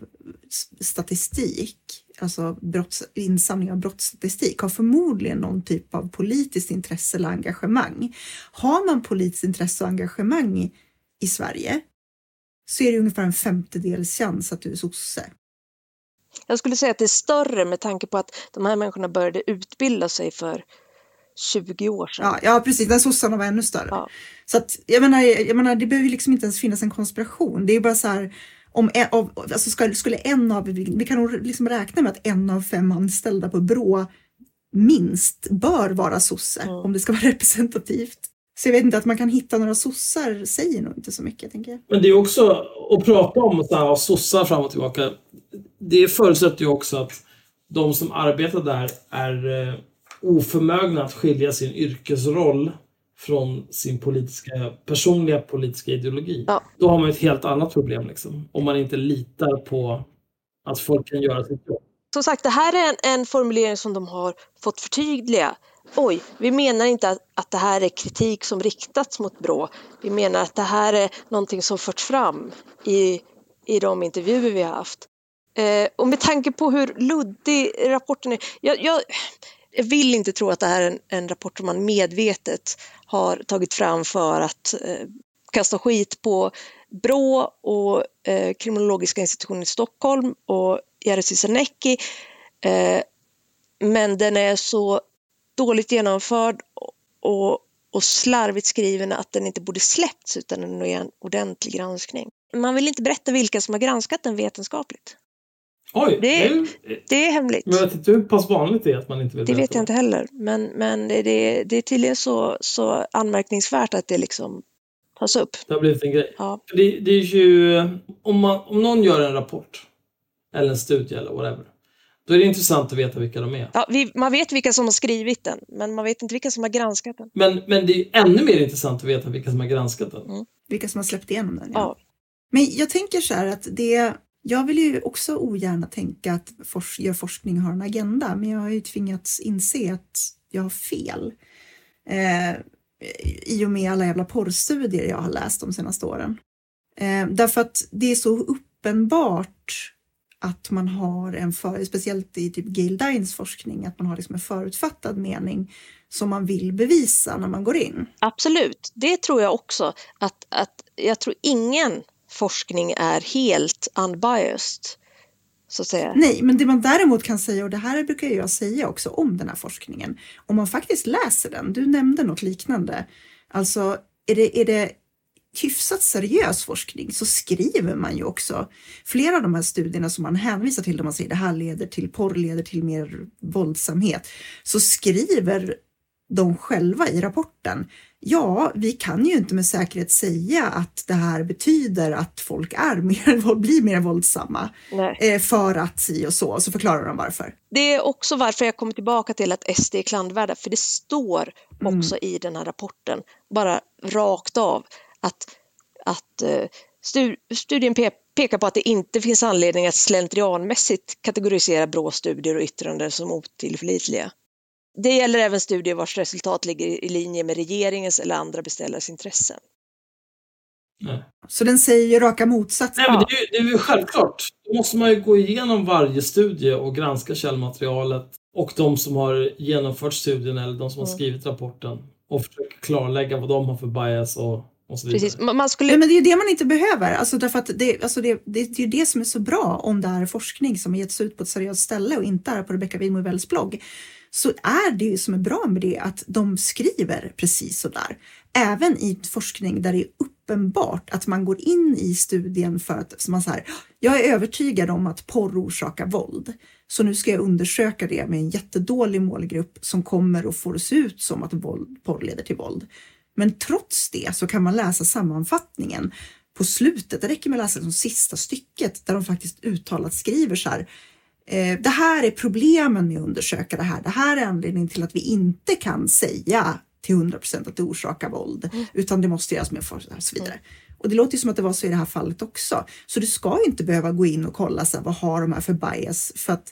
statistik, alltså brotts, insamling av brottsstatistik, har förmodligen någon typ av politiskt intresse eller engagemang. Har man politiskt intresse och engagemang i, i Sverige så är det ungefär en femtedels chans att du är sosse. Jag skulle säga att det är större med tanke på att de här människorna började utbilda sig för tjugo år sedan. Ja, ja precis. Den sossarna var ännu större. Ja. Så att, jag menar, jag menar, det behöver liksom inte ens finnas en konspiration. Det är bara så här, om en, av, alltså skulle, skulle en av, vi kan nog liksom räkna med att en av fem anställda på Brå minst bör vara sosse, mm. om det ska vara representativt. Så jag vet inte, att man kan hitta några sossar säger nog inte så mycket, tänker jag. Men det är också att prata om att ha sossar fram och tillbaka. Det förutsätter ju också att de som arbetar där är eh, oförmögna att skilja sin yrkesroll från sin politiska, personliga politiska ideologi. Ja. Då har man ett helt annat problem liksom. Om man inte litar på att folk kan göra sitt jobb. Som sagt, det här är en, en formulering som de har fått förtydliga. Oj, vi menar inte att, att det här är kritik som riktats mot Brå. Vi menar att det här är någonting som förts fram i, i de intervjuer vi har haft. Eh, och med tanke på hur luddig rapporten är, jag, jag, jag vill inte tro att det här är en, en rapport som man medvetet har tagit fram för att eh, kasta skit på Brå och eh, kriminologiska institutionen i Stockholm och Jerzy Sarnecki. Eh, men den är så dåligt genomförd och, och slarvigt skriven att den inte borde släppts utan en, en ordentlig granskning. Man vill inte berätta vilka som har granskat den vetenskapligt. Oj, Det är, det, det är hemligt. Men jag vet inte hur pass vanligt det är att man inte vill Det berätta vet jag inte heller. Men, men det, det, det är tydligen så, så anmärkningsvärt att det liksom tas upp. Det har blivit en grej. Ja. För det, det är ju, om, man, om någon gör en rapport eller en studie eller whatever, då är det intressant att veta vilka de är. Ja, vi, man vet vilka som har skrivit den, men man vet inte vilka som har granskat den. Men, men det är ännu mer intressant att veta vilka som har granskat den. Mm. Vilka som har släppt igenom den. Ja. Ja. Men jag tänker så här att det, jag vill ju också ogärna tänka att fors, gör forskning har en agenda, men jag har ju tvingats inse att jag har fel. Eh, I och med alla jävla porrstudier jag har läst de senaste åren. Eh, därför att det är så uppenbart att man har en, för, speciellt i typ Gail Dines forskning, att man har liksom en förutfattad mening som man vill bevisa när man går in. Absolut, det tror jag också. Att, att jag tror ingen forskning är helt unbiased, så att säga. Nej, men det man däremot kan säga, och det här brukar jag säga också om den här forskningen, om man faktiskt läser den, du nämnde något liknande, alltså är det, är det hyfsat seriös forskning så skriver man ju också flera av de här studierna som man hänvisar till, där man säger det här leder till porr, leder till mer våldsamhet, så skriver de själva i rapporten, ja, vi kan ju inte med säkerhet säga att det här betyder att folk är mer, blir mer våldsamma. Nej. För att si och så, så förklarar de varför. Det är också varför jag kommer tillbaka till att S D är klandvärda, för det står också mm. i den här rapporten, bara rakt av, att, att uh, studien pe- pekar på att det inte finns anledning att slentrianmässigt kategorisera Brå-studier och yttranden som otillförlitliga. Det gäller även studier vars resultat ligger i linje med regeringens eller andra beställares intressen. Nej. Så den säger ju raka motsatsen. Nej, men det är ju, det är ju självklart. Då måste man ju gå igenom varje studie och granska källmaterialet och de som har genomfört studien eller de som har skrivit rapporten och försöka klarlägga vad de har för bias och, och så vidare. Precis. Man skulle... ja, men det är ju det man inte behöver. Alltså därför att det, alltså det, det är ju det som är så bra om det här är forskning som har getts ut på ett seriöst ställe och inte är på Rebecca Widmo-Wells blogg. Så är det ju som är bra med det att de skriver precis så där. Även i forskning där det är uppenbart att man går in i studien för att, som man säger, jag är övertygad om att porr orsakar våld. Så nu ska jag undersöka det med en jättedålig målgrupp som kommer att få det se ut som att våld, porr leder till våld. Men trots det så kan man läsa sammanfattningen på slutet. Det räcker med att läsa det sista stycket där de faktiskt uttalat skriver så här. Det här är problemen med att undersöka det här. Det här är anledningen till att vi inte kan säga till hundra procent att det orsakar våld. Mm. Utan det måste göras mer forskning och så vidare. Mm. Och det låter ju som att det var så i det här fallet också. Så du ska ju inte behöva gå in och kolla så här, vad har de här för bias. För att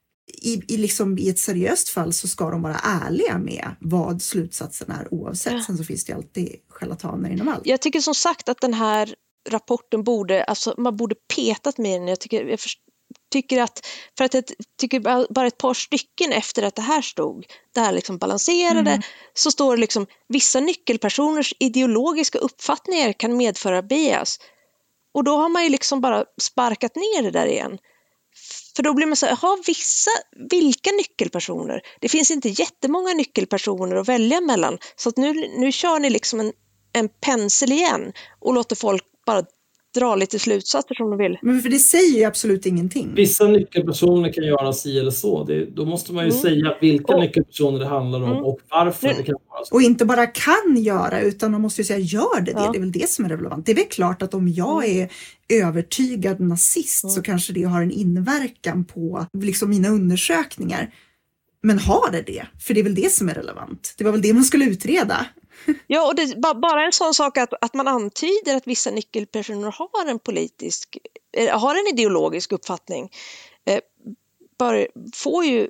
i, i, liksom, i ett seriöst fall så ska de vara ärliga med vad slutsatsen är oavsett. Ja. Sen så finns det alltid charlataner inom allt. Jag tycker som sagt att den här rapporten borde, alltså man borde petat med den. Jag tycker, jag förstår. Tycker att, för att jag tycker bara ett par stycken efter att det här stod, det här liksom balanserade, mm. så står det liksom vissa nyckelpersoners ideologiska uppfattningar kan medföra bias. Och då har man ju liksom bara sparkat ner det där igen. För då blir man så här, jaha, vissa, vilka nyckelpersoner? Det finns inte jättemånga nyckelpersoner att välja mellan. Så att nu, nu kör ni liksom en, en pensel igen och låter folk bara dra lite slutsatser som de vill. Men för det säger ju absolut ingenting. Vissa nyckelpersoner kan göra si eller så. Det, då måste man ju mm. säga vilka och, nyckelpersoner det handlar om mm. och varför mm. det kan vara så. Och inte bara kan göra, utan man måste ju säga gör det det. Ja. Det är väl det som är relevant. Det är väl klart att om jag är övertygad nazist mm. så kanske det har en inverkan på liksom mina undersökningar. Men har det det? För det är väl det som är relevant. Det var väl det man skulle utreda. Ja, och det är bara en sån sak att, att man antyder att vissa nyckelpersoner har en politisk, har en ideologisk uppfattning. Eh, bara får ju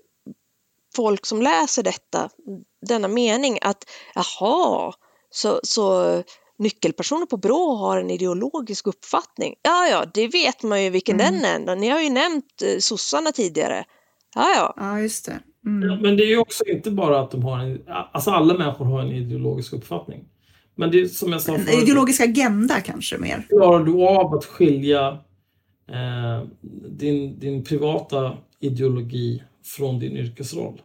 folk som läser detta, denna mening, att jaha, så, så nyckelpersoner på Brå har en ideologisk uppfattning. Ja, ja, det vet man ju vilken mm. den är. Ni har ju nämnt eh, sossarna tidigare. Ja, ja. Ja, just det. Mm. Ja, men det är ju också inte bara att de har en... Alltså alla människor har en ideologisk uppfattning. Men det är som jag sa en förut, ideologisk agenda kanske mer. Klarar du av att skilja eh, din, din privata ideologi från din yrkesroll?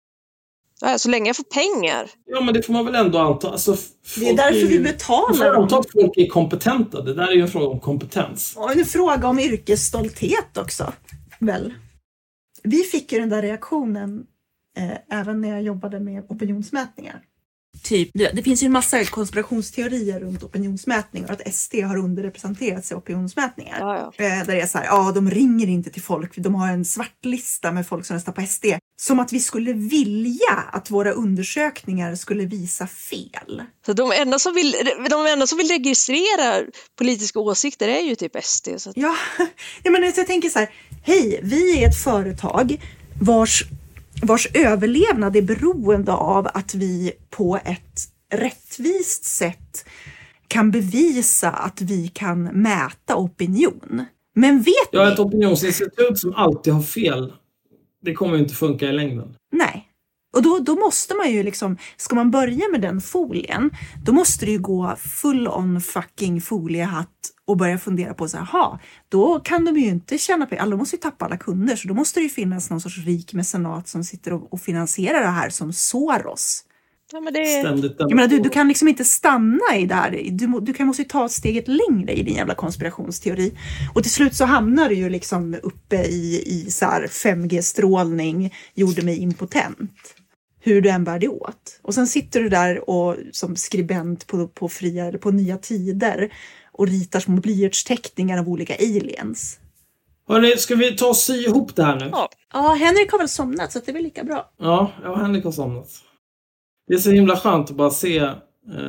Ja, så länge jag får pengar. Ja, men det får man väl ändå anta. Alltså, det är därför är, vi betalar dem. Anta att folk är kompetenta. Det där är ju en fråga om kompetens. Och en fråga om yrkesstolthet också. Väl. Vi fick ju den där reaktionen eh, även när jag jobbade med opinionsmätningar. Typ, det finns ju en massa konspirationsteorier runt opinionsmätningar. Att S D har underrepresenterats i opinionsmätningar. Ja, ja. Där det är så här, ja de ringer inte till folk. De har en svartlista med folk som röstar på S D. Som att vi skulle vilja att våra undersökningar skulle visa fel. Så de enda som vill, de enda som vill registrera politiska åsikter är ju typ S D. Så att... Ja, jag, menar, jag tänker så här, hej, vi är ett företag vars... vars överlevnad är beroende av att vi på ett rättvist sätt kan bevisa att vi kan mäta opinion. Men vet ja, ni... ett opinionsinstitut som alltid har fel, det kommer ju inte funka i längden. Nej. Och då, då måste man ju liksom, ska man börja med den folien, då måste det ju gå full on fucking foliehatt och börja fundera på så här, ha, då kan de ju inte tjäna på, alla måste ju tappa alla kunder, så då måste det ju finnas någon sorts rik mecenat som sitter och, och finansierar det här som Soros. Ja, men det... Ständigt. Jag menar, du, du kan liksom inte stanna i det här, du, du kan måste ju ta steget längre i din jävla konspirationsteori. Och till slut så hamnar du ju liksom uppe i, i så här fem G-strålning, gjorde mig impotent. Hur du än bär det åt. Och sen sitter du där och som skribent på, på, fria, eller på Nya Tider och ritar små blyertsteckningar av olika aliens. Hörrni, ska vi ta och sy ihop det här nu? Ja, ja Henrik har väl somnat så det är väl lika bra. Ja, ja Henrik har somnat. Det är så himla skönt att bara se... Eh,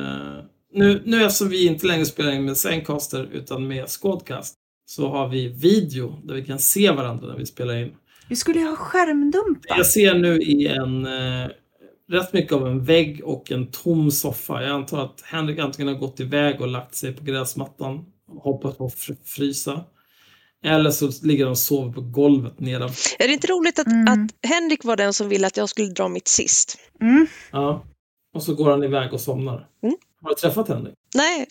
nu, nu eftersom vi inte längre spelar in med Zencaster utan med Squadcast, så har vi video där vi kan se varandra när vi spelar in. Vi skulle ju ha skärmdumpa. Jag ser nu i en... Eh, rätt mycket av en vägg och en tom soffa. Jag antar att Henrik antingen har gått iväg och lagt sig på gräsmattan och hoppat på att frysa. Eller så ligger de och sover på golvet nedan. Är det inte roligt att, mm. att Henrik var den som ville att jag skulle dra mitt sist? Mm. Ja, och så går han iväg och somnar. Mm. Har du träffat Henrik? Nej.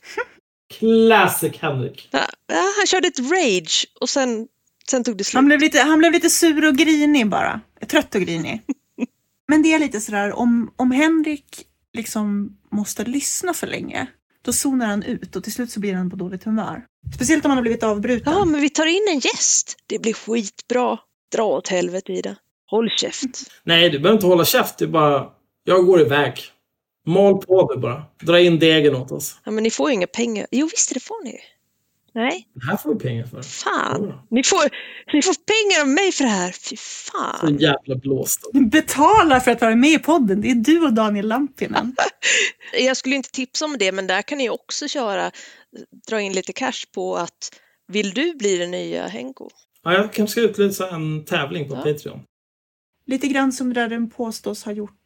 Classic Henrik. Ja, han körde ett rage och sen, sen tog det slut. Han blev, lite, han blev lite sur och grinig bara. Trött och grinig. Men det är lite sådär, om, om Henrik liksom måste lyssna för länge, då zonar han ut och till slut så blir han på dåligt humör. Speciellt om han har blivit avbruten. Ja, men vi tar in en gäst. Det blir skitbra. Dra åt helvete, Ida. Håll käft. Nej, du behöver inte hålla käft. Det är bara, jag går iväg. Mal på det bara. Dra in degen åt oss. Ja, men ni får ju inga pengar. Jo, visst det får ni. Nej. Det här får vi pengar för. Fan. Ja. Ni, får, ni får pengar av mig för det här. Fy fan. Så jävla blåst. Betala för att vara med i podden. Det är du och Daniel Lampinen. Jag skulle inte tipsa om det, men där kan ni också köra, dra in lite cash på att vill du bli den nya Henko? Ja, jag kanske ska utlysa en tävling på ja. Patreon. Lite grann som det där den påstås ha gjort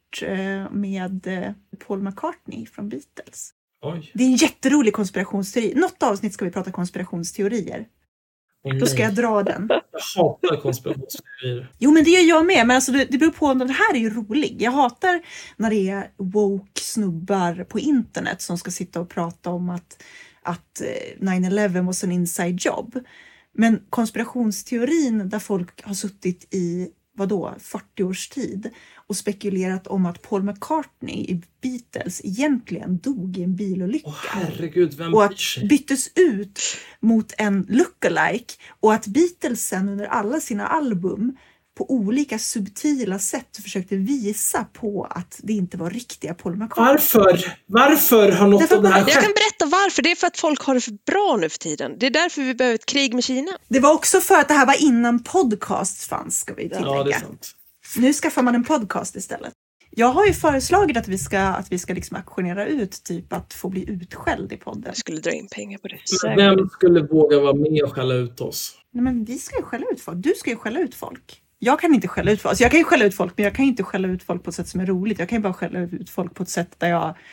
med Paul McCartney från Beatles. Oj. Det är en jätterolig konspirationsteori. Något avsnitt ska vi prata konspirationsteorier. Oh, Då ska jag dra den. Jag hatar konspirationsteorier. Jo, men det gör jag med. Men alltså, det, det beror på om den här är ju rolig. Jag hatar när det är woke snubbar på internet som ska sitta och prata om att, att nine eleven was an inside job. Men konspirationsteorin där folk har suttit i vadå, fyrtio års tid och spekulerat om att Paul McCartney i Beatles egentligen dog i en bilolycka. Åh, herregud, vem och att byttes ut mot en lookalike och att Beatles sen under alla sina album på olika subtila sätt försökte visa på att det inte var riktiga Paul McCartney. Varför? Varför har något Därför av det här Jag skett? kan berätta varför. Det är för att folk har det för bra nu för tiden. Det är därför vi behöver ett krig med Kina. Det var också för att det här var innan podcast fanns, ska vi tillägga. Ja, det är sant. Nu skaffar man en podcast istället. Jag har ju föreslagit att vi ska, att vi ska liksom aktionera ut typ att få bli utskälld i podden. Jag skulle dra in pengar på det. Men vem skulle våga vara med och skälla ut oss? Nej, men vi ska ju skälla ut folk. Du ska ju skälla ut folk. Jag kan inte skälla ut folk. Alltså jag kan ju skälla ut folk, men jag kan inte skälla ut folk på ett sätt som är roligt. Jag kan ju bara skälla ut folk på ett sätt där jag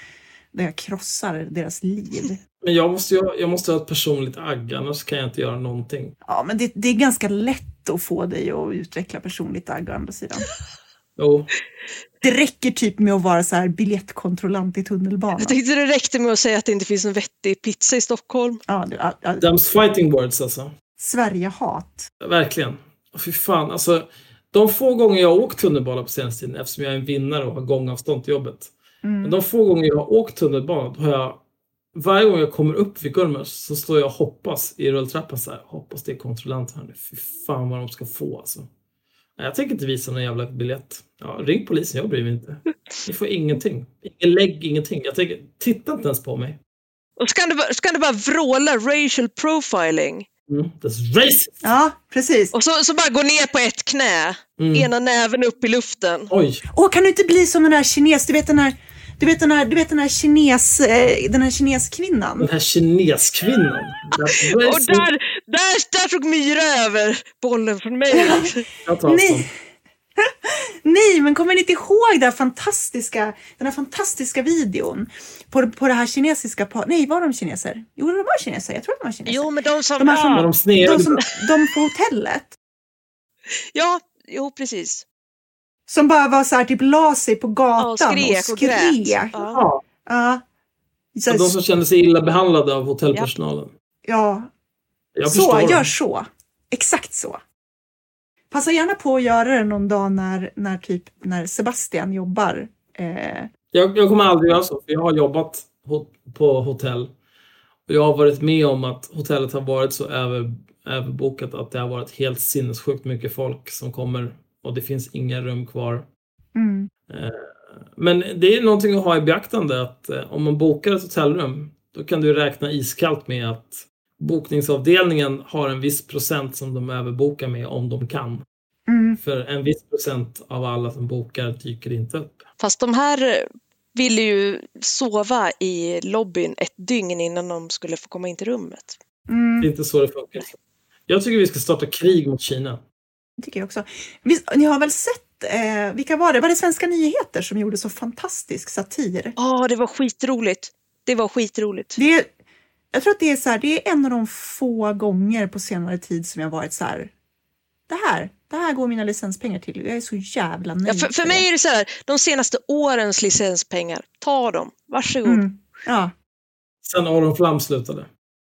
där jag krossar deras liv. Men jag måste, jag, jag måste ha ett personligt agg, annars kan jag inte göra någonting. Ja, men det, det är ganska lätt att få dig att utveckla personligt agg å andra sidan. Jo. Det räcker typ med att vara så här biljettkontrollant i tunnelbanan. Jag tänkte det räckte med att säga att det inte finns en vettig pizza i Stockholm. Ja, det, ja, ja. Them's fighting words alltså. Sverige-hat. Verkligen. Och fy fan, alltså de få gånger jag har åkt tunnelbana på senaste tiden, eftersom jag är en vinnare och har gångavstånd till jobbet. Mm. Men de få gånger jag har åkt tunnelbana, då har jag, varje gång jag kommer upp vid Gullmars så står jag och hoppas i rulltrappan så här, hoppas det är kontrollant här nu. Fy fan vad de ska få alltså. Nej, jag tänker inte visa någon jävla biljett. Ja, ring polisen, jag bryr mig inte. Ni får ingenting. Ingen lägg, ingenting. Jag tänker, titta inte ens på mig. Och ska du, bara- ska du bara vråla racial profiling? Mm, that's racist. Ja, precis. Och så, så bara gå ner på ett knä. Mm. Ena näven upp i luften. Oj. Åh, kan du inte bli som den där kines, du vet den här, du vet den här, du vet den här kines, eh, den här kineskvinnan. Den här kineskvinnan. That's Och racist. där, där, där tog Myra över bollen från mig. Jag tar avstånd. Nej. Nej, men kommer ni inte ihåg den här fantastiska, den här fantastiska videon på, på det här kinesiska par... Nej, var de kineser? Jo, de var kineser. Jag tror att de var kineser. Jo, men de som... De här som- När de sneade. de, som, de på hotellet. Ja, jo precis. Som bara var så här, typ la sig på gatan Ja, skrek och och skrek. grät. Ja. Ja, Ja. Så, och de som kände sig illa behandlade av hotellpersonalen. ja. Jag Så, förstår gör dem. så. Exakt så. Passa gärna på att göra det någon dag när, när, typ, när Sebastian jobbar. Eh, Jag, jag kommer aldrig göra så, för jag har jobbat ho- på hotell. Och jag har varit med om att hotellet har varit så över, överbokat att det har varit helt sinnessjukt mycket folk som kommer och det finns inga rum kvar. mm. Men det är någonting att ha i beaktande att eh, om man bokar ett hotellrum, då kan du räkna iskallt med att bokningsavdelningen har en viss procent som de överbokar med om de kan. Mm. För en viss procent av alla som bokar dyker inte upp. Fast de här ville ju sova i lobbyn ett dygn innan de skulle få komma in till rummet. Mm. Det är inte så det funkar. Jag tycker vi ska starta krig mot Kina. Det tycker jag också. Visst, ni har väl sett, eh, vilka var det? Var det Svenska nyheter som gjorde så fantastisk satir? Ja, det var skitroligt. Det var skitroligt. Det är, jag tror att det är så här, det är en av de få gånger på senare tid som jag varit så här, det här, det här går mina licenspengar till. Jag är så jävla nöjd. Ja, för, för mig är det så här, de senaste årens licenspengar, ta dem, varsågod. Mm. Ja. Sen Aron Flam slutade.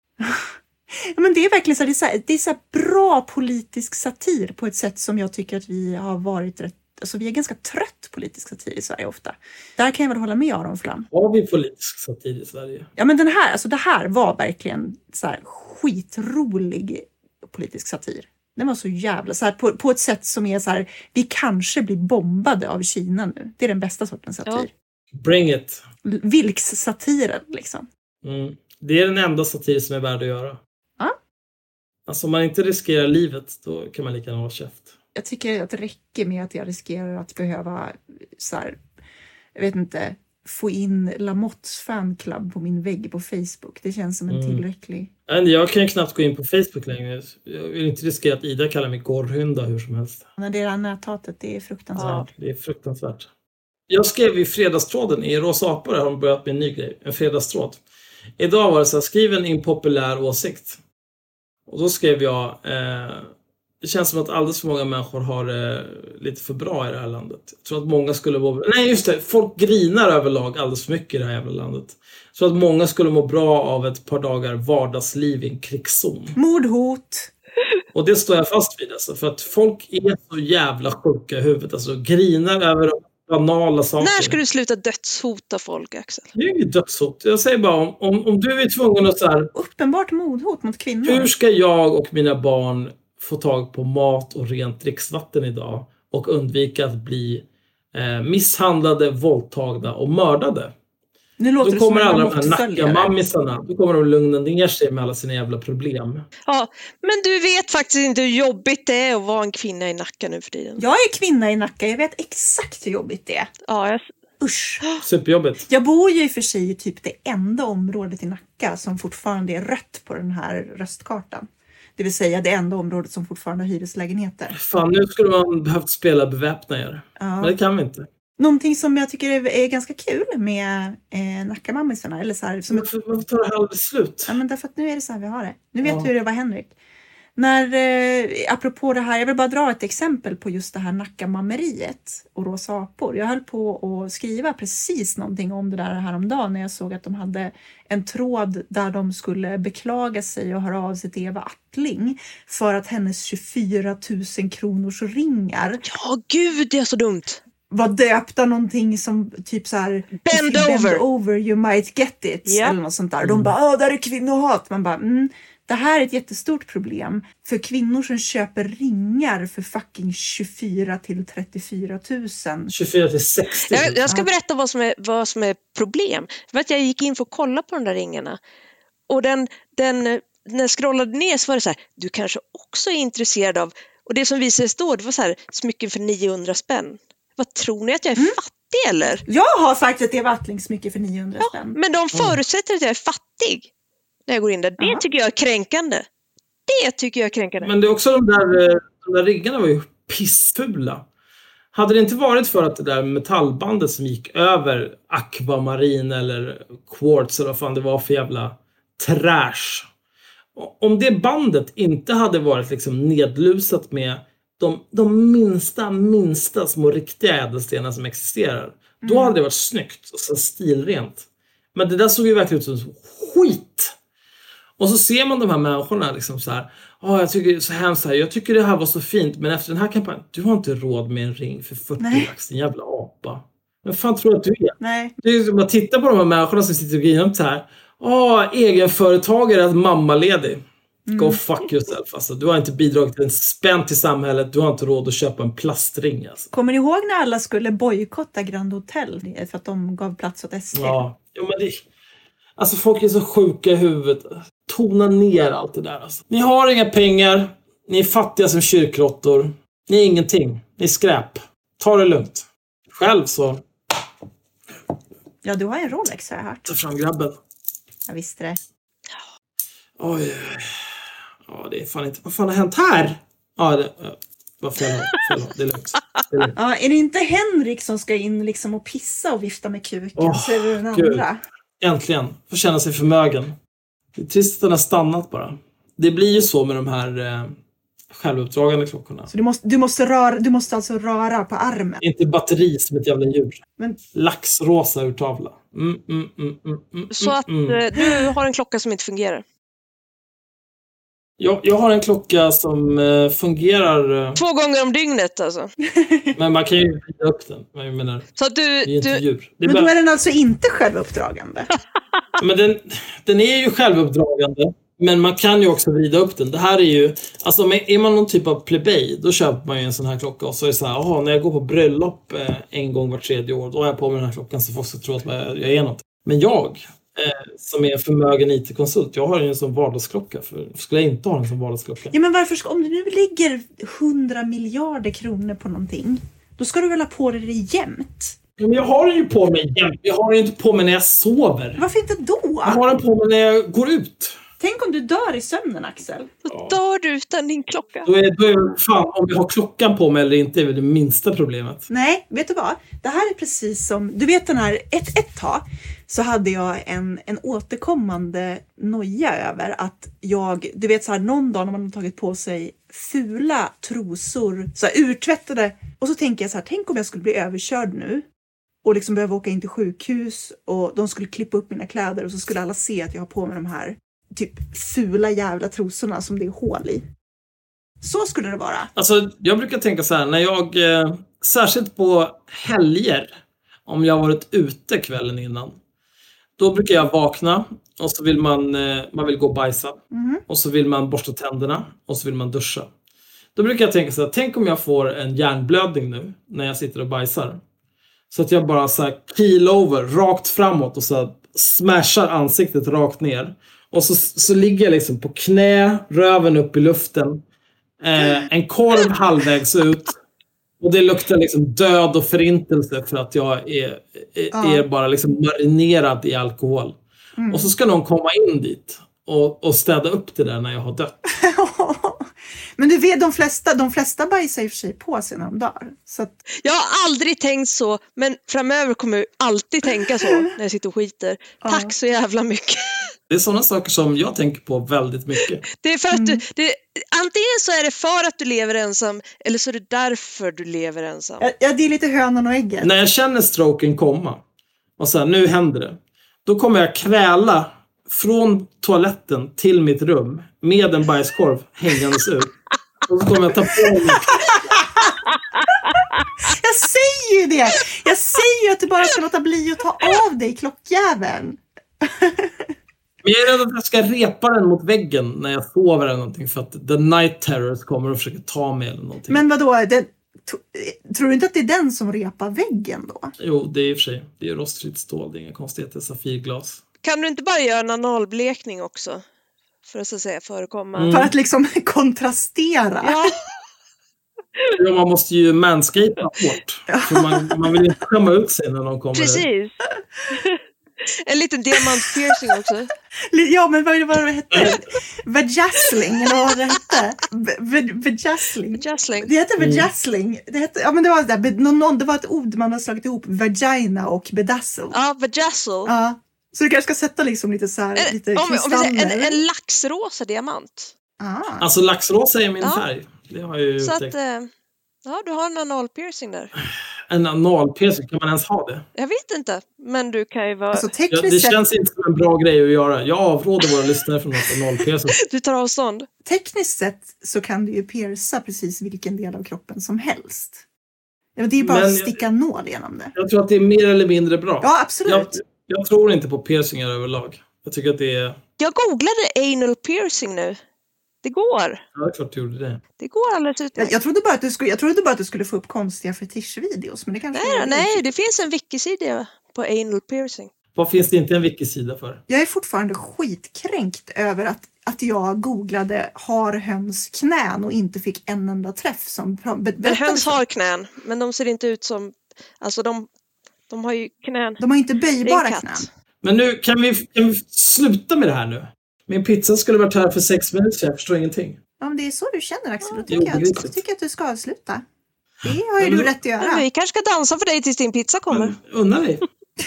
Ja, men det är verkligen så här, det är så här, det är så här bra politisk satir på ett sätt som jag tycker att vi har varit rätt, alltså vi är ganska trött politisk satir i Sverige ofta. Där kan jag väl hålla med Aron Flam. Har vi politisk satir i Sverige? Ja, men den här, alltså det här var verkligen så här skitrolig politisk satir. Den var så jävla så här, på, på ett sätt som är så här, vi kanske blir bombade av Kina nu. Det är den bästa sortens satir. Ja. Bring it. Vilks-satiren liksom. Mm. Det är den enda satir som är värd att göra. Ja. Alltså om man inte riskerar livet, då kan man lika gärna hålla käft. Jag tycker att det räcker med att jag riskerar att behöva så här, jag vet inte, få in Lamotts fanclub på min vägg på Facebook. Det känns som en Mm. tillräcklig. Men jag kan ju knappt gå in på Facebook längre. Jag vill inte riskera att Ida kallar mig gorrhynda hur som helst. När det är näthatet, det är fruktansvärt. Ja, det är fruktansvärt. Jag skrev i fredagstråden i Rosa apor, har de börjat med en ny grej. En fredagstråd. Idag var det så här, skriv en impopulär åsikt. Och då skrev jag, eh, det känns som att alldeles för många människor har det eh, lite för bra i det här landet. Jag tror att många skulle må... Nej just det, folk grinar överlag alldeles för mycket i det här jävla landet. Jag tror att många skulle må bra av ett par dagar vardagsliv i en krigszon. Mordhot. Och det står jag fast vid alltså, för att folk är så jävla sjuka i huvudet. Alltså grinar över banala saker. När ska du sluta dödshota folk, Axel? Det är inget dödshot. Jag säger bara, om, om, om du är tvungen att så här, Uppenbart mordhot mot kvinnor. hur ska jag och mina barn få tag på mat och rent dricksvatten idag och undvika att bli eh, misshandlade, våldtagna och mördade? Nu låter Då det som kommer en alla de här Lamotte-följare. nackamammissarna, då kommer de lugna ner sig med alla sina jävla problem. Ja, men du vet faktiskt inte hur jobbigt det är att vara en kvinna i Nacka nu för tiden. Jag är kvinna i Nacka, jag vet exakt hur jobbigt det är. Ja, jag... Usch. Superjobbigt. Jag bor ju i och för sig i typ det enda området i Nacka som fortfarande är rött på den här röstkartan. Det vill säga det enda området som fortfarande har hyreslägenheter. Fan, nu skulle man behövt spela beväpna er. Ja. Men det kan vi inte. Någonting som jag tycker är, är ganska kul med eh, Nackamammisarna. Eller så här, som Varför, varför tar det aldrig slut? Ja, men därför att nu är det så här vi har det. Nu vet Ja. du hur det var, Henrik. När, eh, apropå det här, jag vill bara dra ett exempel på just det här Nackamammeriet och rosa apor. Jag höll på att skriva precis någonting om det där häromdagen när jag såg att de hade en tråd där de skulle beklaga sig och höra av sig till Eva Attling för att hennes tjugofyra tusen kronors ringar Ja, gud, det är så dumt. var döpta någonting som typ så här Bend if you over. bend over you might get it Ja. eller något sånt där. De bara, åh, där är kvinnohat. Man bara, mm, det här är ett jättestort problem för kvinnor som köper ringar för fucking tjugofyra till trettiofyra tusen. tjugofyra till sextio. Jag, jag ska Ja. berätta vad som är, vad som är problem. För att jag gick in för att kolla på de där ringarna. Och den, den, när jag scrollade ner så var det så här, du kanske också är intresserad av, och det som visades då, det var så här, smycken för niohundra spänn. Vad tror ni, att jag är Mm. fattig eller? Jag har faktiskt ett Eva Attling smycke för niohundra Ja, spänn. men de förutsätter att jag är fattig när jag går in där. Det Aha. tycker jag är kränkande. Det tycker jag är kränkande. Men det är också de där, eh, de där riggarna var ju pissfula. Hade det inte varit för att det där metallbandet som gick över akvamarin eller quartz eller vad fan det var för jävla trash. Om det bandet inte hade varit liksom nedlusat med de, de minsta, minsta små riktiga ädelstenar som existerar. Då Mm. hade det varit snyggt och så stilrent. Men det där såg ju verkligen ut som skit. Och så ser man de här människorna liksom så här. Ja, jag tycker det är så hemskt här. Jag tycker det här var så fint. Men efter den här kampanjen, du har inte råd med en ring för fyrtio Nej. lax, din jävla apa. Men fan tror du att du är? Nej. Det är som att titta på de här människorna som sitter och grinar så här. Ja, egenföretagare är mammaledig. Go fuck yourself. Alltså, du har inte bidragit till en spänn till samhället. Du har inte råd att köpa en plastring. Alltså. Kommer ni ihåg när alla skulle bojkotta Grand Hotel för att de gav plats åt S D? Ja, jo, men det... Alltså folk är så sjuka i huvudet. Tona ner allt det där. Alltså. Ni har inga pengar. Ni är fattiga som kyrkråttor. Ni är ingenting. Ni är skräp. Ta det lugnt. Själv så... Ja, du har en Rolex har jag hört. Ta fram grabben. Jag visste det. Oj, oj. Ja, det är fan inte... Vad fan har hänt här? Ja, det var fel håll. Fel håll. Det är lugnt. Det är lugnt. Ja, är det inte Henrik som ska in liksom och pissa och vifta med kuken? Åh, Så är det den Gud. andra. Äntligen. Får känna sig förmögen. Det är trist att den har stannat bara. Det blir ju så med de här eh, självuppdragande klockorna. Så du måste, du, måste röra, du måste alltså röra på armen. Inte batteri som ett jävla djur. Men Laxrosa urtavla. Mm, mm, mm, mm, mm, Så att mm. eh, du har en klocka som inte fungerar. Jag, jag har en klocka som eh, fungerar. Eh, Två gånger om dygnet alltså. men man kan ju vrida upp den. Men Jag menar, Så att du, det är ju inte du djur. Det är Men bara, då är den alltså inte självuppdragande. men den, den är ju självuppdragande. Men man kan ju också vrida upp den. Det här är ju... Alltså är man någon typ av plebej, då köper man ju en sån här klocka. Och så är det så här, jaha, när jag går på bröllop eh, en gång var tredje år, då har jag på mig den här klockan så folk ska tro att jag är något. Men jag, eh, som är en förmögen I T-konsult, jag har ju en sån vardagsklocka. För skulle jag inte ha en sån vardagsklocka? Ja, men varför ska, om du nu ligger hundra miljarder kronor på någonting, då ska du väl ha på dig det jämt? Men jag har den ju på mig jämt. Jag har den ju inte på mig när jag sover. Varför inte då? Jag har den på mig när jag går ut. Tänk om du dör i sömnen, Axel. då dör du utan din klocka. Då är, då är fan, om jag har klockan på mig eller inte är väl det minsta problemet. Nej, vet du vad? Det här är precis som, du vet den här, ett, ett tag så hade jag en, en återkommande noja över att jag, du vet så här, någon dag när man har tagit på sig fula trosor, så här urtvättade, och så tänker jag så här, tänk om jag skulle bli överkörd nu och liksom behöva åka in till sjukhus och de skulle klippa upp mina kläder och så skulle alla se att jag har på mig de här typ fula jävla trosorna som det är hål i. Så skulle det vara. Alltså, jag brukar tänka så här, när jag, eh, särskilt på helger, om jag har varit ute kvällen innan, då brukar jag vakna och så vill man, eh, man vill gå och bajsa. Mhm. Och så vill man borsta tänderna och så vill man duscha. Då brukar jag tänka så här, tänk om jag får en hjärnblödning nu när jag sitter och bajsar. Så att jag bara så här keel over, rakt framåt och så här smashar ansiktet rakt ner. Och så, så ligger jag liksom på knä, röven upp i luften. Eh, en korv halvvägs ut. Och det luktar liksom död och förintelse för att jag är, är, Ja. är bara liksom marinerad i alkohol. Mm. Och så ska någon komma in dit och, och städa upp det där när jag har dött. Men du vet, de flesta, de flesta bajsar i och för sig på sig när de dör. Så att... Jag har aldrig tänkt så, men framöver kommer jag alltid tänka så när jag sitter och skiter. Ja. Tack så jävla mycket. Det är sådana saker som jag tänker på väldigt mycket. Det är för att Mm. du, det, antingen så är det för att du lever ensam, eller så är det därför du lever ensam. Ja, det är lite hönan och ägget. När jag känner stroken komma och så här, nu händer det. Då kommer jag kräla från toaletten till mitt rum med en bajskorv hängandes ut. Och så kommer jag ta på mig. Jag säger ju det! Jag säger ju att du bara ska låta bli att ta av dig klockjäveln. Men jag är rädd att jag ska repa den mot väggen när jag sover eller någonting. För att the night terrors kommer och försöker ta mig eller någonting. Men vadå, det, to- tror du inte att det är den som repar väggen då? Jo, det är i och för sig. Det är rostfritt stål, det är inga konstigheter. Safirglas. Kan du inte bara göra en analblekning också? För att så att säga förekomma. Mm. För att liksom kontrastera. Ja, Ja, man måste ju manscapa hårt. För man, man vill inte skämma ut sig när de kommer. precis. En liten diamantpiercing också. Ja, men vad var det hette? Vajazzling, eller vad det hette? V- v- Vajazzling. Justling. Det hette vajazzling. Det hette, ja, men det var det där, någon, någon, det var ett ord man har slagit ihop vagina och bedazzle. Ja, vajazzle. Ja. Så du kanske ska sätta liksom lite så här, En, lite om, om vi kristaller. säger, en, en laxrosa diamant. Ah. Alltså laxrosa är min Ja. färg. Det har jag ju Så att, upptäckt. eh, ja, du har en analpiercing där. En analpiercing, kan man ens ha det? Jag vet inte, men du kan ju vara... Alltså Ja, tekniskt det sett, känns inte som en bra grej att göra. Jag avråder våra lyssnare från något analpiercing. Du tar avstånd. tekniskt sett så kan du ju pierca precis vilken del av kroppen som helst. Ja, men det är ju bara Men- att sticka en nål genom det. Jag tror att det är mer eller mindre bra. Ja, absolut. Jag, jag tror inte på piercingar överlag. Jag tycker att det är... Jag googlade anal piercing nu. Det går. Ja, det är klart du gjorde det. Det går alldeles Jag, utmärkt. jag, trodde bara att du skulle, jag trodde bara att du skulle få upp konstiga fetischvideos, men det kanske Nej, är- nej, det finns en wikisida på anal piercing. Vad finns det inte en wikisida för? Jag är fortfarande skitkränkt över att, att jag googlade har höns knän och inte fick en enda träff som pra- be- Men berättade höns för- har knän, men de ser inte ut som... Alltså de, de har ju knän. De har inte Det är en böjbara katt. knän. Men nu, kan vi, kan vi sluta med det här nu? Min pizza skulle varit här för sex minuter, så jag förstår ingenting. Ja, men det är så du känner, Axel. Då det är tycker jag, att, obegripligt. tycker jag att du ska avsluta. Det har ju Men du då- rätt att Men göra. vi kanske ska dansa för dig tills din pizza kommer. Men, unna dig.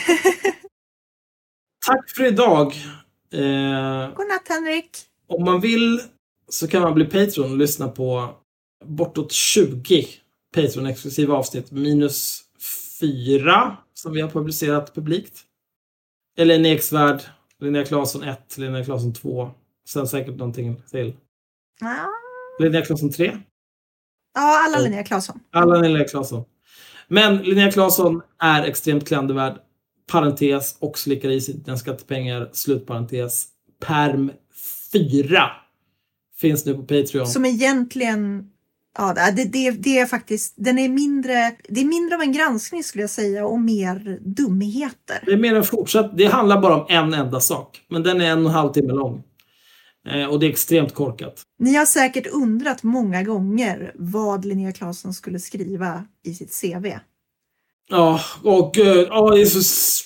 Tack för idag. Eh, Godnatt, Henrik. om man vill så kan man bli Patreon och lyssna på bortåt tjugo Patreon-exklusiva avsnitt. Minus fyra som vi har publicerat publikt. Eller Linnea Eksvärd, Linnea Claesson ett, Linnea Claesson två. Sen säkert någonting till. Ja, Linnea Claesson tre. ja alla Linnea Claesson. Alla Linnea Claesson. Men Linnea Claesson är extremt klandervärd. Parentes, och slickar i sig dina skattepengar. Slutparentes. Perm fyra. Finns nu på Patreon. Som egentligen... Ja, det, det, det är faktiskt... Den är mindre... Det är mindre av en granskning skulle jag säga och mer dumheter. Det är mer en fortsatt. Det handlar bara om en enda sak. Men den är en och en halv timme lång. Eh, och det är extremt korkat. Ni har säkert undrat många gånger vad Linnea Claesson skulle skriva i sitt C V. Ja, åh gud. Åh, det är så... s-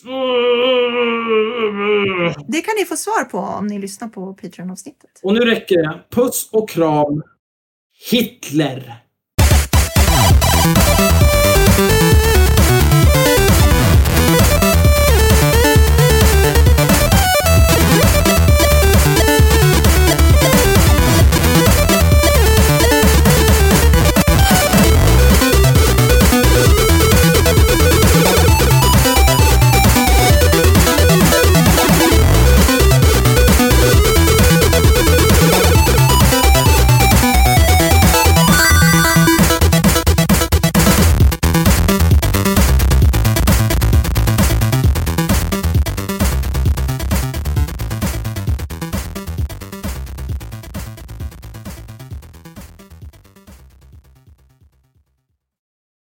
Det kan ni få svar på om ni lyssnar på Patreon-avsnittet. Och nu räcker det. Puss och kram. Hitler.